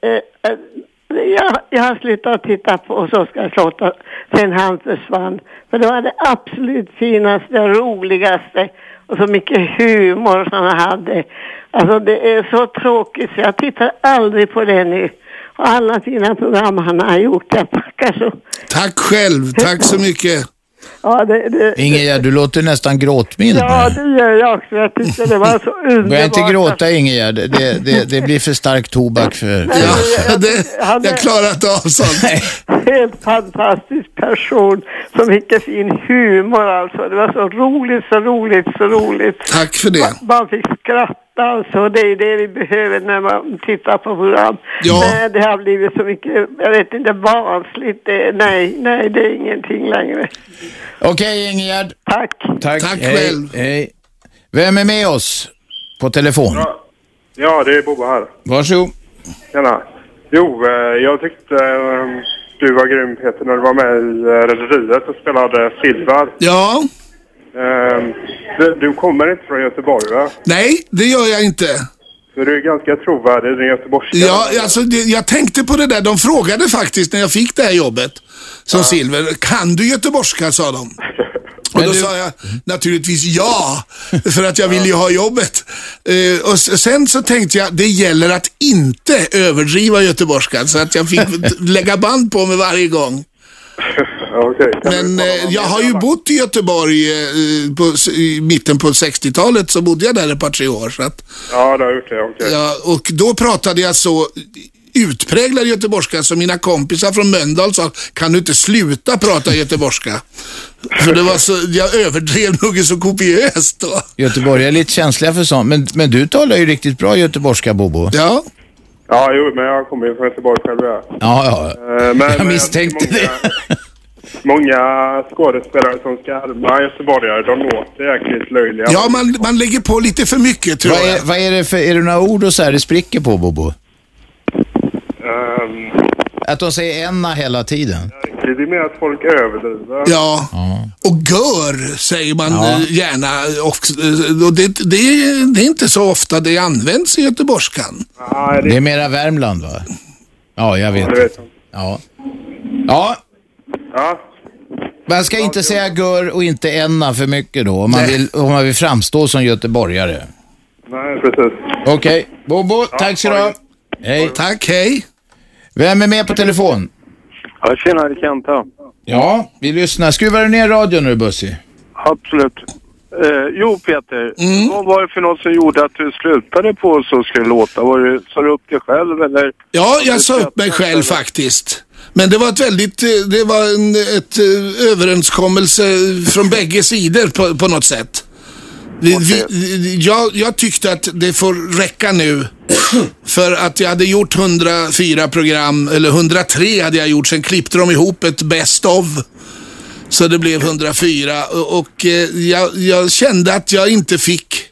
jag har slutat titta på Så ska jag slåta sen han försvann. För det var det absolut finaste, roligaste och så mycket humor som han hade. Alltså det är så tråkigt så jag tittar aldrig på det nu. Och alla fina program han har gjort, jag tackar så. Tack själv, tack så mycket. Ja, Ingegärd, du låter nästan gråtmild. Ja, det gör jag också. Jag tyckte det var så underbart. Börja inte gråta, Ingegärd. Det blir för stark tobak för... jag klarar inte av sånt. Helt fantastisk person. Så mycket fin humor alltså. Det var så roligt. Tack för det. Man fick skratta alltså. Det är det vi behöver när man tittar på program. Ja. Men det har blivit så mycket, jag vet inte, barnsligt. Nej, det är ingenting längre. Okej, Ingegärd. Tack själv. Hej. Vem är med oss på telefon? Ja, det är Boba här. Varsågod. Tjena. Jo, jag tyckte du var grym, Peter, när du var med i Rederiet och spelade Silver. Ja. Du kommer inte från Göteborg, va? Nej, det gör jag inte. Så du är ganska trovärdig, den göteborgska. Ja, alltså jag tänkte på det där. De frågade faktiskt när jag fick det här jobbet som Silver. Kan du göteborgska, sa de. Och då sa jag naturligtvis ja, för att jag ville ju ha jobbet. Och sen så tänkte jag, det gäller att inte överdriva göteborgskan, så att jag fick lägga band på mig varje gång. Okay. Men jag har ju bott i Göteborg i mitten på 60-talet, så bodde jag där ett par 3 år. Så att, ja, det har gjort det, okej. Ja, och då pratade jag så utpräglad göteborgska, så mina kompisar från Mölndal sa, kan du inte sluta prata göteborgska? För det var så, jag överdrev nog så kopiöst då. Göteborg är lite känsliga för sånt, men du talar ju riktigt bra göteborgska, Bobo. Ja. Ja, jo, men jag kommer ju från Göteborg själv. Ja. Jag misstänkte det. Många skådespelare som ska härma göteborgare, de låter jäkligt löjliga. Ja, man lägger på lite för mycket, tror jag. Vad är det för, är det några ord och så här det spricker på, Bobo? Att de säger enna hela tiden. Det är mer att folk överdriver. Ja. Och gör säger man gärna. Och det är inte så ofta det används i göteborgskan. Det är mera Värmland, va? Ja, jag vet. Ja. Man ska inte säga gör och inte enna för mycket då, om man vill framstå som göteborgare. Nej, precis. Okej. Bobo, tack så du. Hej. Tack, hej. Vem är med på telefon? Ja, tjena, det är Kent här. Ja, vi lyssnar. Skruvar du ner radion nu, Bussi? Absolut. Jo, Peter. Vad var det för något som gjorde att du slutade på Så ska det låta? Sa du upp dig själv, eller? Ja, jag sa upp mig själv faktiskt. Men det var ett överenskommelse från bägge sidor på något sätt. Jag tyckte att det får räcka nu. För att jag hade gjort 104 program, eller 103 hade jag gjort. Sen klippte de ihop ett best of. Så det blev 104. Och jag kände att jag inte fick...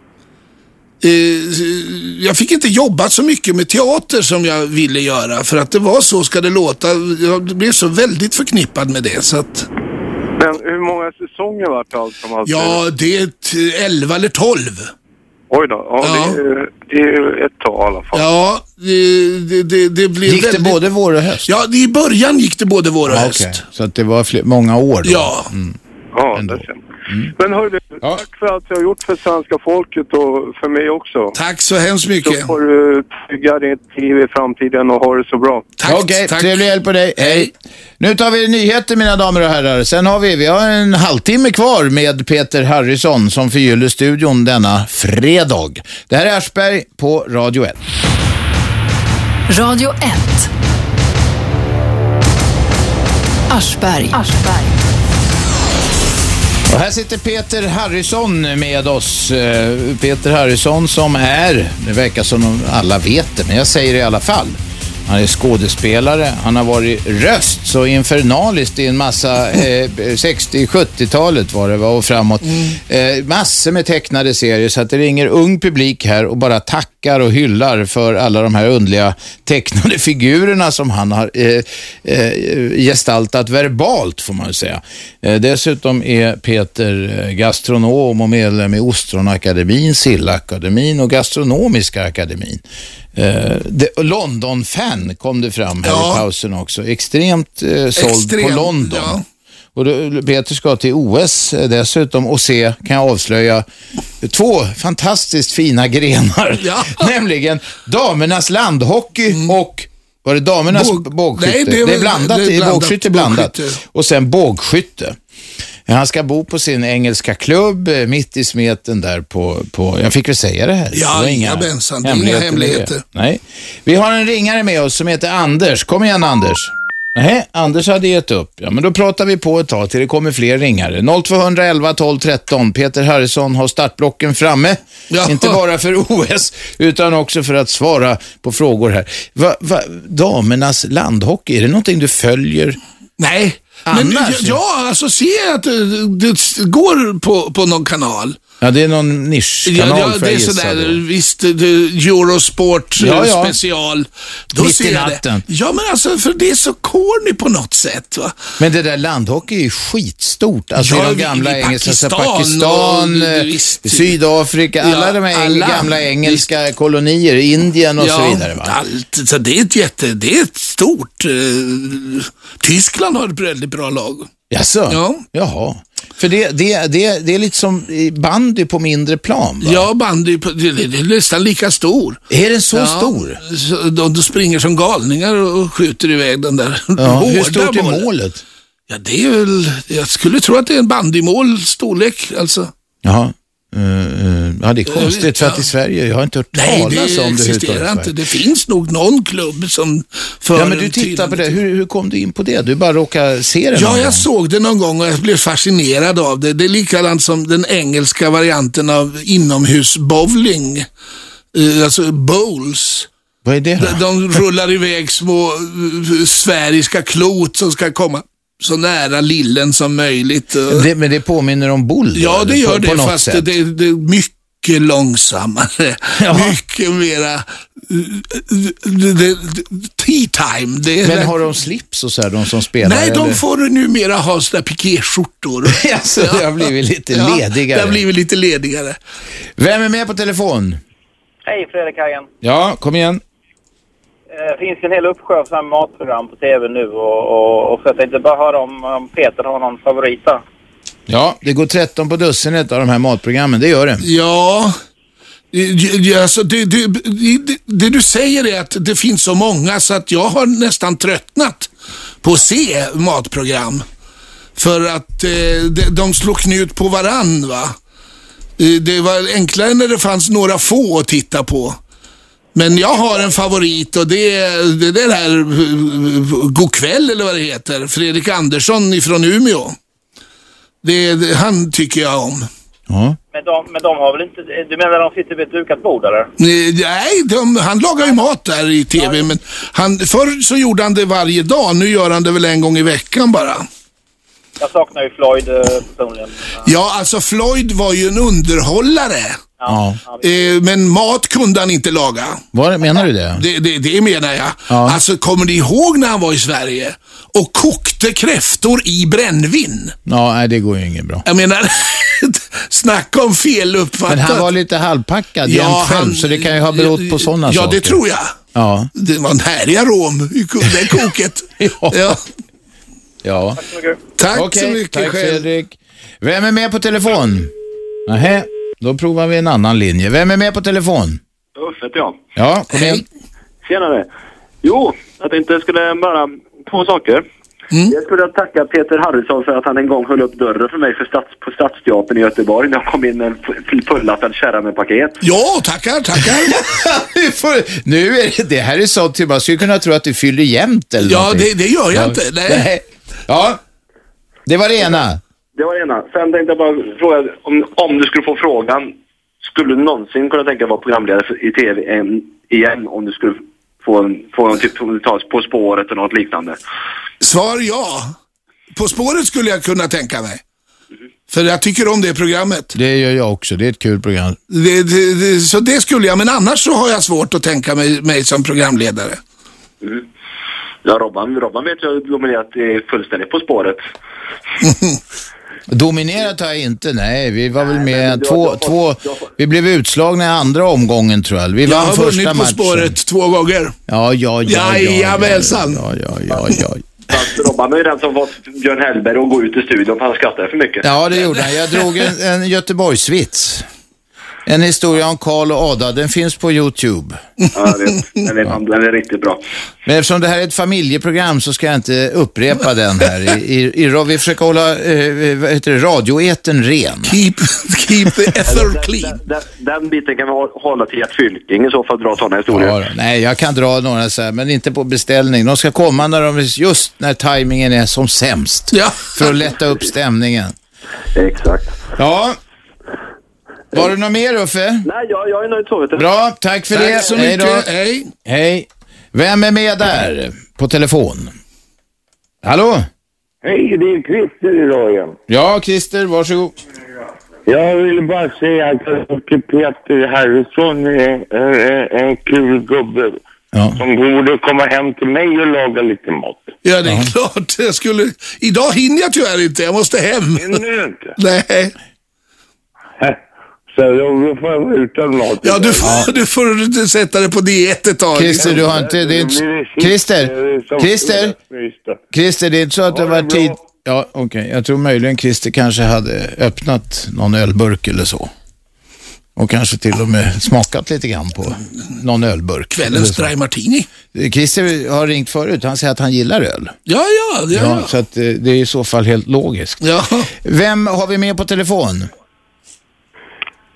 jag fick inte jobba så mycket med teater som jag ville göra. För att det var Så ska det låta. Jag blev så väldigt förknippad med det. Så att... Men hur många säsonger var det allt som allt? Ja, det är 11 eller 12. Oj då, det är ett tag i alla fall. Ja, det blev gick det både vår och höst? Ja, i början gick det både vår och höst. Okay. Så att det var många år då. Ja. Ja, det känns. Men hörru, tack för allt jag har gjort för svenska folket och för mig också. Tack så hemskt mycket. Så får du trygga ditt liv i framtiden och ha det så bra. Okej, trevlig hjälp på dig. Hej. Nu tar vi nyheter, mina damer och herrar. Sen har vi har en halvtimme kvar med Peter Harrison som förgyller studion denna fredag. Det här är Aschberg på Radio 1. Radio 1. Aschberg. Och här sitter Peter Harrison med oss. Peter Harrison som det verkar som alla vet det, men jag säger det i alla fall. Han är skådespelare, han har varit röst så infernaliskt i en massa 60-70-talet var det och framåt. Massor med tecknade serier så att det ringer ung publik här och bara tackar och hyllar för alla de här underliga tecknade figurerna som han har gestaltat verbalt, får man säga. Dessutom är Peter gastronom och medlem i Ostronakademin, Sillakademin och Gastronomiska akademin. London-fan kom det fram här i pausen också. Extremt såld på London. Ja. Och Peter ska till OS dessutom och kan jag avslöja 2 fantastiskt fina grenar. Ja. Nämligen damernas landhockey och var det damernas bågskytte? Nej, det är blandat. Det är bågskytte blandat. Och sen bågskytte. Han ska bo på sin engelska klubb mitt i smeten där på jag fick väl säga det här. Ja, det inga hemligheter. Nej. Vi har en ringare med oss som heter Anders. Kom igen, Anders. Nej, Anders hade gett upp. Ja, men då pratar vi på ett tag till det kommer fler ringare. 0211 12 13. Peter Harrison har startblocken framme. Ja. Inte bara för OS utan också för att svara på frågor här. Damernas landhockey, är det någonting du följer? Nej. Men alltså se att det går på någon kanal. Ja, det är någon nischkanal för det är sådär, visst, Eurosport special. Då mitt i natten. Ja, men alltså, för det är så corny på något sätt, va? Men det där landhockey är ju skitstort. Alltså i de gamla engelska, Pakistan, Sydafrika, alla de här gamla engelska kolonier, Indien och så vidare, va? Allt, så det är ett stort... Tyskland har ett väldigt bra lag. Jaså? Ja. Jaha. För det är lite som bandy på mindre plan, va? Ja, bandy det är nästan lika stor. Är den så stor? De springer som galningar och skjuter iväg den där hur stort är målet? Ja, det är väl... Jag skulle tro att det är en bandymål storlek, alltså. Jaha. Ja, det är konstigt för att i Sverige, jag har inte hört talas om det. Nej, det existerar inte. Det finns nog någon klubb som för. Ja, men du tittar på det. Hur kom du in på det? Du bara råkade se det någon gång. Jag såg det någon gång och jag blev fascinerad av det. Det är likadant som den engelska varianten av inomhusbowling. Alltså bowls. Vad är det då? De rullar iväg små sfäriska klot som ska komma så nära lillen som möjligt. Men det påminner om boll? Ja, det gör det, fast det är mycket långsammare. Ja. Mycket mera tea time. Men har de slips och så här, de som spelar? Nej, de får numera ha sådana pikéskjortor. Alltså, det har blivit lite ledigare. Det har blivit lite ledigare. Vem är med på telefon? Hej, Fredrik Hagen. Ja, kom igen. Det finns en hel uppsjö av samma matprogram på tv nu och så jag tänkte bara höra om Peter har någon favorit där. Ja, det går 13 på dussinet av de här matprogrammen, det gör det. Ja, alltså det du säger är att det finns så många så att jag har nästan tröttnat på att se matprogram. För att de slår knut på varann, va? Det var enklare när det fanns några få att titta på. Men jag har en favorit och det är det här God kväll eller vad det heter. Fredrik Andersson ifrån Umeå. Han tycker jag om. Ja. Men de har väl inte... Du menar de sitter vid ett dukat bord, eller? Nej, han lagar ju mat där i tv. Men förr så gjorde han det varje dag. Nu gör han det väl en gång i veckan bara. Jag saknar ju Floyd personligen. Ja, alltså Floyd var ju en underhållare. Ja. Men mat kunde han inte laga. Vad menar du det? Det menar jag. Ja. Alltså, kommer ni ihåg när han var i Sverige och kokte kräftor i brännvin? Ja, nej, det går ju inget bra. Jag menar, snacka om fel uppfattat. Men han var lite halvpackad jämt själv, så det kan ju ha berott på sådana saker. Ja, det tror jag. Ja. Det var en härlig arom i det koket. Ja. Ja. Tack så mycket. Tack Fredrik. Vem är med på telefon? Nähä, då provar vi en annan linje. Vem är med på telefon? Uffe, ja. Ja, kom igen. Tjenare. Jo, jag tänkte jag skulle bara 2 saker. Jag skulle tacka Peter Harrison för att han en gång höll upp dörren för mig på Stadsteatern i Göteborg när jag kom in en fullattad kärra med paket. Ja, tackar. Nu är det här är sånt till man skulle kunna tro att du fyller jämt eller någonting. Det gör jag inte. Nej. Ja, det var det ena. Det var det ena. Sen tänkte jag bara fråga om du skulle få frågan, skulle du någonsin kunna tänka vara programledare i tv igen om du skulle få en typ På spåret eller något liknande? Svar ja. På spåret skulle jag kunna tänka mig. För jag tycker om det programmet. Det gör jag också, det är ett kul program. Så det skulle jag, men annars så har jag svårt att tänka mig som programledare. Ja, Robban vet jag dominerat fullständigt På spåret. Dominerat har jag inte, nej. Vi var väl med vi blev utslagna i andra omgången tror jag. Vi vann första matchen. Jag har vunnit På spåret 2 gånger. Ja. Jajamensan. Ja. Robban är ju den som fått Björn Hellberg att gå ut i studion för han skrattar för mycket. Ja, det gjorde han. Jag drog en Göteborgsvits. En historia om Karl och Ada, den finns på YouTube. Ja, den är riktigt bra. Men eftersom det här är ett familjeprogram så ska jag inte upprepa den här. Vi försöker hålla radioeten ren. Keep the ether clean. Den biten kan vi hålla till ett Fylking i så fall dra sådana historier. Ja, nej, jag kan dra några så här, men inte på beställning. De ska komma just när tajmingen är som sämst. Ja. För att lätta upp stämningen. Exakt. Ja. Var det något mer, Uffe? Nej, jag är nöjd så, vet du. Bra, tack för det. Tack så mycket. Hej. Vem är med där på telefon? Hallå? Hej, det är Christer idag igen. Ja, Christer, varsågod. Jag vill bara säga att Peter Harrison är en kul gubbe. Ja. Som borde komma hem till mig och laga lite mat. Ja, det är klart. Idag hinner jag tyvärr inte. Jag måste hem. Hinner du inte? Nej. Så då får jag utan mat. Ja, du får sätta det på diet ett tag. Christer, du har inte... Det är inte Christer, det är inte så att det var tid... Ja, okej. Jag tror möjligen Christer kanske hade öppnat någon ölburk eller så. Och kanske till och med smakat lite grann på någon ölburk. Kvällens dry martini. Christer har ringt förut. Han säger att han gillar öl. Ja. Så att det är i så fall helt logiskt. Ja. Vem har vi med på telefon?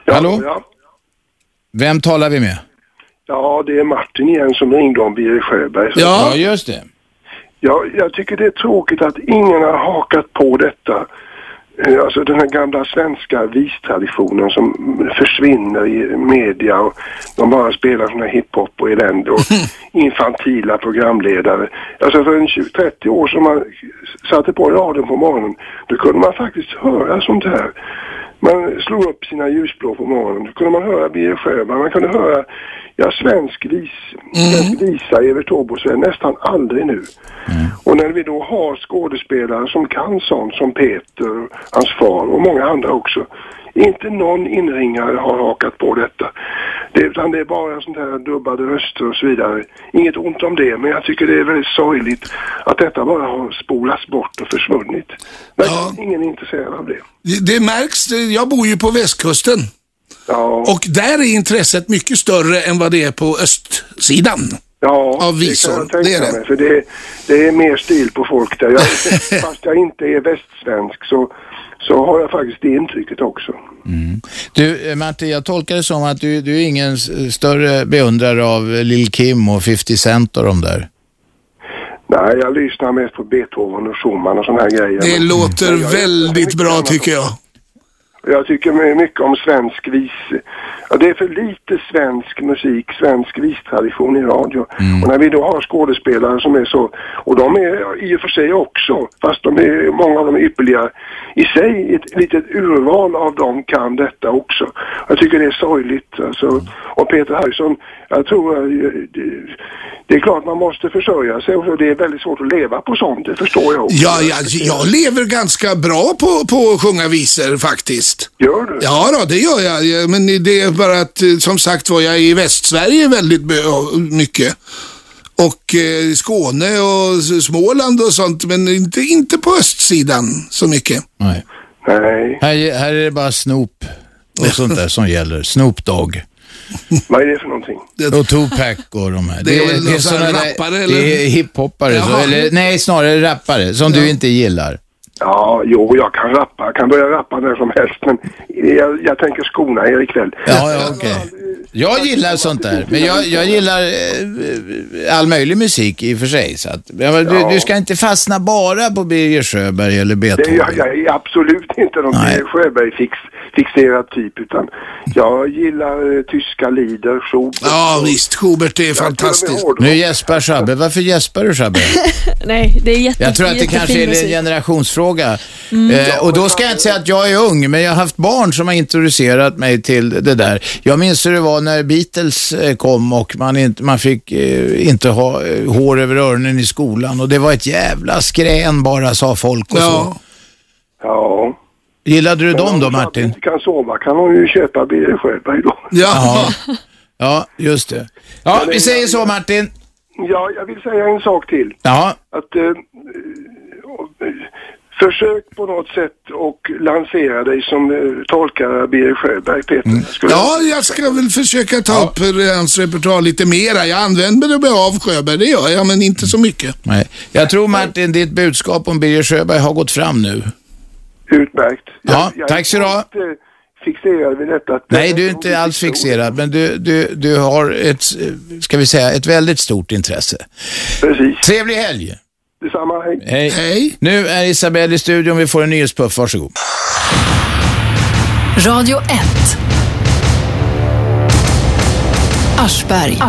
Hallå? Ja. Vem talar vi med? Ja, det är Martin igen som ringde om Birger Sjöberg. Ja, just det. Ja, jag tycker det är tråkigt att ingen har hakat på detta. Alltså den här gamla svenska vistraditionen som försvinner i media och de bara spelar såna här hiphop och elände och infantila programledare. Alltså för en 20-30 år som man satte på radion på morgonen, då kunde man faktiskt höra sånt här. Man slog upp sina ljusblå på morgonen, då kunde man höra Birger Sjöberg, man kunde höra svensk visa i Evert Taube nästan aldrig nu. Och när vi då har skådespelare som kan sånt som Peter, hans far och många andra också, inte någon inringare har hakat på detta. Utan det är bara sånt här dubbade röster och så vidare. Inget ont om det, men jag tycker det är väldigt sorgligt att detta bara har spolats bort och försvunnit. Ingen är intresserad av det. Det märks, jag bor ju på västkusten. Ja. Och där är intresset mycket större än vad det är på östsidan. Ja, av visor. Det kan jag tänka mig, för det är mer stil på folk där. Fast jag inte är västsvensk så har jag faktiskt det intrycket också. Du, Martin, jag tolkar det som att du är ingen större beundrare av Lil Kim och 50 Cent och de där. Nej, jag lyssnar mest på Beethoven och Schumann och såna här grejer. Det låter väldigt bra tycker jag. Jag tycker mycket om svensk vis. Ja, det är för lite svensk musik, svensk vistradition i radio. Och när vi då har skådespelare som är så, och de är i och för sig också, fast många av dem är ypperliga i sig, ett litet urval av dem kan detta också. Jag tycker det är sorgligt. Alltså. Och Peter Harrison, jag tror det är klart man måste försörja sig och det är väldigt svårt att leva på sånt, det förstår jag också. Ja, jag lever ganska bra på att sjunga visor faktiskt. Gör du? Ja då, det gör jag. Men det är bara att, som sagt var jag är i Västsverige väldigt mycket. Och Skåne och Småland och sånt, men inte på östsidan så mycket. Nej. Här är det bara Snoop och sånt där som gäller. Snoop Dogg. Vad är det för någonting? Och Tupac och de här. Det är sådana rappare eller? Det är hiphoppare. Nej, snarare rappare som du inte gillar. Ja, jag kan rappa. Jag kan börja rappa när som helst. Men jag tänker skona er ikväll. Ja, okej. Jag gillar sånt där. Men jag gillar all möjlig musik i och för sig. Så att, du ska inte fastna bara på Birger Sjöberg eller Beethoven. Jag är absolut inte någon Birger Sjöberg-fixerad typ. Utan jag gillar tyska lieder, Schubert. Ja, visst. Schubert är fantastiskt. Nu gäspar Shabbe. Varför gäspar du, Shabbe? Nej, det är jättefint. Jag tror att det kanske är en generationsfråga. Och då ska jag inte säga att jag är ung, men jag har haft barn som har introducerat mig till det där. Jag minns hur det var när Beatles kom och man fick inte ha hår över öronen i skolan. Och det var ett jävla skrän bara, sa folk och så. Ja. Gillade du dem då, Martin? Om man kan sova kan hon ju köpa Birger Sjöberg då. Ja, just det. Ja, vi säger så, Martin. Ja, jag vill säga en sak till. Ja. Att försök på något sätt och lansera dig som tolkar Birger Sjöberg, Peter. Jag ska väl försöka ta upp hans repertoar lite mera. Jag använder mig av Sjöberg, det gör jag, men inte så mycket. Nej. Jag tror, Martin, ditt budskap om Birger Sjöberg har gått fram nu. Utmärkt. Tack så du ha. Fixerad vid detta. Nej, du är inte alls fixerad, men du har ett väldigt stort intresse. Precis. Trevlig helg. Detsamma, hej. Hej. Nu är Isabelle i studion, vi får en nyhetspuff, varsågod. Radio 1. Aschberg.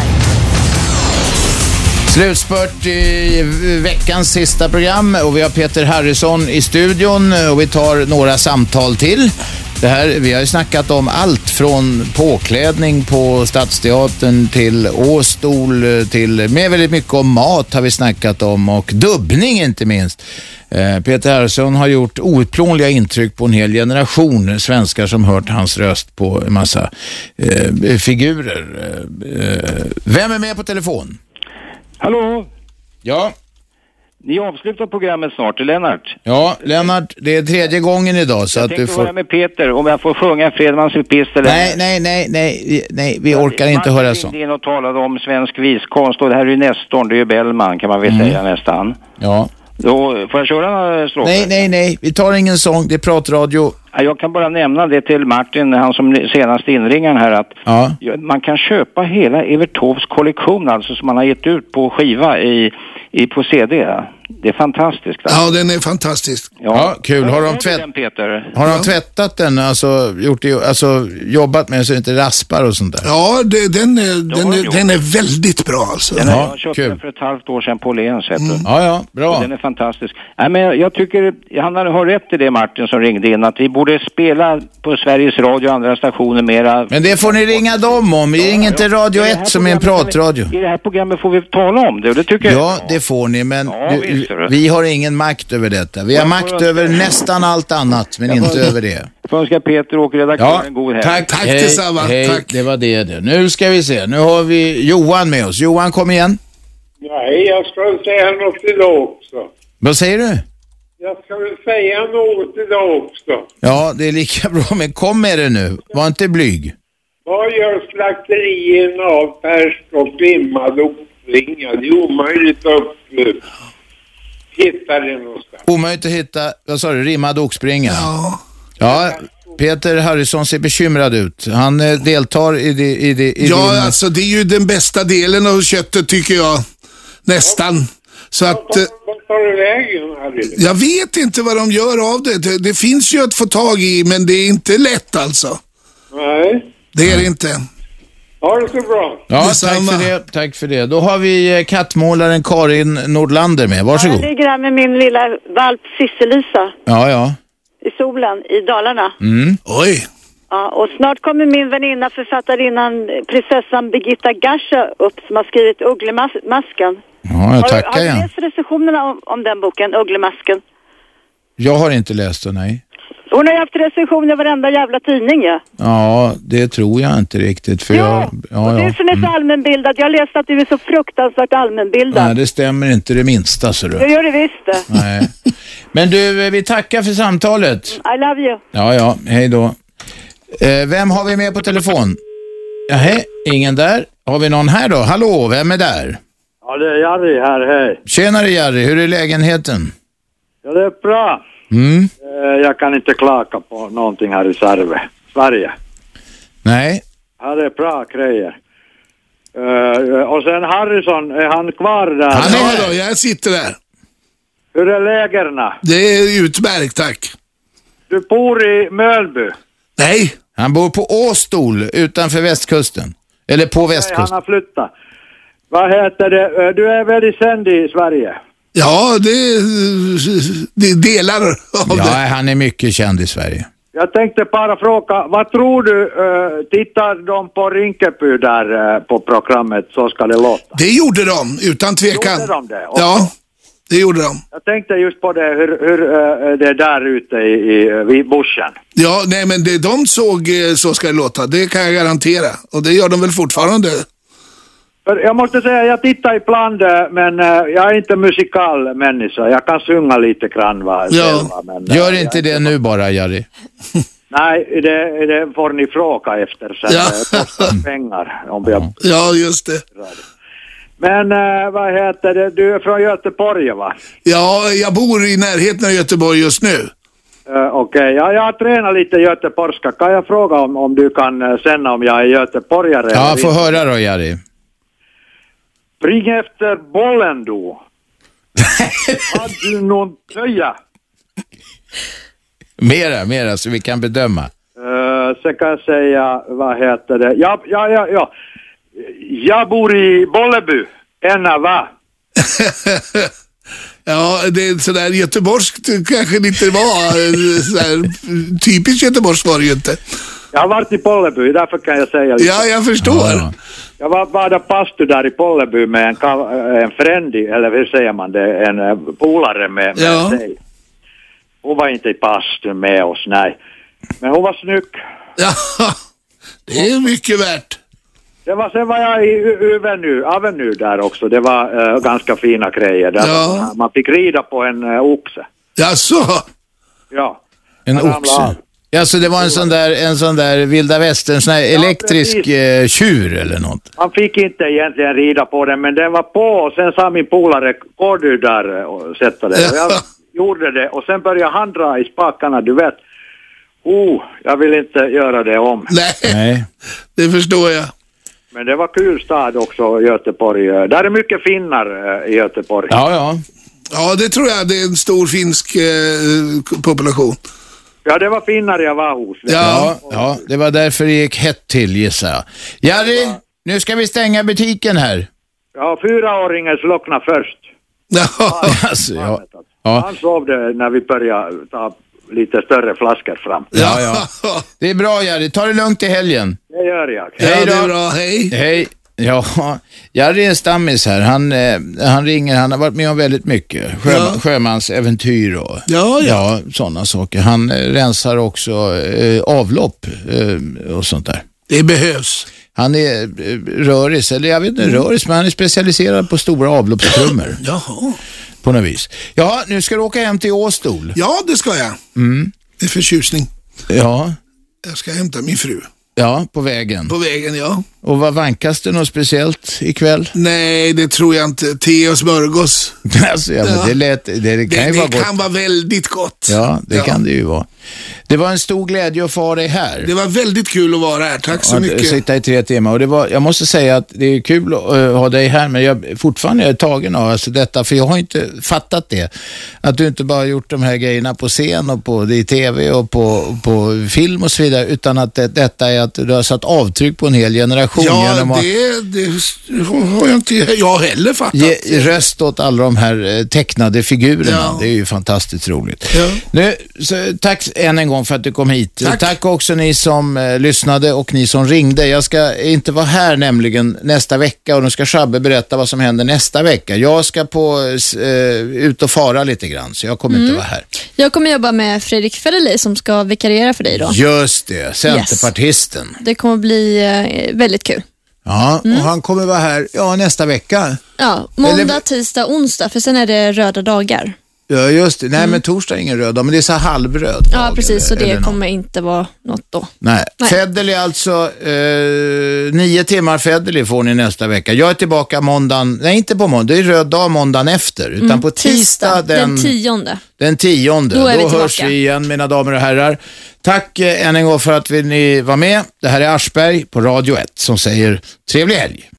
Slutspurt i veckans sista program och vi har Peter Harrison i studion och vi tar några samtal till. Vi har ju snackat om allt från påklädning på Stadsteatern till åstol till med väldigt mycket om mat har vi snackat om och dubbning inte minst. Peter Harrison har gjort outplånliga intryck på en hel generation svenskar som hört hans röst på en massa figurer. Vem är med på telefon? Hallå? Ja. Ni avslutar programmet snart, Lennart. Ja, Lennart, det är 3:e gången idag så jag att du får... höra med Peter, om jag får sjunga Fredmans pist eller... Nej, vi orkar inte höra så. Man in och talade om svensk viskonst och det här är ju Nestorn, det är ju Bellman kan man väl säga nästan. Ja. Då får jag köra några strofer? Nej. Vi tar ingen sång. Det är pratradio. Jag kan bara nämna det till Martin, han som senast inringaren här, att man kan köpa hela Evert Taubes kollektion, alltså som man har gett ut på skiva på CD. Det är fantastiskt. Alltså. Ja, den är fantastisk. Ja, kul. Har de tvättat den, alltså jobbat med så det inte raspar och sånt där? Ja, den är väldigt bra alltså. Jag köpte den för ett halvt år sedan på Åhléns, vet du. Ja, bra. Och den är fantastisk. Nej, men jag tycker, han har rätt i det, Martin, som ringde in, att vi borde spela på Sveriges Radio och andra stationer mera. Men det får ni ringa dem om. Ring inte Radio 1 som är en pratradio. I det här programmet får vi tala om det, och det tycker jag. Ja, det får ni, men vi har ingen makt över detta. Vi har makt över nästan allt annat, men inte över det. Jag önskar Peter och redaktören en god helg. Tack tillsamma. Hej, det var det. Nu ska vi se. Nu har vi Johan med oss. Johan, kom igen. Nej, jag ska säga något idag också. Vad säger du? Jag ska väl säga något idag också. Ja, det är lika bra, men kom med det nu. Var inte blyg. Vad gör slakterierna av färsk och limmad odlingar? Det är omöjligt att hitta det någonstans. Omöjligt att hitta, vad sa du, rimmad oxbringa? Ja, Peter Harrison ser bekymrad ut. Han deltar i din... Alltså det är ju den bästa delen av köttet tycker jag. Nästan. Så att... Vad tar du vägen här? Jag vet inte vad de gör av det. Det finns ju att få tag i, men det är inte lätt alltså. Nej. Det är det inte. Ha det så bra. Ja, tack för det. Då har vi kattmålaren Karin Nordlander med. Varsågod. Jag ligger här med min lilla valp Sisselisa. Ja. I solen, i Dalarna. Oj. Ja, och snart kommer min väninna, författarinnan, prinsessan Birgitta Gascha upp, som har skrivit Ugglemasken. Ja, jag tackar. Har du läst recensionerna om den boken, Ugglemasken? Jag har inte läst den, nej. Hon har ju haft recensioner i varenda jävla tidning, ja. Ja, det tror jag inte riktigt. För och du är så allmänbildad. Jag läste att du är så fruktansvärt allmänbildad. Nej, det stämmer inte det minsta, så du. Jag gör det visst det. Nej. Men du, vi tackar för samtalet. I love you. Ja, hej då. Vem har vi med på telefon? Hej, ingen där. Har vi någon här då? Hallå, vem är där? Ja, det är Jari här, hej. Tjenare Jari, hur är lägenheten? Ja, det är bra. Jag kan inte klaga på någonting här i Sverige. Nej. Här är bra grejer. Och sen Harrison, är han kvar där? Ja då, jag sitter där. Hur är lägerna? Det är utmärkt, tack. Du bor i Mölby? Nej. Han bor på Åstol utanför västkusten. Eller på västkusten. Nej, han har flyttat. Vad heter det? Du är väldigt känd i Sverige. Ja, det delar av det. Ja, han är mycket känd i Sverige. Jag tänkte bara fråga, vad tror du, tittar de på Rinkeby där på programmet Så ska det låta? Det gjorde de, utan tvekan. Gjorde de det? Ja, det gjorde de. Jag tänkte just på det, hur det är där ute i bushen. Ja, nej men de såg Så ska det låta, det kan jag garantera. Och det gör de väl fortfarande. För jag måste säga, jag tittar ibland, men jag är inte musikalmänniska. Jag kan sjunga lite grann själva. Men, gör inte det nu bara, Jari. Nej, det får ni fråga efter sen. Ja. Det kostar pengar. Om jag... Ja, just det. Men vad heter det? Du är från Göteborg, va? Ja, jag bor i närheten av Göteborg just nu. Okej. Ja, jag tränar lite göteborgska. Kan jag fråga om du kan känna om jag är göteborgare? Ja, få höra då, Jari. Spring efter bollen då. Hade du någon tröja? Mera så vi kan bedöma. Så kan jag säga, vad heter det? Ja. Jag bor i Bolleby. Va? Ja, det är sådär göteborgskt kanske inte var. Sådär, typiskt göteborgskt var det ju inte. Jag har varit i Bolleby, därför kan jag säga lite. Ja, jag förstår. Ja. Jag var där pastu där i Bolleby med en frändig, eller hur säger man det, en polare med sig. Hon var inte i pastu med oss, nej. Men hon var snygg. Ja, det är mycket värt. Sen var jag i Avenue där också. Det var ganska fina grejer. Där man fick rida på en oxe. Jaså? Ja. En oxe? Ja, så det var en sån där vilda västern, sån här elektrisk tjur eller något. Han fick inte egentligen rida på den, men den var på och sen sa min polare, går du där och sätta det? Och jag gjorde det och sen började han dra i spakarna, du vet. Jag vill inte göra det om. Nej. Det förstår jag. Men det var kul stad också, Göteborg. Där är mycket finnar i Göteborg. Ja, det tror jag. Det är en stor finsk population. Ja, det var finnar jag var hos. Ja, det var därför det gick hett till, gissar jag. Jari, nu ska vi stänga butiken här. Ja, 4-åringen slocknade först. Han sov det när vi började ta lite större flaskor fram. Ja. Det är bra, Jari. Ta det lugnt i helgen. Det gör jag. Hej då. Det är bra. Hej. Ja, Jari är stammis här. Han ringer, han har varit med om väldigt mycket. Sjömansäventyr och sådana saker. Han rensar också avlopp och sånt där. Det behövs. Han är röris, eller jag vet inte röris, men han är specialiserad på stora avloppstrummor. Jaha. På något vis. Ja, nu ska du åka hem till Åstol. Ja, det ska jag. Det är förtjusning. Ja. Jag ska hämta min fru. Ja, på vägen. På vägen, ja. Och vad vankas det något speciellt ikväll? Nej, det tror jag inte. Te och smörgås. Alltså, men det kan vara väldigt gott. Ja, det kan det ju vara. Det var en stor glädje att få ha dig här. Det var väldigt kul att vara här. Tack så mycket. Sitta i 3 timmar. Och jag måste säga att det är kul att ha dig här, men jag fortfarande är tagen av detta, för jag har inte fattat det. Att du inte bara gjort de här grejerna på scen och i tv och på film och så vidare, utan att detta är att du har satt avtryck på en hel generation. Ja, det har jag inte heller fattat. Ge röst åt alla de här tecknade figurerna. Ja. Det är ju fantastiskt roligt. Ja. Nu, tack än en gång för att du kom hit. Tack också ni som lyssnade och ni som ringde. Jag ska inte vara här nämligen nästa vecka, och nu ska Shabbe berätta vad som händer nästa vecka. Jag ska ut och fara lite grann, så jag kommer inte vara här. Jag kommer jobba med Fredrik Federley som ska vikariera för dig då. Just det, centerpartisten. Yes. Det kommer bli väldigt kul. Ja, och han kommer vara här nästa vecka. Ja, måndag, tisdag, onsdag, för sen är det röda dagar. Ja, just det. Nej, men torsdag är ingen röd dag, men det är så halvröd. Ja, precis, så det kommer inte vara något då. Nej. Federley alltså, 9 timmar Federley får ni nästa vecka. Jag är tillbaka måndagen, nej inte på måndag, det är röd dag måndagen efter, utan på tisdag den 10:e. Den 10:e. Då hörs vi igen, mina damer och herrar. Tack än en gång för att ni var med. Det här är Aschberg på Radio 1 som säger trevlig helg.